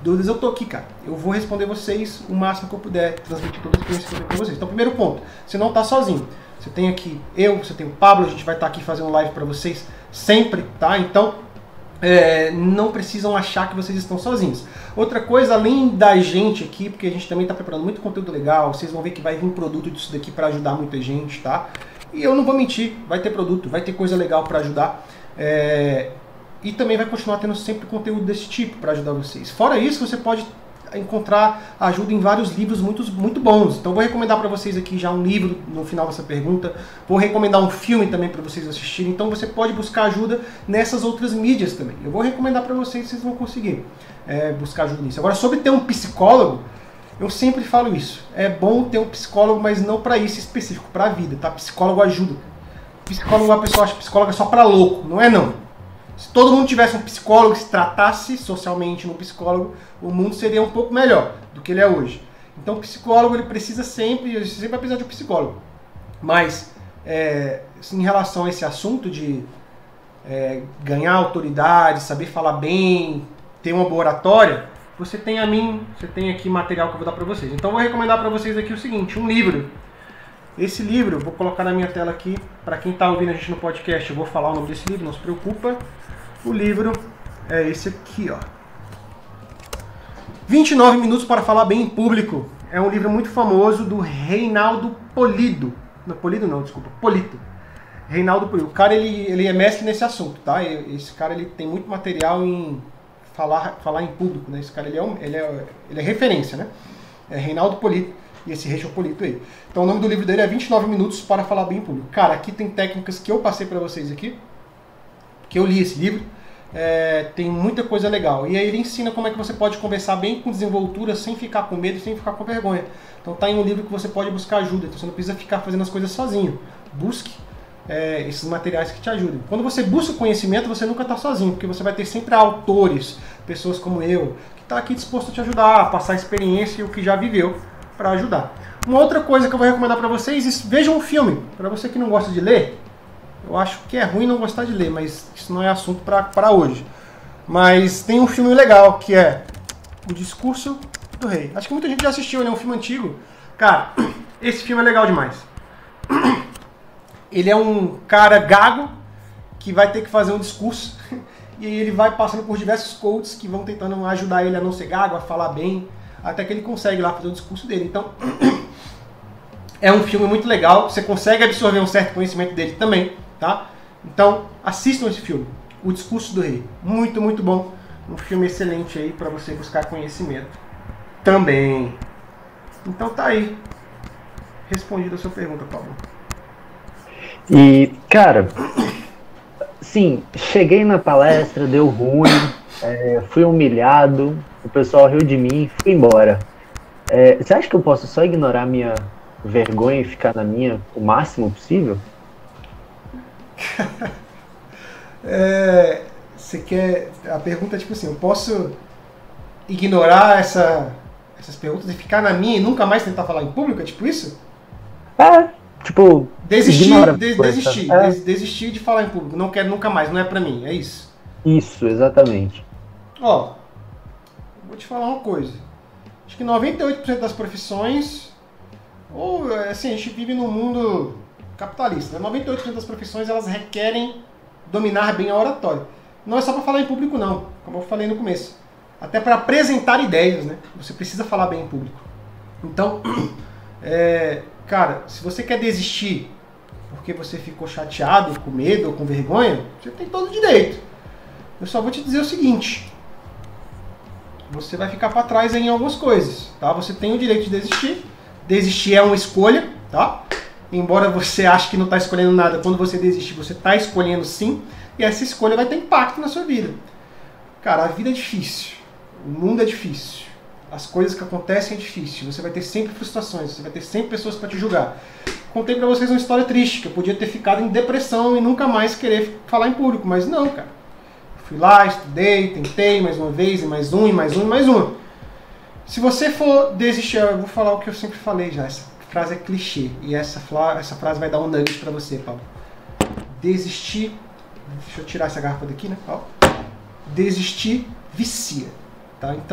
Dúvidas eu tô aqui, cara. Eu vou responder vocês o máximo que eu puder, transmitir toda a experiência que eu tenho com vocês. Então, primeiro ponto, você não tá sozinho. Você tem aqui você tem o Pablo, a gente vai estar aqui fazendo live para vocês sempre, tá? Então, não precisam achar que vocês estão sozinhos. Outra coisa, além da gente aqui, porque a gente também está preparando muito conteúdo legal, vocês vão ver que vai vir produto disso daqui para ajudar muita gente, tá? E eu não vou mentir, vai ter produto, vai ter coisa legal para ajudar. E também vai continuar tendo sempre conteúdo desse tipo para ajudar vocês. Fora isso, você pode encontrar ajuda em vários livros muito bons. Então vou recomendar para vocês aqui já um livro no final dessa pergunta. Vou recomendar um filme também para vocês assistirem. Então você pode buscar ajuda nessas outras mídias também. Eu vou recomendar para vocês vão conseguir buscar ajuda nisso. Agora, sobre ter um psicólogo, eu sempre falo isso. É bom ter um psicólogo, mas não para isso específico, para a vida, tá? Psicólogo ajuda. Psicólogo, a pessoa acha que psicólogo é só para louco. Não é não. Se todo mundo tivesse um psicólogo, se tratasse socialmente no psicólogo, o mundo seria um pouco melhor do que ele é hoje. Então o psicólogo, ele precisa sempre vai precisar de um psicólogo. Mas, em relação a esse assunto de ganhar autoridade, saber falar bem, ter uma boa oratória, você tem a mim, você tem aqui material que eu vou dar para vocês. Então eu vou recomendar para vocês aqui o seguinte, um livro. Esse livro, eu vou colocar na minha tela aqui, para quem está ouvindo a gente no podcast, eu vou falar o nome desse livro, não se preocupa. O livro é esse aqui, ó. 29 minutos para falar bem em público. É um livro muito famoso do Reinaldo Polido. Não, Polido não, desculpa, Polito. Reinaldo Polido. O cara, ele é mestre nesse assunto, tá? Esse cara, ele tem muito material em falar em público, né? Esse cara, ele é referência, né? É Reinaldo Polito. E esse Rachel Polito aí. Então o nome do livro dele é 29 minutos para falar bem em público. Cara, aqui tem técnicas que eu passei para vocês aqui, que eu li esse livro, tem muita coisa legal. E aí ele ensina como é que você pode conversar bem com desenvoltura, sem ficar com medo, sem ficar com vergonha. Então tá em um livro que você pode buscar ajuda, então você não precisa ficar fazendo as coisas sozinho. Busque esses materiais que te ajudem. Quando você busca conhecimento, você nunca está sozinho, porque você vai ter sempre autores, pessoas como eu, que estão aqui disposto a te ajudar, a passar a experiência e o que já viveu, para ajudar. Uma outra coisa que eu vou recomendar para vocês, vejam um filme. Para você que não gosta de ler, eu acho que é ruim não gostar de ler, mas isso não é assunto para hoje. Mas tem um filme legal, que é O Discurso do Rei. Acho que muita gente já assistiu, ele é um filme antigo. Cara, esse filme é legal demais. Ele é um cara gago que vai ter que fazer um discurso e aí ele vai passando por diversos coaches que vão tentando ajudar ele a não ser gago, a falar bem, até que ele consegue lá fazer o discurso dele. Então, é um filme muito legal, você consegue absorver um certo conhecimento dele também, tá? Então, assistam esse filme, O Discurso do Rei. Muito, muito bom. Um filme excelente aí para você buscar conhecimento também. Então tá aí. Respondida a sua pergunta, Pablo. E, cara, sim, cheguei na palestra, deu ruim, fui humilhado, o pessoal riu de mim, fui embora. Você acha que eu posso só ignorar minha vergonha e ficar na minha o máximo possível? Você quer... A pergunta é tipo assim, eu posso ignorar essas perguntas e ficar na minha e nunca mais tentar falar em público? É tipo isso? Tipo... Desistir de falar em público. Não quero nunca mais, não é pra mim, é isso? Isso, exatamente. Ó, vou te falar uma coisa. Acho que 98% das profissões... Ou, assim, a gente vive num mundo capitalista, né? 98% das profissões, elas requerem dominar bem a oratória. Não é só para falar em público, não, como eu falei no começo. Até para apresentar ideias, né? Você precisa falar bem em público. Então, cara, se você quer desistir porque você ficou chateado, com medo ou com vergonha, você tem todo o direito. Eu só vou te dizer o seguinte. Você vai ficar para trás aí em algumas coisas, tá? Você tem o direito de desistir. Desistir é uma escolha, tá? Embora você ache que não está escolhendo nada, quando você desiste, você está escolhendo sim. E essa escolha vai ter impacto na sua vida. Cara, a vida é difícil. O mundo é difícil. As coisas que acontecem é difícil. Você vai ter sempre frustrações. Você vai ter sempre pessoas para te julgar. Contei para vocês uma história triste, que eu podia ter ficado em depressão e nunca mais querer falar em público. Mas não, cara. Fui lá, estudei, tentei mais uma vez, e mais um, e mais um, e mais uma. Se você for desistir, eu vou falar o que eu sempre falei já. Essa frase é clichê. E essa frase vai dar um nugget para você, Paulo. Desistir... Deixa eu tirar essa garrafa daqui, né? Ó. Desistir vicia. Tá? Então,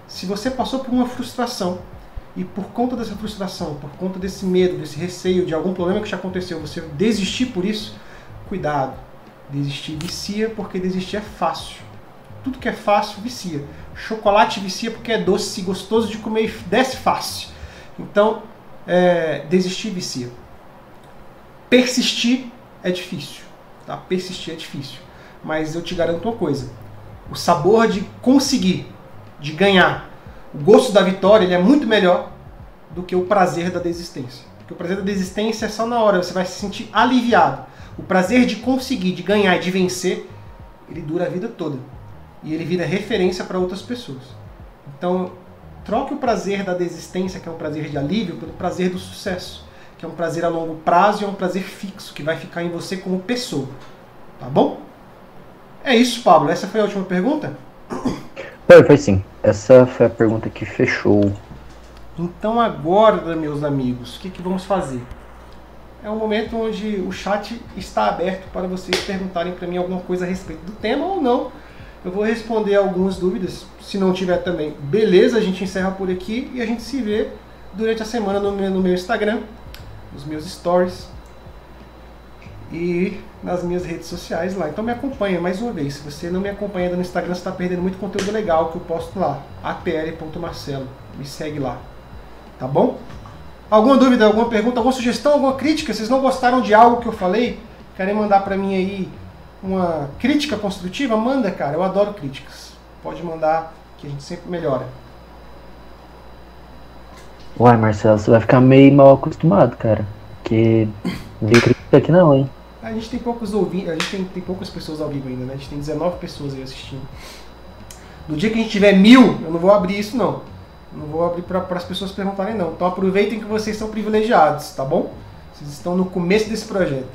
Se você passou por uma frustração e por conta dessa frustração, por conta desse medo, desse receio de algum problema que te aconteceu, você desistir por isso, cuidado. Desistir vicia porque desistir é fácil. Tudo que é fácil vicia. Chocolate vicia porque é doce, gostoso de comer e desce fácil. Então, desistir vicia. Persistir é difícil. Tá? Persistir é difícil. Mas eu te garanto uma coisa. O sabor de conseguir, de ganhar, o gosto da vitória, ele é muito melhor do que o prazer da desistência. Porque o prazer da desistência é só na hora, você vai se sentir aliviado. O prazer de conseguir, de ganhar e de vencer, ele dura a vida toda. E ele vira referência para outras pessoas. Então, troque o prazer da desistência, que é um prazer de alívio, pelo prazer do sucesso, que é um prazer a longo prazo e é um prazer fixo, que vai ficar em você como pessoa. Tá bom? É isso, Pablo. Essa foi a última pergunta? Foi sim. Essa foi a pergunta que fechou. Então agora, meus amigos, o que vamos fazer? É um momento onde o chat está aberto para vocês perguntarem para mim alguma coisa a respeito do tema ou não. Eu vou responder algumas dúvidas, se não tiver também. Beleza, a gente encerra por aqui e a gente se vê durante a semana no meu Instagram, nos meus stories e nas minhas redes sociais lá. Então me acompanha mais uma vez. Se você não me acompanha no Instagram, você está perdendo muito conteúdo legal que eu posto lá. atl.marcelo. Me segue lá. Tá bom? Alguma dúvida, alguma pergunta, alguma sugestão, alguma crítica? Vocês não gostaram de algo que eu falei? Querem mandar pra mim aí uma crítica construtiva? Manda, cara. Eu adoro críticas. Pode mandar que a gente sempre melhora. Uai, Marcelo, você vai ficar meio mal acostumado, cara. Porque não tem crítica aqui não, hein? A gente tem poucos ouvintes, a gente tem poucas pessoas ao vivo ainda, né? A gente tem 19 pessoas aí assistindo. No dia que a gente tiver 1000, eu não vou abrir isso não. Não vou abrir para as pessoas perguntarem não. Então aproveitem que vocês são privilegiados, tá bom? Vocês estão no começo desse projeto.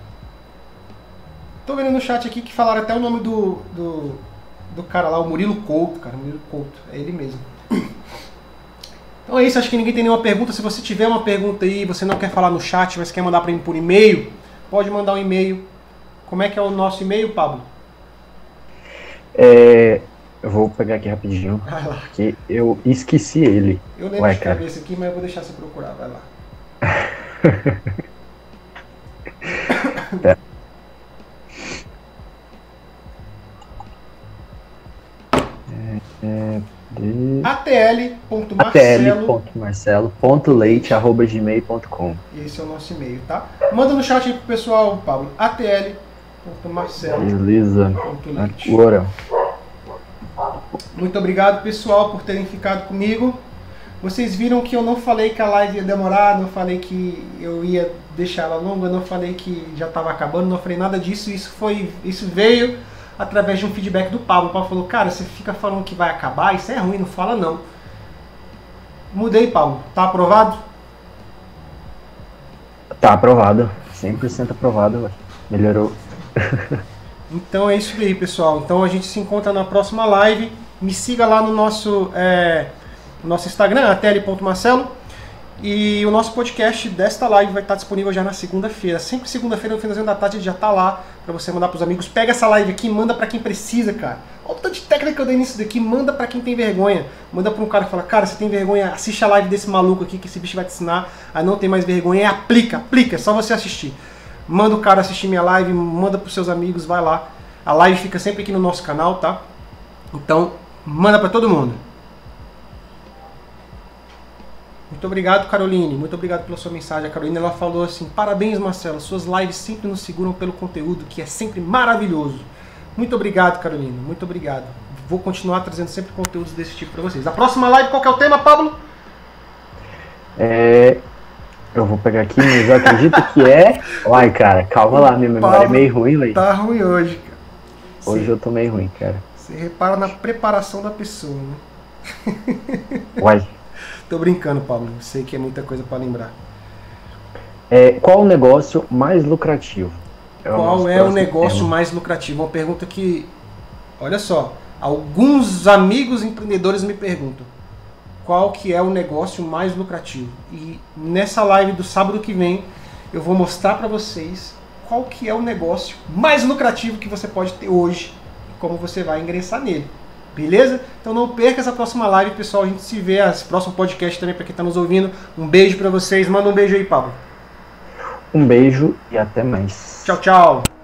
Tô vendo no chat aqui que falaram até o nome do cara lá, o Murilo Couto, cara. Murilo Couto, é ele mesmo. Então é isso, acho que ninguém tem nenhuma pergunta. Se você tiver uma pergunta aí, você não quer falar no chat, mas quer mandar para mim por e-mail, pode mandar um e-mail. Como é que é o nosso e-mail, Pablo? Eu vou pegar aqui rapidinho, Vai lá. porque eu esqueci ele. Eu lembro de cabeça aqui, mas eu vou deixar você procurar. Vai lá. atl.marcelo.leite@gmail.com. Esse é o nosso e-mail, tá? Manda no chat aí pro pessoal, Pablo. atl.marcelo. Beleza. Agora. Muito obrigado, pessoal, por terem ficado comigo. Vocês viram que eu não falei que a live ia demorar, não falei que eu ia deixar ela longa, não falei que já estava acabando, não falei nada disso. Isso veio através de um feedback do Pablo. O Pablo falou, cara, você fica falando que vai acabar, isso é ruim, não fala não. Mudei, Pablo. Tá aprovado? Tá aprovado. 100% aprovado, véio. Melhorou. Então é isso aí, pessoal. Então a gente se encontra na próxima live. Me siga lá no nosso Instagram, atl.marcelo. E o nosso podcast desta live vai estar disponível já na segunda-feira. Sempre segunda-feira, no finalzinho da tarde, ele já está lá para você mandar para os amigos. Pega essa live aqui e manda para quem precisa, cara. Olha o tanto de técnica que eu dei nisso daqui. Manda para quem tem vergonha. Manda para um cara que fala, cara, você tem vergonha, assiste a live desse maluco aqui que esse bicho vai te ensinar a não ter mais vergonha. E aplica, é só você assistir. Manda o cara assistir minha live, manda para os seus amigos, vai lá. A live fica sempre aqui no nosso canal, tá? Então, manda para todo mundo. Muito obrigado, Caroline. Muito obrigado pela sua mensagem. A Caroline, ela falou assim, parabéns, Marcelo. Suas lives sempre nos seguram pelo conteúdo, que é sempre maravilhoso. Muito obrigado, Caroline. Muito obrigado. Vou continuar trazendo sempre conteúdos desse tipo para vocês. A próxima live, qual que é o tema, Pablo? Eu vou pegar aqui, mas eu acredito que é... Uai, cara, calma lá. Minha memória é meio ruim, velho. Tá ruim hoje, cara. Hoje eu tô meio ruim, cara. Você repara na preparação da pessoa, né? Uai. Tô brincando, Pablo. Sei que é muita coisa para lembrar. Qual o negócio mais lucrativo? Qual é o negócio mais lucrativo? Uma pergunta que, olha só, alguns amigos empreendedores me perguntam. Qual que é o negócio mais lucrativo? E nessa live do sábado que vem, eu vou mostrar para vocês qual que é o negócio mais lucrativo que você pode ter hoje e como você vai ingressar nele. Beleza? Então não perca essa próxima live, pessoal. A gente se vê, esse próximo podcast também para quem está nos ouvindo. Um beijo para vocês. Manda um beijo aí, Pablo. Um beijo e até mais. Tchau, tchau.